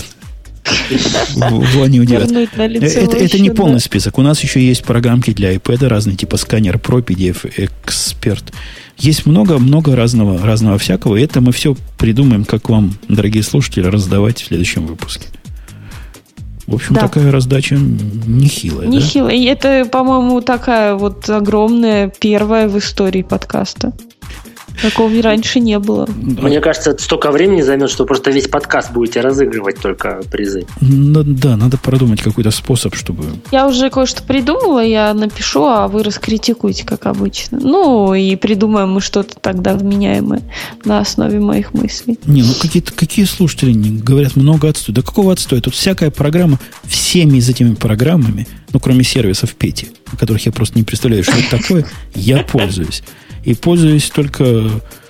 Вернуть на лицевой Это не счет, полный да. список. У нас еще есть программки для iPad, разные типа сканер Pro, PDF Expert. Есть много разного всякого. И это мы все придумаем, как вам, дорогие слушатели, раздавать в следующем выпуске. В общем, Да. такая раздача нехилая. Нехилая. И это, по-моему, такая вот огромная первая в истории подкаста. Такого раньше не было. Мне кажется, это столько времени займет, что просто весь подкаст будете разыгрывать только призы. Да, надо продумать какой-то способ, чтобы... Я уже кое-что придумала, я напишу, а вы раскритикуйте, как обычно. И придумаем мы что-то тогда вменяемое на основе моих мыслей. Какие слушатели говорят много отстой. Да какого отстоя? Тут всякая программа, всеми из этими программами, кроме сервисов Пети, о которых я просто не представляю, что это такое, я пользуюсь. И пользуюсь только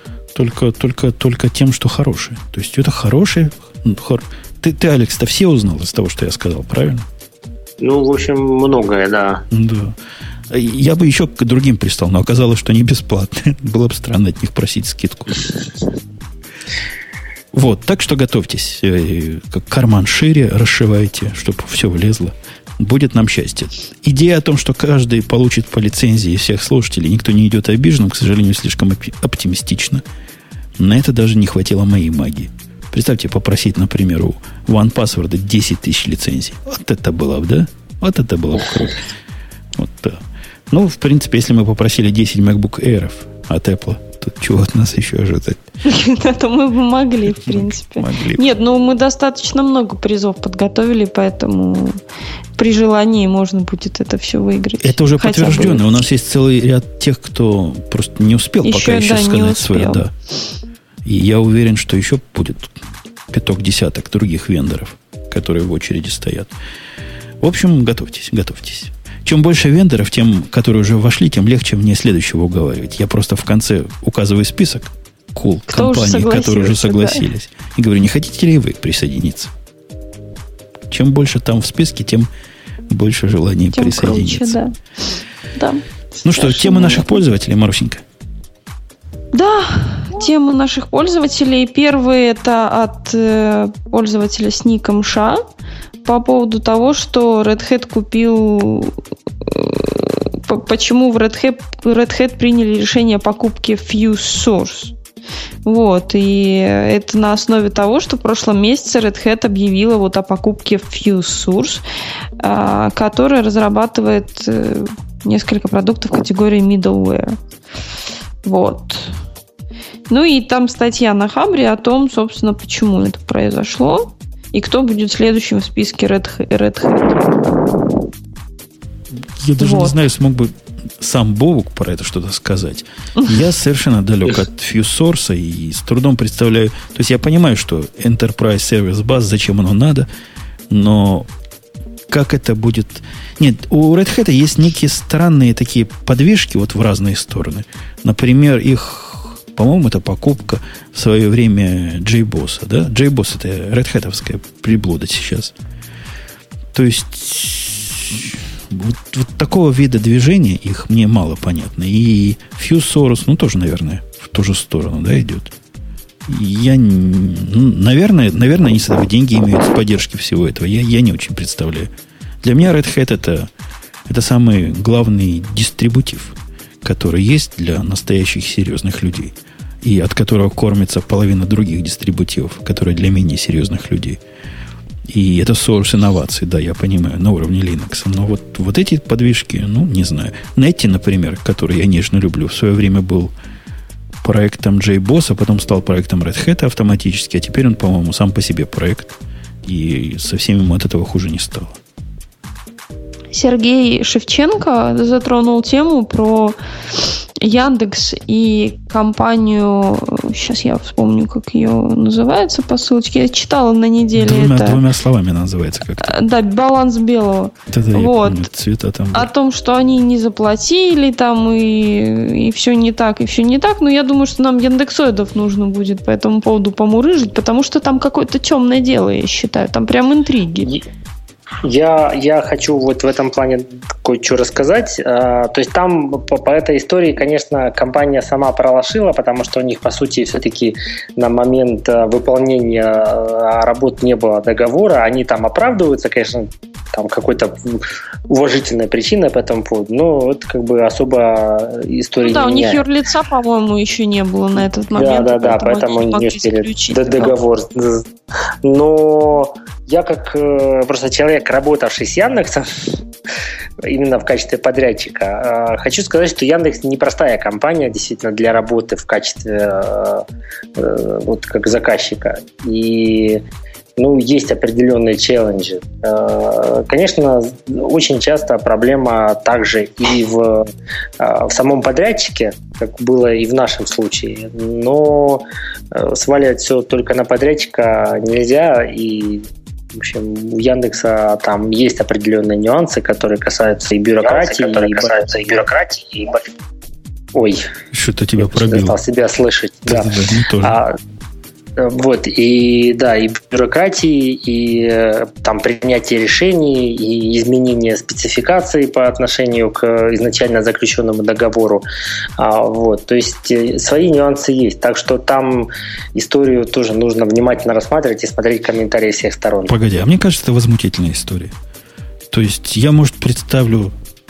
тем, что хорошее. То есть это хорошее. Ты, Алекс-то все узнал из того, что я сказал, правильно? В общем, многое, да. Да. Я бы еще к другим пристал, но оказалось, что они бесплатные. Было бы странно от них просить скидку. Так что готовьтесь. Как карман шире расшивайте, чтобы все влезло. будет нам счастье. Идея о том, что каждый получит по лицензии всех слушателей, никто не идет обиженным, к сожалению, слишком оптимистично. На это даже не хватило моей магии. Представьте, попросить, например, у OnePassword 10 тысяч лицензий. Вот это было бы, да? Вот это было бы круто. Вот, да. Ну, в принципе, если мы попросили 10 MacBook Air от Apple, то чего от нас еще ожидать? Это мы бы могли, в принципе. Нет, ну мы достаточно много призов подготовили, поэтому при желании можно будет это все выиграть. Это уже подтверждено. У нас есть целый ряд тех, кто просто не успел пока еще сказать свое «да». И я уверен, что еще будет пяток-десяток других вендоров, которые в очереди стоят. В общем, готовьтесь. Чем больше вендоров, тем, которые уже вошли, тем легче мне следующего уговаривать. Я просто в конце указываю список компаний, которые уже согласились. Да. И говорю, не хотите ли вы присоединиться? Чем больше там в списке, тем больше желания тем присоединиться. Круче, да. Ну что, темы наших пользователей, Марусенька? Да, темы наших пользователей. Первый это от пользователя с ником Ша по поводу того, что Red Hat купил... Почему в Red Hat приняли решение о покупке FuseSource. Вот, и это на основе того, что в прошлом месяце Red Hat объявила вот о покупке FuseSource, которая разрабатывает несколько продуктов категории middleware. Вот. Ну и там статья на Хабре о том, собственно, почему это произошло и кто будет следующим в списке Red Hat. Я даже не знаю, смог бы сам Бобук про это что-то сказать. Я совершенно далек от FuseSource и с трудом представляю... То есть я понимаю, что Enterprise Service Bus, зачем оно надо, но как это будет... Нет, у Red Hat есть некие странные такие подвижки вот в разные стороны. Например, их, по-моему, это покупка в свое время JBoss, да? JBoss это Red Hat-овская приблуда сейчас. То есть вот такого вида движения их мне мало понятно. И FuseSource, тоже, наверное, в ту же сторону, да, идет. Наверное, они с этого деньги имеют с поддержки всего этого. Я не очень представляю. Для меня Red Hat это самый главный дистрибутив, который есть для настоящих серьезных людей. И от которого кормится половина других дистрибутивов, которые для менее серьезных людей. И это source инноваций, да, я понимаю, на уровне Linux. Но вот эти подвижки, не знаю. Netty, например, который я нежно люблю, в свое время был проектом JBoss, а потом стал проектом Red Hat автоматически, а теперь он, по-моему, сам по себе проект. И совсем ему от этого хуже не стало. Сергей Шевченко затронул тему про Яндекс и компанию, сейчас я вспомню, как ее называется по ссылочке, я читала на неделе. Двумя словами она называется как-то. Да, «Баланс белого». Да, вот. Помню, цвета там были. О том, что они не заплатили там, и все не так, и все не так. Но я думаю, что нам яндексоидов нужно будет по этому поводу помурыжить, потому что там какое-то темное дело, я считаю. Там прям интриги. Я хочу вот в этом плане кое-что рассказать. То есть там по этой истории, конечно, компания сама пролошила, потому что у них, по сути, все-таки на момент выполнения работ не было договора. Они там оправдываются, конечно, там какой-то уважительной причиной по этому поводу, но это как бы особо история не меняет. У них юрлица, по-моему, еще не было на этот момент. Да, поэтому они не успели договор. Но я как просто человек, работавший с Яндексом, именно в качестве подрядчика, хочу сказать, что Яндекс непростая компания действительно для работы в качестве вот как заказчика. И есть определенные челленджи. Конечно, очень часто проблема также и в самом подрядчике, как было и в нашем случае. Но сваливать все только на подрядчика нельзя. И, в общем, у Яндекса там есть определенные нюансы, которые касаются и бюрократии, Ой. Что-то тебя пробило. Я стал себя слышать. Да. Вот, и бюрократии, и там принятие решений, и изменение спецификаций по отношению к изначально заключенному договору. Вот, то есть свои нюансы есть. Так что там историю тоже нужно внимательно рассматривать и смотреть комментарии всех сторон. Погоди, а мне кажется, это возмутительная история. То есть я, может, предстану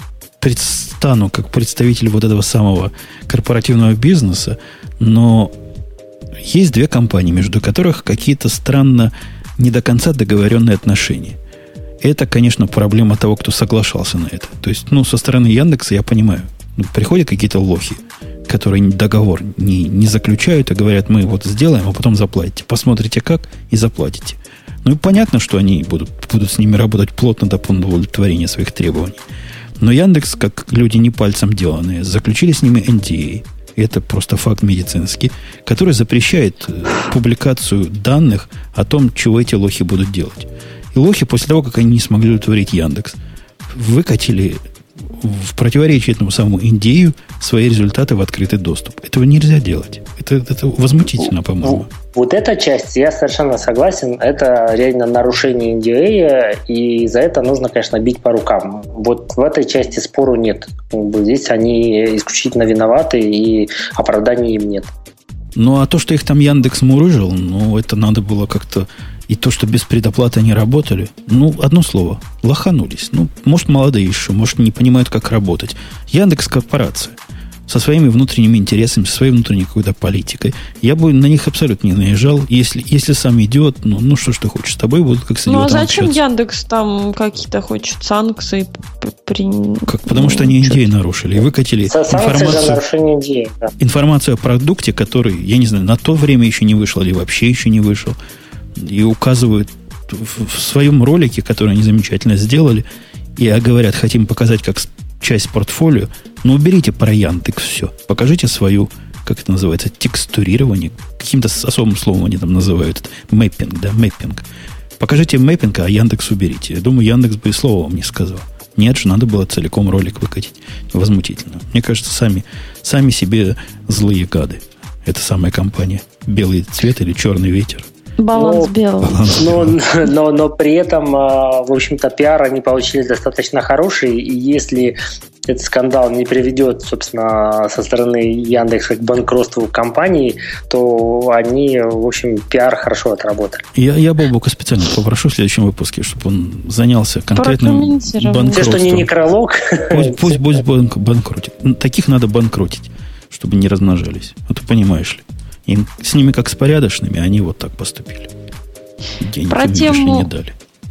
как представитель вот этого самого корпоративного бизнеса, но есть две компании, между которых какие-то странно не до конца договоренные отношения. Это, конечно, проблема того, кто соглашался на это. То есть, со стороны Яндекса я понимаю, приходят какие-то лохи, которые договор не заключают, и говорят, мы вот сделаем, а потом заплатите. Посмотрите как и заплатите. И понятно, что они будут с ними работать плотно до удовлетворения своих требований. Но Яндекс, как люди не пальцем деланные, заключили с ними NDA. Это просто факт медицинский, который запрещает публикацию данных о том, чего эти лохи будут делать. И лохи, после того, как они не смогли удовлетворить Яндекс, выкатили в противоречие этому самому NDA свои результаты в открытый доступ. Этого нельзя делать. Это возмутительно, по-моему. Вот эта часть, я совершенно согласен, это реально нарушение NDA, и за это нужно, конечно, бить по рукам. Вот в этой части спору нет. Здесь они исключительно виноваты, и оправданий им нет. А то, что их там Яндекс мурыжил, это надо было как-то... И то, что без предоплаты они работали, одно слово, лоханулись. Может, молодые еще, может, не понимают, как работать. Яндекс корпорация со своими внутренними интересами, со своей внутренней какой-то политикой. Я бы на них абсолютно не наезжал. Если сам идиот, что ж ты хочешь, с тобой будут как с идиотом зачем общаться. Яндекс там какие-то хочет санкции потому что они идеи нарушили. И выкатили информацию о продукте, который, я не знаю, на то время еще не вышел или вообще еще не вышел. И указывают в своем ролике, который они замечательно сделали, и говорят, хотим показать как часть портфолио, уберите про Яндекс все. Покажите свою, как это называется, текстурирование. Каким-то особым словом они там называют это. Мэппинг, да, мэппинг. Покажите мэппинг, а Яндекс уберите. Я думаю, Яндекс бы и слова вам не сказал. Нет же, надо было целиком ролик выкатить. Возмутительно. Мне кажется, сами себе злые гады. Это самая компания. Белый цвет или черный ветер. Баланс белого. Но при этом, в общем-то, пиар они получили достаточно хороший, и если этот скандал не приведет, собственно, со стороны Яндекса к банкротству компании, то они, в общем, пиар хорошо отработали. Я Бобука специально попрошу в следующем выпуске, чтобы он занялся конкретным банкротством. Те, что не некролог. Пусть банкротит. Таких надо банкротить, чтобы не размножались. А то понимаешь ли. С ними как с порядочными, они вот так поступили. Денег про им, тему... не дали.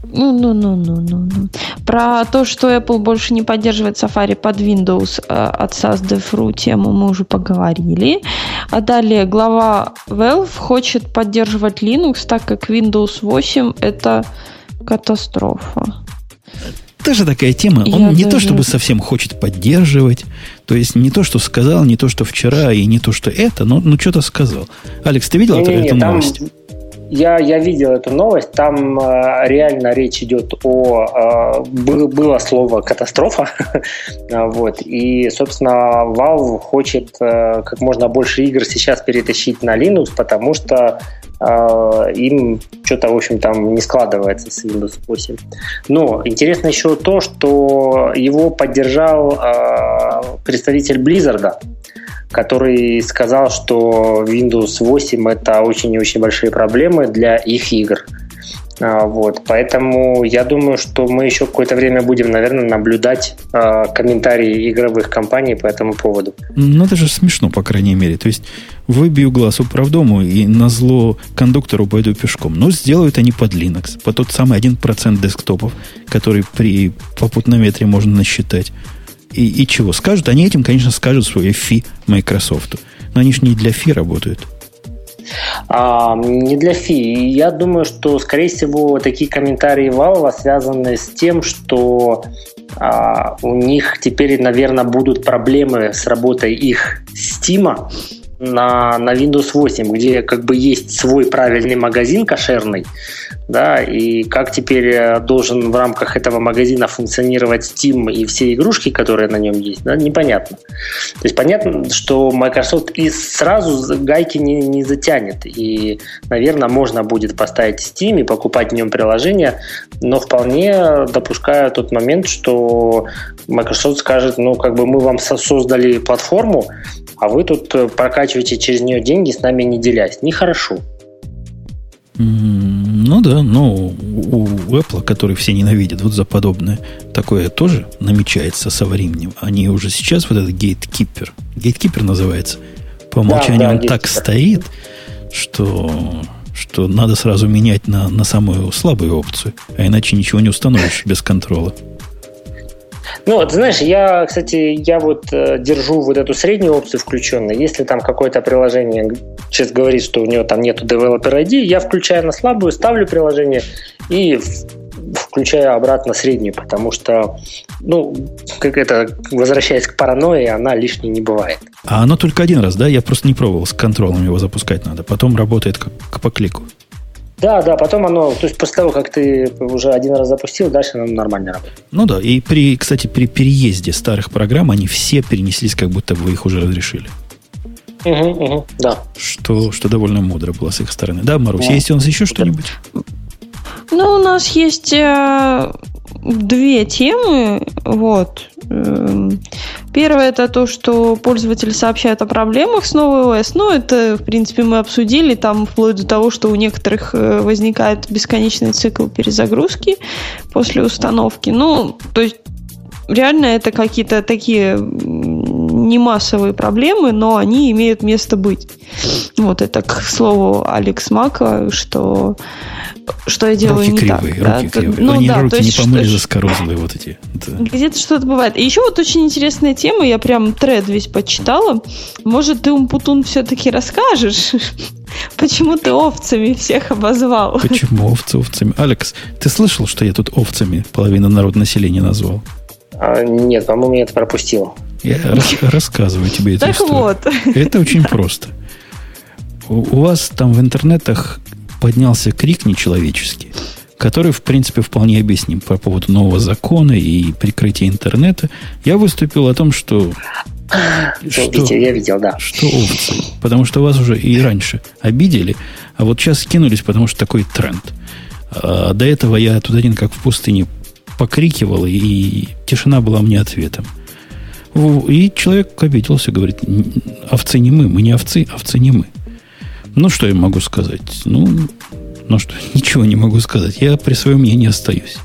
Про то, что Apple больше не поддерживает Safari под Windows от SASDFRU, тему мы уже поговорили. А далее глава Valve хочет поддерживать Linux, так как Windows 8 это катастрофа. Тоже такая тема. Он не то, чтобы совсем хочет поддерживать. То есть не то, что сказал, не то, что вчера, и не то, что это, но что-то сказал. Алекс, ты видел эту новость? Я видел эту новость. Там реально речь идет было слово «катастрофа». Вот. И, собственно, Valve хочет как можно больше игр сейчас перетащить на Linux, потому что им что-то, в общем, там не складывается с Windows 8. Но интересно еще то, что его поддержал представитель Blizzard, который сказал, что Windows 8 это очень и очень большие проблемы для их игр. Вот. Поэтому я думаю, что мы еще какое-то время будем, наверное, наблюдать комментарии игровых компаний по этому поводу. Это же смешно, по крайней мере. То есть выбью глаз управдому и назло кондуктору пойду пешком. Но сделают они под Linux, по тот самый 1% десктопов, который при попутнометре можно насчитать. И чего скажут? Они этим, конечно, скажут свое фи Microsoft. Но они же не для фи работают. Не для фи. Я думаю, что, скорее всего, такие комментарии Valve связаны с тем, что у них теперь, наверное, будут проблемы с работой их Steam на Windows 8, где как бы есть свой правильный магазин кошерный, да, и как теперь должен в рамках этого магазина функционировать Steam и все игрушки, которые на нем есть, да, непонятно. То есть понятно, что Microsoft и сразу гайки не затянет, и, наверное, можно будет поставить Steam и покупать в нем приложение, но вполне допускаю тот момент, что Microsoft скажет, мы вам создали платформу, а вы тут прокачиваете через нее деньги, с нами не делясь. Нехорошо. Ну да, но у Apple, который все ненавидят, вот за подобное, такое тоже намечается со временем. Они уже сейчас, вот этот Gatekeeper называется, по умолчанию он так стоит, что надо сразу менять на самую слабую опцию, а иначе ничего не установишь без контроля. Ну, ты знаешь, я держу вот эту среднюю опцию включенной. Если там какое-то приложение сейчас говорит, что у него там нету Developer ID, я включаю на слабую, ставлю приложение и включаю обратно среднюю, потому что, возвращаясь к паранойи, она лишней не бывает. А оно только один раз, да? Я просто не пробовал, с контролем его запускать надо. Потом работает как по клику. Да, потом оно, то есть после того, как ты уже один раз запустил, дальше оно нормально работает. Ну да, и кстати, при переезде старых программ они все перенеслись, как будто вы их уже разрешили. Да. Что довольно мудро было с их стороны. Да, Марусь, есть у нас еще что-нибудь? Ну, у нас есть две темы. Вот. Первое — это то, что пользователи сообщают о проблемах с новой ОС. Ну, это, в принципе, мы обсудили. Там вплоть до того, что у некоторых возникает бесконечный цикл перезагрузки после установки. Ну, то есть, реально это какие-то такие не массовые проблемы, но они имеют место быть. Вот это, к слову, Алекс Мака, что я делаю руки не кривые, так. Руки кривые. Они руки не помыли заскорузлые вот эти. Да. Где-то что-то бывает. И еще вот очень интересная тема, я прям тред весь почитала. Может, ты, Умпутун, все-таки расскажешь, почему ты овцами всех обозвал? Почему овцами? Алекс, ты слышал, что я тут овцами половину населения назвал? Нет, по-моему, я это пропустил. Я рассказываю тебе эту историю. Так вот. Это очень просто. У вас там в интернетах поднялся крик нечеловеческий, который, в принципе, вполне объясним по поводу нового закона и прикрытия интернета. Я выступил о том, что я видел, да. Что овцы. Потому что вас уже и раньше обидели, а вот сейчас скинулись, потому что такой тренд. А до этого я тут один как в пустыне покрикивал, и тишина была мне ответом. И человек обиделся, говорит, овцы не мы не овцы, овцы не мы. Ну, что я могу сказать? Ну что, ничего не могу сказать. Я при своем мнении остаюсь.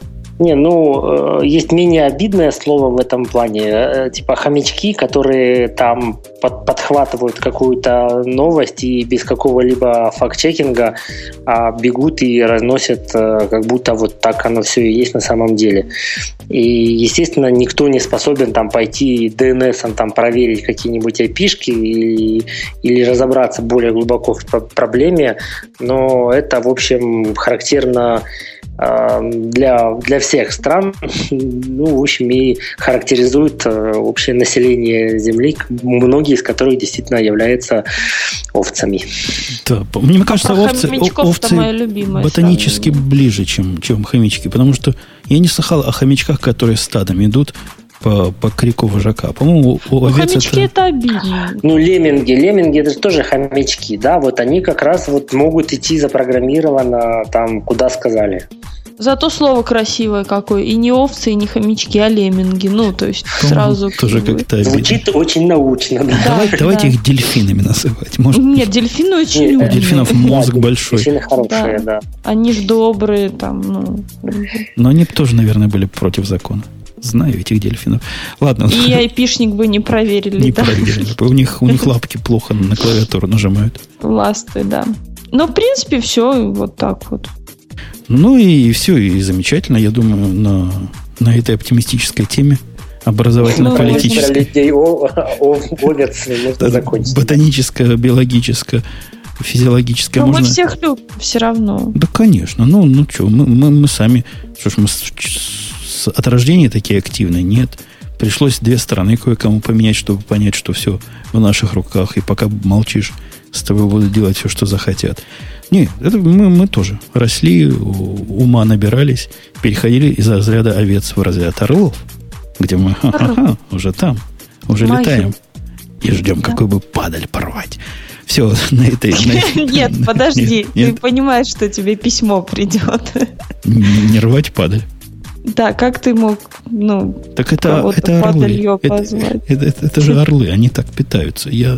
Есть менее обидное слово в этом плане, типа хомячки, которые там подхватывают какую-то новость и без какого-либо факт-чекинга бегут и разносят, как будто вот так оно все и есть на самом деле. И, естественно, никто не способен там пойти DNS там проверить какие-нибудь IP-шки или разобраться более глубоко в проблеме, но это, в общем, характерно для всех стран, в общем, и характеризует общее население Земли, многие из которых действительно являются овцами. Да, мне кажется, овцы ботанически ближе, чем хомячки, потому что я не слыхал о хомячках, которые стадом идут по крику вожака. По-моему, у овец хомячки это обидно. Лемминги это же тоже хомячки, да, вот они как раз вот могут идти запрограммировано там, куда сказали. Зато слово красивое какое. И не овцы, и не хомячки, а лемминги. То есть сразу... Тоже как-то обидно. Звучит очень научно. Да. Давайте их дельфинами называть. Нет, дельфины очень умные. У дельфинов мозг большой. Дельфины хорошие, да. Они ж добрые там, Но они тоже, наверное, были против закона. Знаю этих дельфинов. Ладно. И айпишник бы не проверили. Не проверили. У них лапки плохо на клавиатуру нажимают. Ласты, да. Но, в принципе, все вот так вот. И все, и замечательно. Я думаю, на этой оптимистической теме образовательно-политической. Овец нужно закончить. Ботаническое, биологическое, физиологическое. Но мы всех любим все равно. Да, конечно. Что, мы сами... Что ж, мы от рождения такие активные? Нет. Пришлось две стороны кое-кому поменять, чтобы понять, что все в наших руках. И пока молчишь, с тобой будут делать все, что захотят. Нет, это мы тоже росли, ума набирались, переходили из разряда овец в разряд орлов, где мы уже там, уже летаем и ждем, какой бы падаль порвать. Все, на этой... Нет, подожди, ты понимаешь, что тебе письмо придет. Не рвать падаль. Да, как ты мог, так это орлы. Это же орлы, они так питаются. Я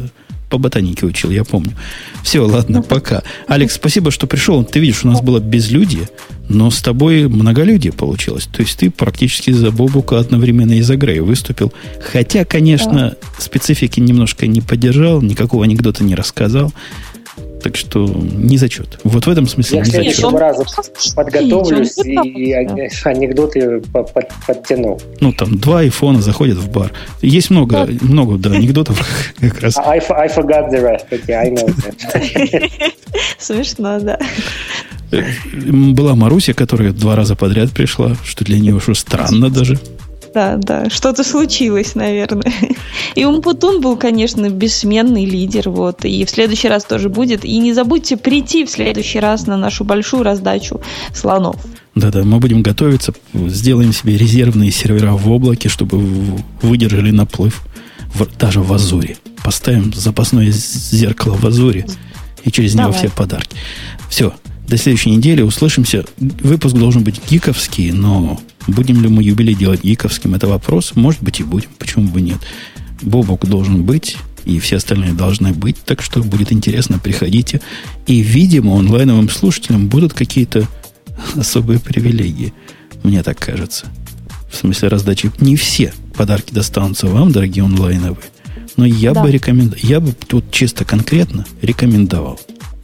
по ботанике учил, я помню. Все, ладно, пока. Алекс, спасибо, что пришел. Ты видишь, у нас было безлюдье, но с тобой многолюдие получилось. То есть ты практически за Бобука одновременно и за Грея выступил. Хотя, конечно, специфики немножко не поддержал, никакого анекдота не рассказал. Так что не зачет. Вот в этом смысле я не зачет. Я в следующем разу подготовлюсь и анекдоты подтяну. Ну, там 2 айфона заходят в бар. Есть много анекдотов как раз. I forgot the rest. Okay, I know that. Смешно, да. Была Маруся, которая 2 раза подряд пришла, что для нее уже странно даже. Да, что-то случилось, наверное. И Умпутун был, конечно, бессменный лидер, вот, и в следующий раз тоже будет. И не забудьте прийти в следующий раз на нашу большую раздачу слонов. Да, мы будем готовиться, сделаем себе резервные сервера в облаке, чтобы выдержали наплыв, даже в Азуре. Поставим запасное зеркало в Азуре, и через него все подарки. Все, до следующей недели услышимся. Выпуск должен быть гиковский, но будем ли мы юбилей делать гиковским, это вопрос. Может быть и будем, почему бы нет. Бобок должен быть, и все остальные должны быть, так что будет интересно, приходите. И, видимо, онлайновым слушателям будут какие-то особые привилегии. Мне так кажется. В смысле раздачи. Не все подарки достанутся вам, дорогие онлайновые, но я бы рекомендовал. Я бы тут чисто конкретно рекомендовал.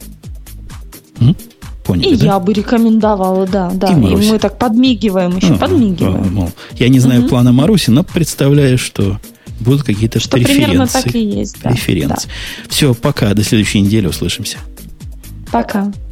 Поняли, я бы рекомендовала, да. И мы так подмигиваем еще, подмигиваем. Я не знаю плана Маруси, но представляю, что будут какие-то преференции. Примерно так и есть, да. Все, пока, до следующей недели услышимся. Пока.